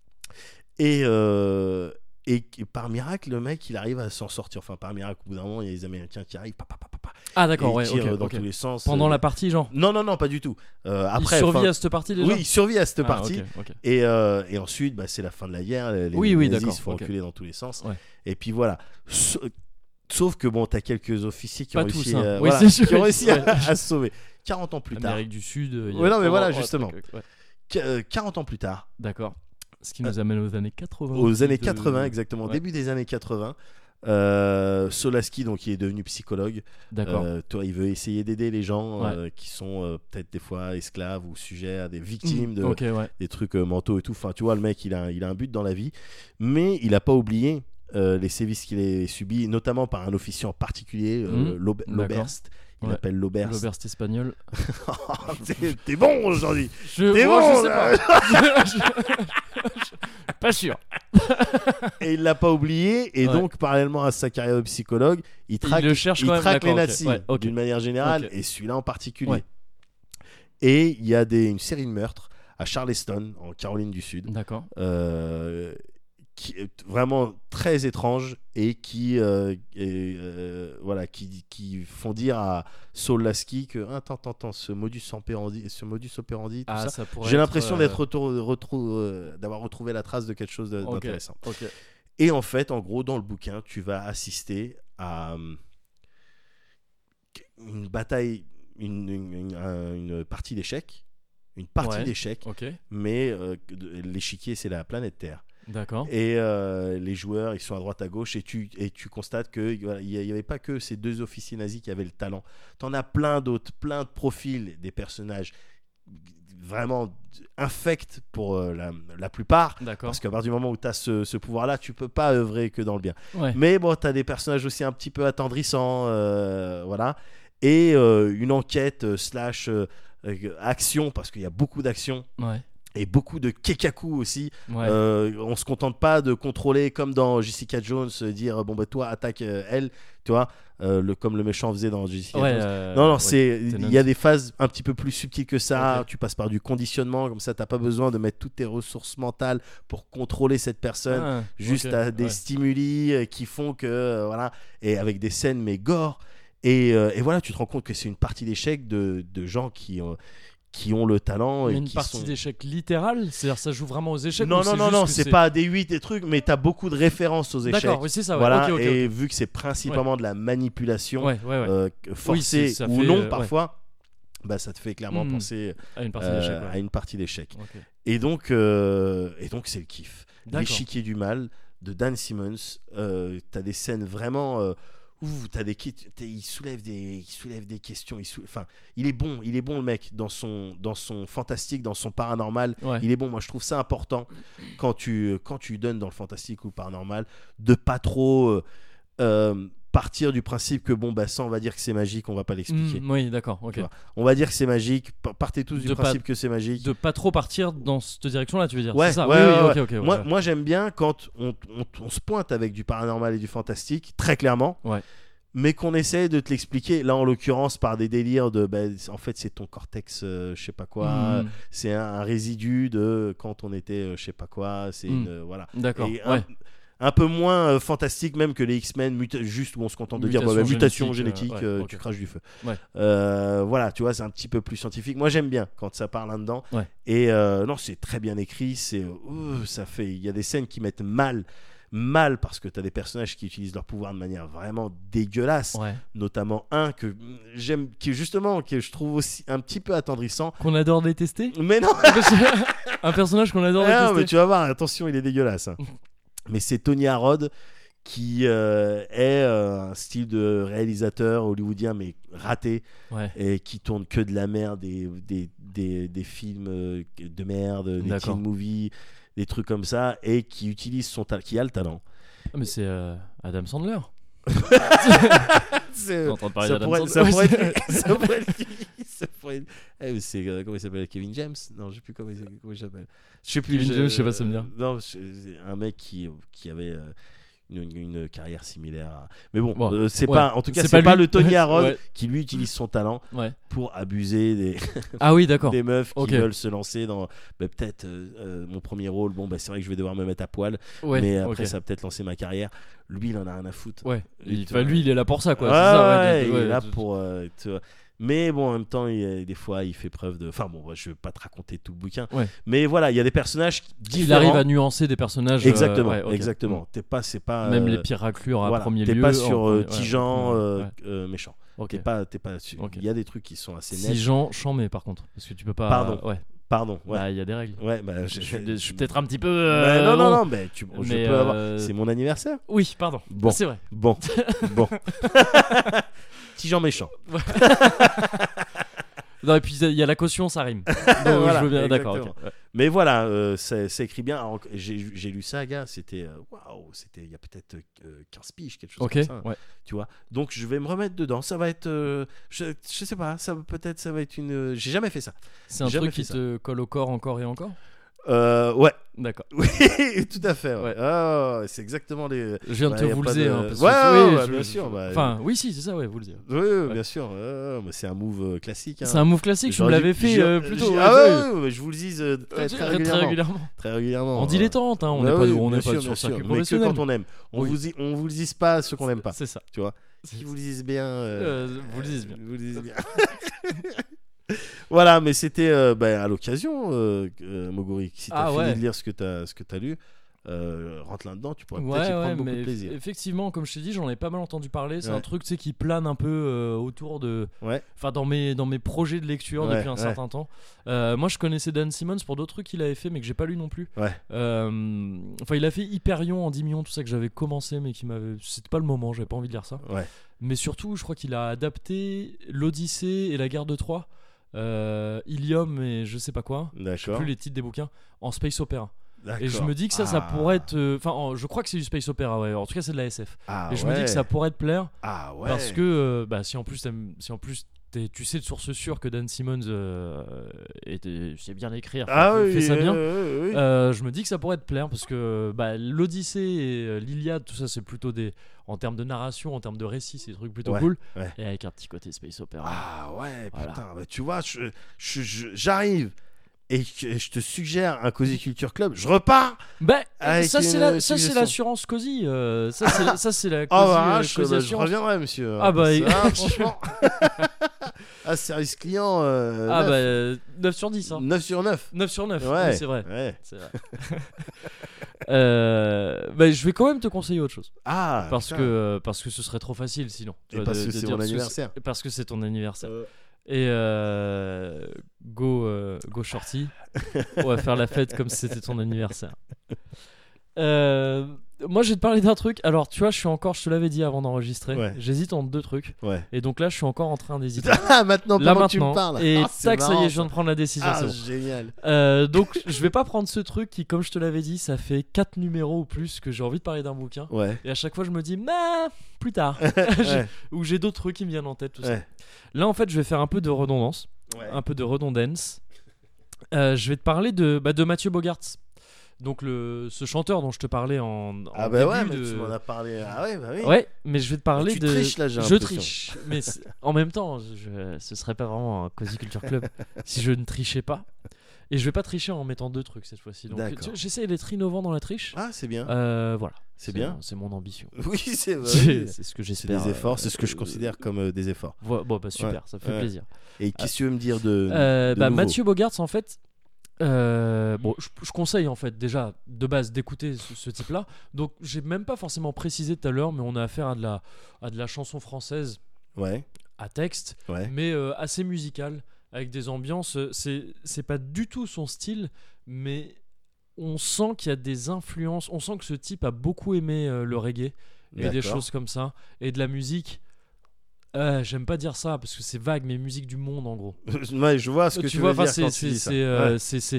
Et par miracle, le mec, il arrive à s'en sortir. Enfin, par miracle, au bout d'un moment, il y a les Américains qui arrivent. Ah d'accord, et tirent dans tous les sens. Pendant la partie, genre. Non, pas du tout. Après, il survit à cette partie déjà. Oui, il survit à cette partie. Okay. Et ensuite, c'est la fin de la guerre. Les nazis se font reculer dans tous les sens. Ouais. Et puis voilà. Sauf que t'as quelques officiers qui ont réussi, à se sauver. 40 ans plus tard. Amérique du Sud. Non, mais voilà, justement. 40 ans plus tard. D'accord. Ce qui nous amène aux années 80. Aux années 80, exactement. Début des années 80. Solaski, donc, il est devenu psychologue. D'accord. Il veut essayer d'aider les gens qui sont peut-être des fois esclaves ou sujets à des victimes de des trucs mentaux et tout. Enfin, tu vois, le mec, il a un but dans la vie. Mais il n'a pas oublié les sévices qu'il a subis, notamment par un officier en particulier, l'Oberst. Il l'appelle l'Oberst. L'Oberst espagnol. T'es bon aujourd'hui. Je sais pas. Pas sûr. Et il l'a pas oublié. Et donc, parallèlement à sa carrière de psychologue, il traque les nazis d'une manière générale, et celui-là en particulier. Ouais. Et il y a une série de meurtres à Charleston, en Caroline du Sud. D'accord. Qui est vraiment très étrange et qui font dire à Saul Lasky que attends, ce modus operandi, tout ça j'ai l'impression d'avoir retrouvé la trace de quelque chose d'intéressant. Okay. Et en fait, en gros, dans le bouquin, tu vas assister à une bataille, une partie d'échecs, mais l'échiquier, c'est la planète Terre. D'accord. Et les joueurs, ils sont à droite à gauche, et tu constates que il y avait pas que ces deux officiers nazis qui avaient le talent. T'en as plein d'autres, plein de profils des personnages vraiment infects pour la plupart. D'accord. Parce qu'à partir du moment où t'as ce pouvoir-là, tu peux pas œuvrer que dans le bien. Ouais. Mais bon, t'as des personnages aussi un petit peu attendrissants, voilà. Et une enquête / action, parce qu'il y a beaucoup d'action. Ouais. Et beaucoup de kekaku aussi. Ouais. On se contente pas de contrôler comme dans Jessica Jones, dire toi attaque elle, tu vois, comme le méchant faisait dans Jessica Jones. Non, il y a des phases un petit peu plus subtiles que ça. Okay. Tu passes par du conditionnement, comme ça t'as pas besoin de mettre toutes tes ressources mentales pour contrôler cette personne. Juste à des stimuli qui font que voilà, et avec des scènes mais gore. Et voilà, tu te rends compte que c'est une partie d'échecs de gens qui ont le talent. Mais une partie d'échecs littérale, c'est-à-dire ça joue vraiment aux échecs? Non, c'est pas des 8 des trucs, mais t'as beaucoup de références aux échecs. D'accord, oui, c'est ça. Ouais. Voilà, okay. Et vu que c'est principalement de la manipulation forcée ou non parfois, ça te fait clairement penser à une partie d'échecs. Okay. Et donc c'est le kiff. L'échiquier du mal de Dan Simmons. T'as des scènes vraiment. Il soulève des questions. Il est bon le mec dans son fantastique, dans son paranormal. Ouais. Il est bon. Moi, je trouve ça important quand tu donnes dans le fantastique ou le paranormal de pas trop partir du principe que ça on va dire que c'est magique, on va pas l'expliquer. Oui, d'accord, ok. On va dire que c'est magique, partez tous du principe que c'est magique. De pas trop partir dans cette direction-là, tu veux dire. Ouais, c'est ça. ouais, Ok, moi j'aime bien quand on se pointe avec du paranormal et du fantastique, très clairement. Ouais. Mais qu'on essaie de te l'expliquer, là en l'occurrence par des délires de en fait c'est ton cortex je sais pas quoi, c'est un résidu de quand on était je sais pas quoi, c'est voilà. D'accord. Et un peu moins fantastique même que les X-Men, juste où on se contente de dire mutation génétique, tu craches du feu. Ouais. Voilà, tu vois, c'est un petit peu plus scientifique. Moi j'aime bien quand ça part là-dedans. Ouais. Et non, c'est très bien écrit, il y a des scènes qui mettent mal parce que tu as des personnages qui utilisent leur pouvoir de manière vraiment dégueulasse, notamment un que j'aime, que je trouve aussi un petit peu attendrissant, qu'on adore détester. Mais non. Un personnage qu'on adore détester. Non, mais tu vas voir, attention, il est dégueulasse, hein. Mais c'est Tony Harrod qui est un style de réalisateur hollywoodien mais raté, et qui tourne que de la merde, des films de merde, des teen movies, des trucs comme ça, et qui utilise son talent, qui a le talent. Ah, mais c'est Adam Sandler. C'est en train de parler d'Adam Sandler. Ça pourrait être c'est comment il s'appelle, Kevin James? Non, je sais plus comment il s'appelle. Je sais plus. Kevin James, je sais pas, ça me dit. Non, c'est un mec qui avait une carrière similaire mais c'est pas, en tout cas c'est pas le Tony Harrod qui lui utilise son talent pour abuser des meufs qui veulent se lancer dans peut-être mon premier rôle, c'est vrai que je vais devoir me mettre à poil, mais après ça va peut-être lancer ma carrière. Lui il en a rien à foutre, lui il est là pour ça, quoi. Il est là pour mais bon, en même temps, des fois, il fait preuve de. Enfin bon, je vais pas te raconter tout le bouquin. Mais voilà, il y a des personnages différents. Il arrive à nuancer des personnages. Exactement, exactement. C'est pas. Même les pires raclures à premier lieu. T'es pas sur Tijan méchant. T'es pas sûr. Il y a des trucs qui sont assez nets. Tijan chambé par contre, parce que tu peux pas. Pardon. Il y a des règles. Je suis peut-être un petit peu. Non, mais je peux avoir. C'est mon anniversaire. Oui, pardon. Bon, c'est vrai. Bon. Tijan méchant. Non, et puis il y a la caution, ça rime. Voilà, je veux bien, d'accord. Okay. Mais voilà, c'est écrit bien. Alors, j'ai lu ça, gars, c'était il y a peut-être 15 piges, quelque chose comme ça. Tu vois. Donc je vais me remettre dedans. Ça va être, je sais pas, ça va être une. J'ai jamais fait ça. C'est un truc qui te colle au corps encore et encore. Ouais. D'accord. Oui, tout à fait. C'est exactement les. Je viens de te voulzer. Bien sûr. Enfin, oui, si, c'est ça, voulzer. Oui, bien sûr. C'est un move classique. Hein. C'est un move classique. Je me l'avais fait plus tôt. Je vous le dis très régulièrement. Très régulièrement. En dilettante, hein. On n'est pas sur circuit professionnel. Mais que quand on aime. On vous le dise pas ceux qu'on n'aime pas. C'est ça. Tu vois. Si vous le disent bien. Vous le disent bien. Voilà, mais c'était à l'occasion, Moguri, si t'as fini de lire ce que t'as lu, rentre là-dedans, tu pourrais peut-être y prendre beaucoup de plaisir. Effectivement, comme je t'ai dit, j'en ai pas mal entendu parler. C'est un truc qui plane un peu autour de. Enfin, dans mes projets de lecture depuis un certain temps. Moi, je connaissais Dan Simmons pour d'autres trucs qu'il avait fait, mais que j'ai pas lu non plus. Enfin, il a fait Hyperion en 10 millions, tout ça que j'avais commencé, mais c'était pas le moment, j'avais pas envie de lire ça. Mais surtout, je crois qu'il a adapté l'Odyssée et la guerre de Troie. Ilium et je sais pas quoi, je sais plus les titres des bouquins, en space opéra. Et je me dis que ça pourrait être. Enfin, je crois que c'est du space opéra, en tout cas c'est de la SF. Et je me dis que ça pourrait te plaire. Parce que si en plus tu sais de source sûre que Dan Simmons sait bien écrire, fait ça bien. Je me dis que ça pourrait te plaire parce que l'Odyssée et l'Iliade, tout ça, c'est plutôt en termes de narration, en termes de récit, c'est des trucs plutôt cool. Et avec un petit côté space opéra. Putain, tu vois, j'arrive. Et je te suggère un Cozy Culture Club. Je repars. Ça c'est l'assurance Cozy. Ça c'est la Cozy. Je reviendrai, monsieur. Franchement. Service client. 9 sur 10. 9 sur 9. 9 sur 9. Ouais, c'est vrai. Ouais. C'est vrai. Je vais quand même te conseiller autre chose. Parce que ce serait trop facile sinon. Parce que c'est mon anniversaire. Parce que c'est ton anniversaire. Et go shorty. On va faire la fête comme si c'était ton anniversaire. moi, je vais te parler d'un truc. Alors, tu vois, je te l'avais dit avant d'enregistrer. J'hésite entre 2 trucs. Et donc là, je suis encore en train d'hésiter. Maintenant, tu me parles. Et tac, ça y est, je viens de prendre la décision. Ah, génial. Donc, je vais pas prendre ce truc qui, comme je te l'avais dit, ça fait 4 numéros ou plus que j'ai envie de parler d'un bouquin. Et à chaque fois, je me dis, plus tard. Ou j'ai d'autres trucs qui me viennent en tête, tout ça. Là, en fait, je vais faire un peu de redondance. Un peu de redondance. Je vais te parler de Mathieu Bogart. Donc ce chanteur dont je te parlais en début mais tu m'en as parlé. Oui. Ouais, mais je vais te parler tu triches là, je triche, mais en même temps, ce serait pas vraiment un Cozy Culture Club si je ne trichais pas. Et je vais pas tricher en mettant 2 trucs cette fois-ci. Donc j'essaie d'être innovant dans la triche. Ah, c'est bien. Voilà. C'est bien. C'est mon ambition. Oui, c'est vrai. C'est ce que j'espère. C'est des efforts, c'est ce que je considère comme des efforts. Bon, super, ça me fait plaisir. Et qu'est-ce que tu veux me dire de Mathieu Bogart, en fait. Je conseille en fait déjà de base d'écouter ce type-là. Donc j'ai même pas forcément précisé tout à l'heure, mais on a affaire à de la chanson française, à texte, mais assez musicale, avec des ambiances. C'est pas du tout son style, mais on sent qu'il y a des influences. On sent que ce type a beaucoup aimé le reggae et des choses comme ça, et de la musique. J'aime pas dire ça parce que c'est vague, mais musique du monde en gros. Je vois ce que tu veux dire quand tu dis ça.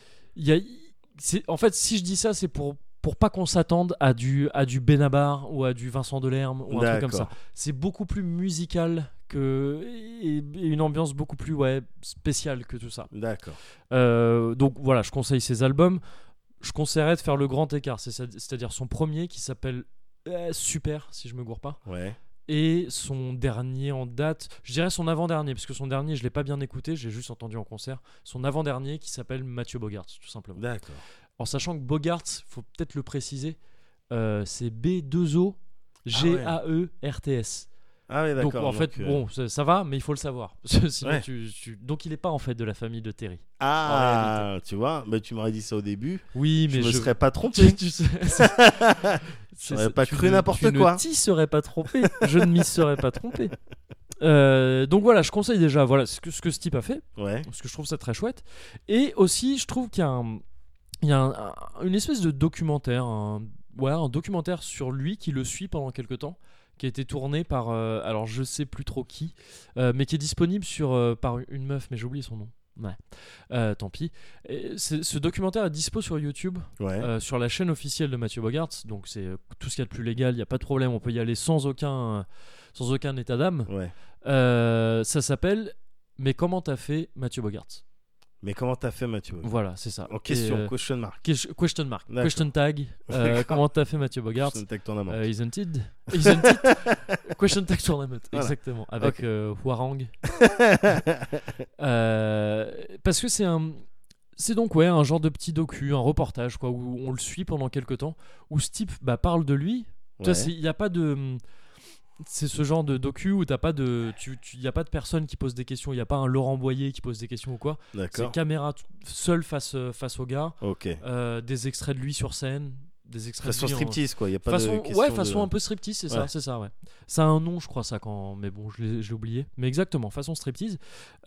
En fait, si je dis ça, c'est pour pas qu'on s'attende à du Benabar ou à du Vincent Delerme ou un truc comme ça. C'est beaucoup plus musical et une ambiance beaucoup plus spéciale que tout ça. D'accord. Donc voilà, je conseille ses albums. Je conseillerais de faire le grand écart, c'est-à-dire son premier qui s'appelle Super, si je me gourre pas. Et son dernier en date, je dirais son avant-dernier, parce que son dernier je l'ai pas bien écouté, j'ai juste entendu en concert. Son avant-dernier qui s'appelle Mathieu Bogart, tout simplement. D'accord. En sachant que Bogart, faut peut-être le préciser, c'est B2O G-A-E-R-T-S. Ah oui, d'accord. Donc en fait, bon, ça va, mais il faut le savoir. Sinon, donc il est pas en fait de la famille de Terry. Ah, tu vois, tu m'aurais dit ça au début. Oui, mais je me serais pas trompé. Tu sais, j'aurais pas cru n'importe quoi. Tu ne t'y serais pas trompé. Je ne m'y serais pas trompé. Donc voilà, je conseille déjà ce que ce type a fait, parce que je trouve ça très chouette. Et aussi, je trouve qu'il y a une espèce de documentaire, un documentaire sur lui qui le suit pendant quelques temps, qui a été tourné par alors je sais plus trop qui, mais qui est disponible par une meuf, mais j'ai oublié son nom. Tant pis. Ce documentaire est dispo sur YouTube, sur la chaîne officielle de Mathieu Bogart. Donc c'est tout ce qu'il y a de plus légal, il n'y a pas de problème, on peut y aller sans aucun état d'âme. Ça s'appelle Mais comment t'as fait Mathieu Bogart? Mais comment t'as fait Mathieu Bogart? Voilà, c'est ça. En question, question mark. Question mark. Question tag. Comment t'as fait Mathieu Bogart? Question tag tournament. Isn't it? Question tag tournament. Voilà. Exactement. Avec Hwarang. Parce que c'est donc un genre de petit docu, un reportage où on le suit pendant quelques temps, où ce type parle de lui. Il n'y a pas de... C'est ce genre de docu où t'as pas de, il y a pas de personne qui pose des questions, il y a pas un Laurent Boyer qui pose des questions ou quoi. C'est caméra seule face au gars. Des extraits de lui sur scène, des extraits façon striptease quoi. Il y a pas façon, de question façon un peu striptease, c'est ça, Ça a un nom, je crois ça mais bon, je l'ai oublié. Mais exactement, façon striptease.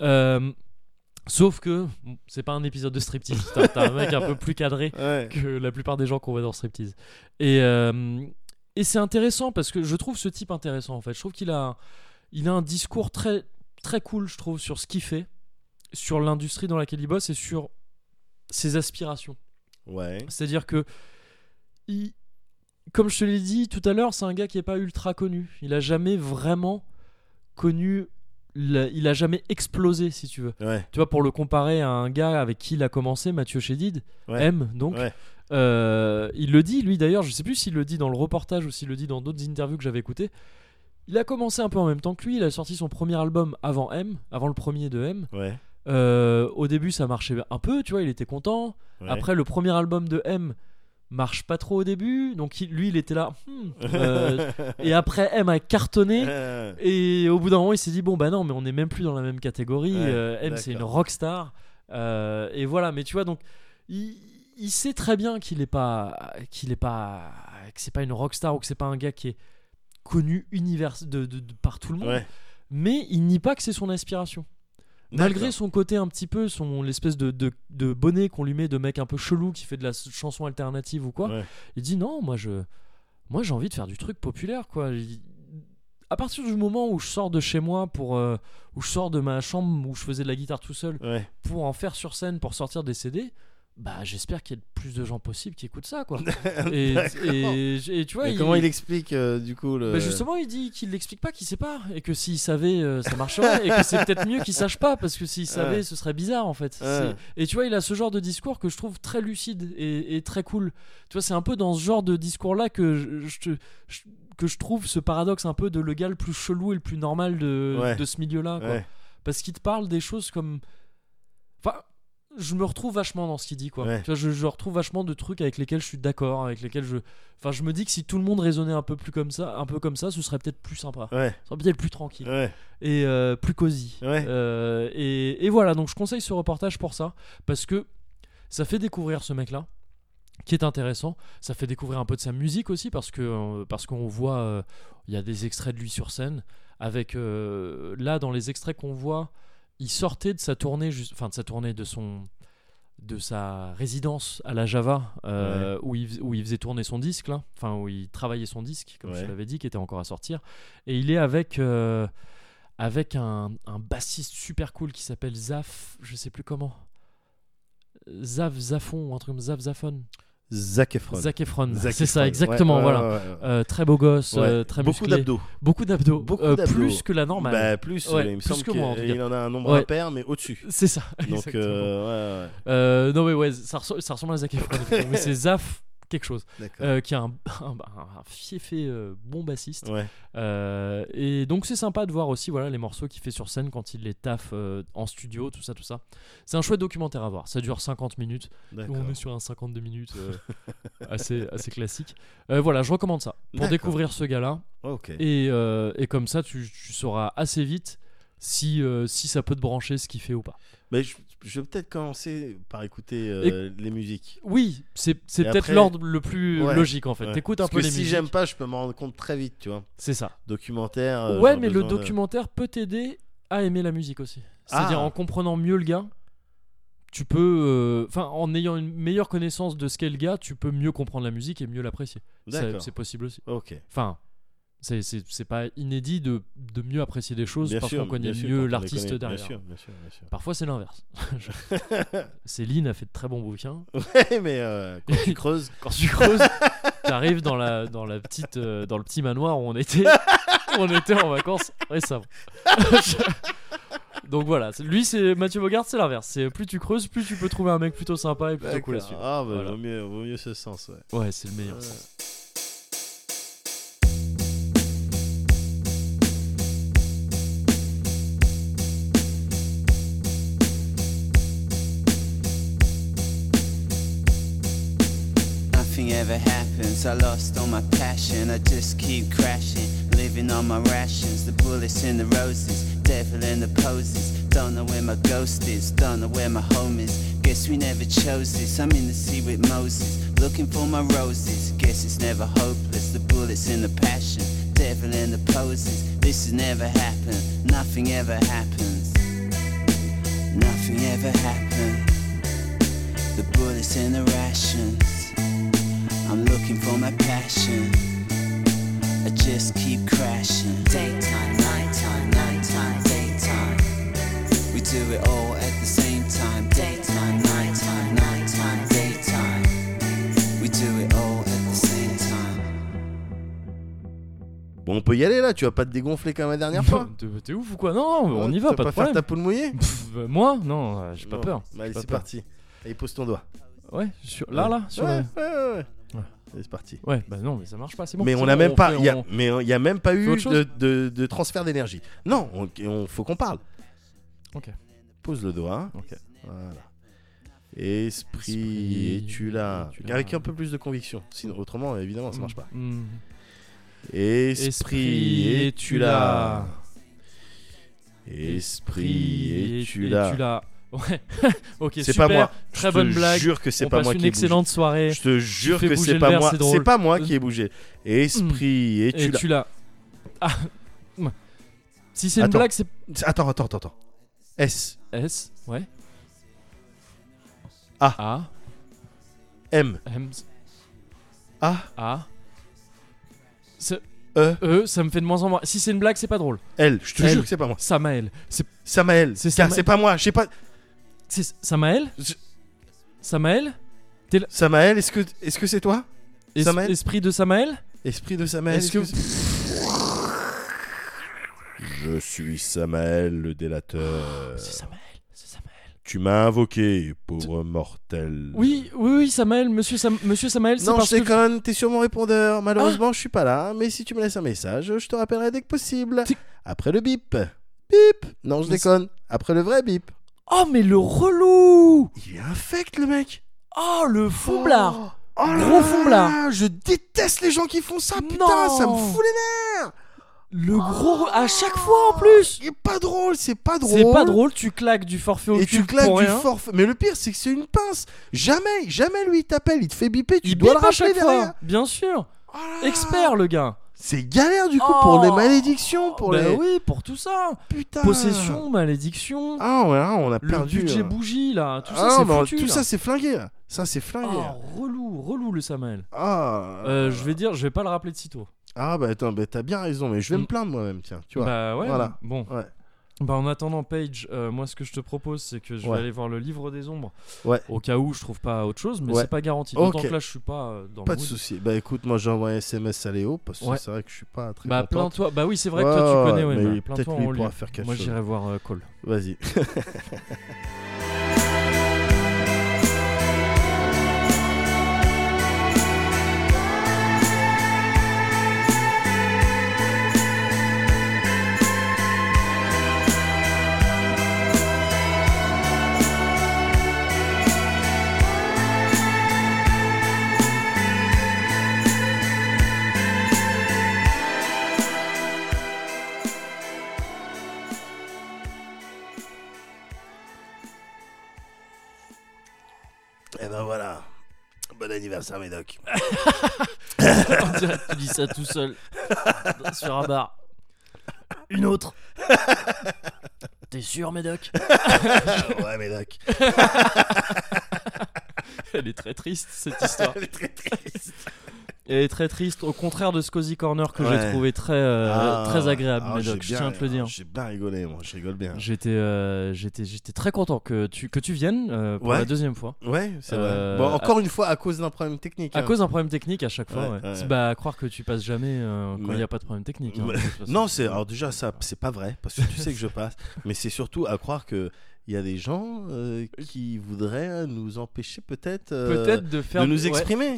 Sauf que c'est pas un épisode de striptease. T'as un mec un peu plus cadré que la plupart des gens qu'on voit dans striptease. Et c'est intéressant parce que je trouve ce type intéressant en fait. Je trouve qu'il a un discours très, très cool, je trouve, sur ce qu'il fait, sur l'industrie dans laquelle il bosse et sur ses aspirations. C'est-à-dire que, comme je te l'ai dit tout à l'heure, c'est un gars qui n'est pas ultra connu. Il a jamais vraiment connu... Il a jamais explosé, si tu veux. Tu vois, pour le comparer à un gars avec qui il a commencé, Mathieu Chédid, M, donc... il le dit lui d'ailleurs, je sais plus s'il le dit dans le reportage ou s'il le dit dans d'autres interviews que j'avais écoutées. Il a commencé un peu en même temps que lui, il a sorti son premier album avant le premier de M. Au début ça marchait un peu, tu vois, il était content. Après le premier album de M marche pas trop au début, donc lui il était là et après M a cartonné et au bout d'un moment il s'est dit bon non mais on est même plus dans la même catégorie. M c'est une rockstar et voilà, mais tu vois, donc il sait très bien que c'est pas une rockstar ou que c'est pas un gars qui est connu par tout le monde, mais il nie pas que c'est son aspiration. Malgré son côté un petit peu, l'espèce de bonnet qu'on lui met de mec un peu chelou qui fait de la chanson alternative ou quoi, il dit non, moi je moi j'ai envie de faire du truc populaire, quoi. À partir du moment où je sors de chez moi où je sors de ma chambre où je faisais de la guitare tout seul pour en faire sur scène, pour sortir des CD, bah j'espère qu'il y a le plus de gens possible qui écoutent ça, quoi. et tu vois, comment il explique du coup bah justement, il dit qu'il l'explique pas, qu'il sait pas, et que s'il savait ça marcherait, et que c'est peut-être mieux qu'il sache pas, parce que s'il savait ce serait bizarre en fait. Et tu vois, il a ce genre de discours que je trouve très lucide et très cool. Tu vois, c'est un peu dans ce genre de discours là que je trouve ce paradoxe un peu de le gars le plus chelou et le plus normal de ce milieu là, quoi. Parce qu'il te parle des choses comme, enfin, je me retrouve vachement dans ce qu'il dit, quoi. Tu vois, je retrouve vachement de trucs avec lesquels je suis d'accord, avec lesquels je me dis que si tout le monde raisonnait un peu comme ça, ce serait peut-être plus sympa. Ce serait peut-être plus tranquille et plus cosy. Et voilà, donc je conseille ce reportage pour ça, parce que ça fait découvrir ce mec-là, qui est intéressant. Ça fait découvrir un peu de sa musique aussi, parce qu'on voit, il y a des extraits de lui sur scène, avec là dans les extraits qu'on voit, il sortait de sa tournée, de sa résidence à la Java, où il faisait tourner son disque là, enfin où il travaillait son disque, comme je l'avais dit, qui était encore à sortir, et il est avec un bassiste super cool qui s'appelle Zaf, je sais plus comment, Zafon ou un truc comme Zafon. Zac Efron, c'est ça, exactement, voilà. Très beau gosse, très musclé. Beaucoup d'abdos. Plus que la normale. Bah, plus, il me semble qu'il en a un nombre impair, mais au-dessus. C'est ça. Donc, non, mais ça ressemble à Zac Efron. Mais c'est Zaf quelque chose, qui a un fiefé bon bassiste, et donc c'est sympa de voir aussi, voilà, les morceaux qu'il fait sur scène quand il les taffe en studio, tout ça. C'est un chouette documentaire à voir. Ça dure 50 minutes. On est sur un 52 minutes assez classique. Voilà, je recommande ça pour découvrir ce gars-là. Et comme ça tu sauras assez vite si ça peut te brancher ce qu'il fait ou pas. Mais je vais peut-être commencer par écouter les musiques. Oui, c'est peut-être après, l'ordre le plus logique en fait. T'écoutes un peu les musiques. Si j'aime pas, je peux m'en rendre compte très vite, tu vois. C'est ça. Documentaire. Mais le documentaire peut t'aider à aimer la musique aussi. C'est-à-dire en comprenant mieux le gars, tu peux, en ayant une meilleure connaissance de ce qu'est le gars, tu peux mieux comprendre la musique et mieux l'apprécier. C'est possible aussi. Enfin. C'est pas inédit de mieux apprécier des choses parce qu'on connaît mieux l'artiste derrière. Bien sûr. Parfois c'est l'inverse. Céline a fait de très bons bouquins. Mais quand tu creuses, t'arrives dans le petit manoir où on était en vacances récemment. Donc voilà, c'est Mathieu Bogart, c'est l'inverse. C'est plus tu creuses, plus tu peux trouver un mec plutôt sympa et plutôt cool à suivre. Voilà. Vaut mieux ce sens. Ouais, c'est le meilleur sens. Ever happens, I lost all my passion, I just keep crashing, living on my rations, the bullets in the roses, devil in the poses, don't know where my ghost is, don't know where my home is, guess we never chose this, I'm in the sea with Moses, looking for my roses, guess it's never hopeless, the bullets in the passion, devil in the poses, this has never happened, nothing ever happens, nothing ever happened, the bullets in the rations, I'm looking for my passion, I just keep crashing. Daytime, nighttime, nighttime, daytime, we do it all at the same time. Daytime, nighttime, nighttime, daytime, we do it all at the same time. Bon, on peut y aller là, tu vas pas te dégonfler comme la dernière fois. T'es ouf ou quoi? Non, on y va, pas de problème. Tu vas pas faire ta poule mouillée? Moi? Non, j'ai pas peur. Allez, c'est parti. Allez, pose ton doigt. Ouais, là, sur ouais. Allez, c'est parti. Ouais, bah non, mais ça marche pas, c'est bon. Mais on a même pas, il y a même pas eu de transfert d'énergie. Non, faut qu'on parle. Ok. Pose le doigt. Ok. Voilà. Esprit, es-tu là? Avec un peu plus de conviction. Sinon, autrement, évidemment, ça marche pas. Esprit, es-tu là? Esprit, es-tu là? Ouais. Ok, c'est super. Pas moi. Très bonne blague. Je te jure que c'est pas moi qui ai bougé. On passe une excellente soirée. Je te jure que c'est pas moi. C'est pas moi qui ai bougé. Esprit, es-tu là? Ah. Si c'est une blague, c'est. Attends. S. Ouais. A. M. A. Ça me fait de moins en moins. Si c'est une blague, c'est pas drôle. Elle, je te jure que c'est pas moi. Samael. Samael. C'est pas moi, je sais pas. C'est Samael. Samael. Samael, est-ce que c'est toi? Esprit de Samael. Esprit de Samael. Est-ce que... Je suis Samael, le délateur. C'est Samael. Tu m'as invoqué, pauvre mortel. Oui, Samael, monsieur Samael, c'est non, parce je déconne, t'es sur mon répondeur. Malheureusement, je suis pas là, mais si tu me laisses un message, je te rappellerai dès que possible. Après le bip. Bip. Non, je déconne. Après le vrai bip. Oh, mais le relou. Il est infect, le mec. Oh, le fomblard. Oh gros fomblard. Je déteste les gens qui font ça, putain, non. ça me fout les nerfs. Le gros à chaque fois en plus. Il est pas drôle, c'est pas drôle. C'est pas drôle, tu claques du forfait au cul. Et tu claques pour du rien. forfait. Mais le pire, c'est que c'est une pince. Jamais lui il t'appelle, il te fait biper, tu il dois le bip à rappeler chaque derrière. fois, bien sûr. Oh là. Expert le gars. C'est galère du coup pour les malédictions, pour les. Oui, pour tout ça. Putain. Possession, malédiction. Ah ouais, on a le perdu. budget bougie là, tout ça c'est foutu. Tout là. ça c'est flingué là. Ça c'est flingué. Oh, relou le Samael. Ah. Je vais pas le rappeler de sitôt. Ah bah attends, t'as bien raison, mais je vais me plaindre moi-même, tiens, tu vois. Bah ouais. Voilà. Bon. Ouais. Bah en attendant Paige, moi ce que je te propose c'est que je vais aller voir le livre des ombres. Ouais. Au cas où je trouve pas autre chose, mais ouais. c'est pas garanti. D'autant que là je suis pas dans pas le de mood. souci. Bah écoute, moi j'envoie un SMS à Léo parce que c'est vrai que je suis pas très bah contente. plains-toi. Bah oui, c'est vrai que toi tu connais mais plains-toi peut-être lui en pourra lui. faire quelque moi chose. j'irai voir Cole. Vas-y. Et ben voilà. Bon anniversaire, Médoc. On dirait que tu dis ça tout seul sur un bar. Une autre. T'es sûr, Médoc? Ouais, Médoc. Elle est très triste cette histoire. Elle est très triste. Elle est très triste, au contraire de ce Cozy Corner que j'ai trouvé très agréable, Médoc, je tiens à te le dire. J'ai bien rigolé, moi, je rigole bien. J'étais très content que tu viennes pour la deuxième fois. Ouais, c'est vrai. Bon, encore une fois, à cause d'un problème technique. À cause d'un problème technique à chaque fois, ouais. Bah, à croire que tu passes jamais quand il n'y a pas de problème technique. Hein, non, alors déjà, ça, c'est pas vrai, parce que tu sais que je passe, mais c'est surtout à croire que. Il y a des gens qui voudraient nous empêcher peut-être de nous exprimer,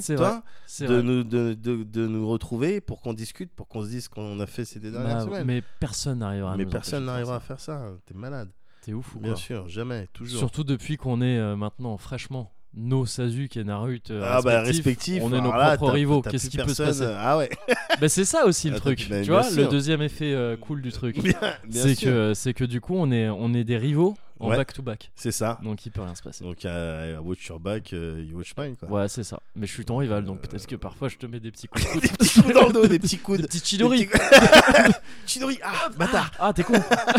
de nous retrouver pour qu'on discute, pour qu'on se dise ce qu'on a fait ces dernières semaines. Mais personne n'arrivera à faire ça. T'es malade. T'es ouf ou quoi? Bien sûr, jamais, toujours. Surtout depuis qu'on est maintenant fraîchement nos Sasuke et Naruto respectifs, on est nos propres rivaux. Qu'est-ce qui peut se passer? Ah ouais. Bah c'est ça aussi le truc. Tu vois, le deuxième effet cool du truc, c'est que du coup on est des rivaux en back to back. C'est ça. Donc il peut rien se passer. Donc watch your back, you watch mine quoi. Ouais, c'est ça. Mais je suis ton rival, donc peut-être que parfois je te mets des petits coups. Des petits coups dans le dos, des petits coups. Des petits Chidori. Chidori. Ah, bâtard. Ah, t'es con.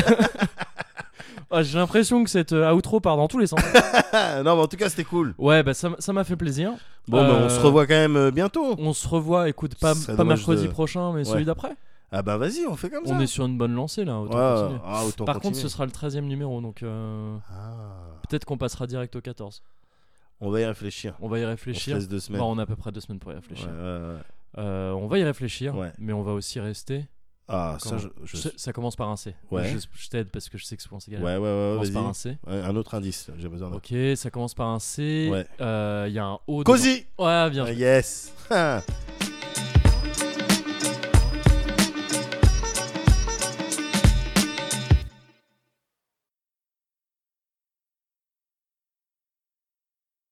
J'ai l'impression que cette outro part dans tous les sens. Non, mais en tout cas, c'était cool. Ouais, bah ça m'a fait plaisir. Bon, bah, on se revoit quand même bientôt. On se revoit, écoute, pas mercredi prochain, mais celui d'après. Ah bah vas-y, on fait comme ça. On est sur une bonne lancée là. Par contre, ce sera le 13e numéro, donc peut-être qu'on passera direct au 14. On va y réfléchir. On laisse 2 semaines. On a à peu près 2 semaines pour y réfléchir. On va y réfléchir, mais on va aussi rester. Ah, ça commence par un C. Ouais. Je t'aide parce que je sais que souvent c'est galère. Ouais, commence par un C. Un autre indice, j'ai besoin d'un. Ok, ça commence par un C. Il y a un O. Cozy. Ouais, bien joué. Yes.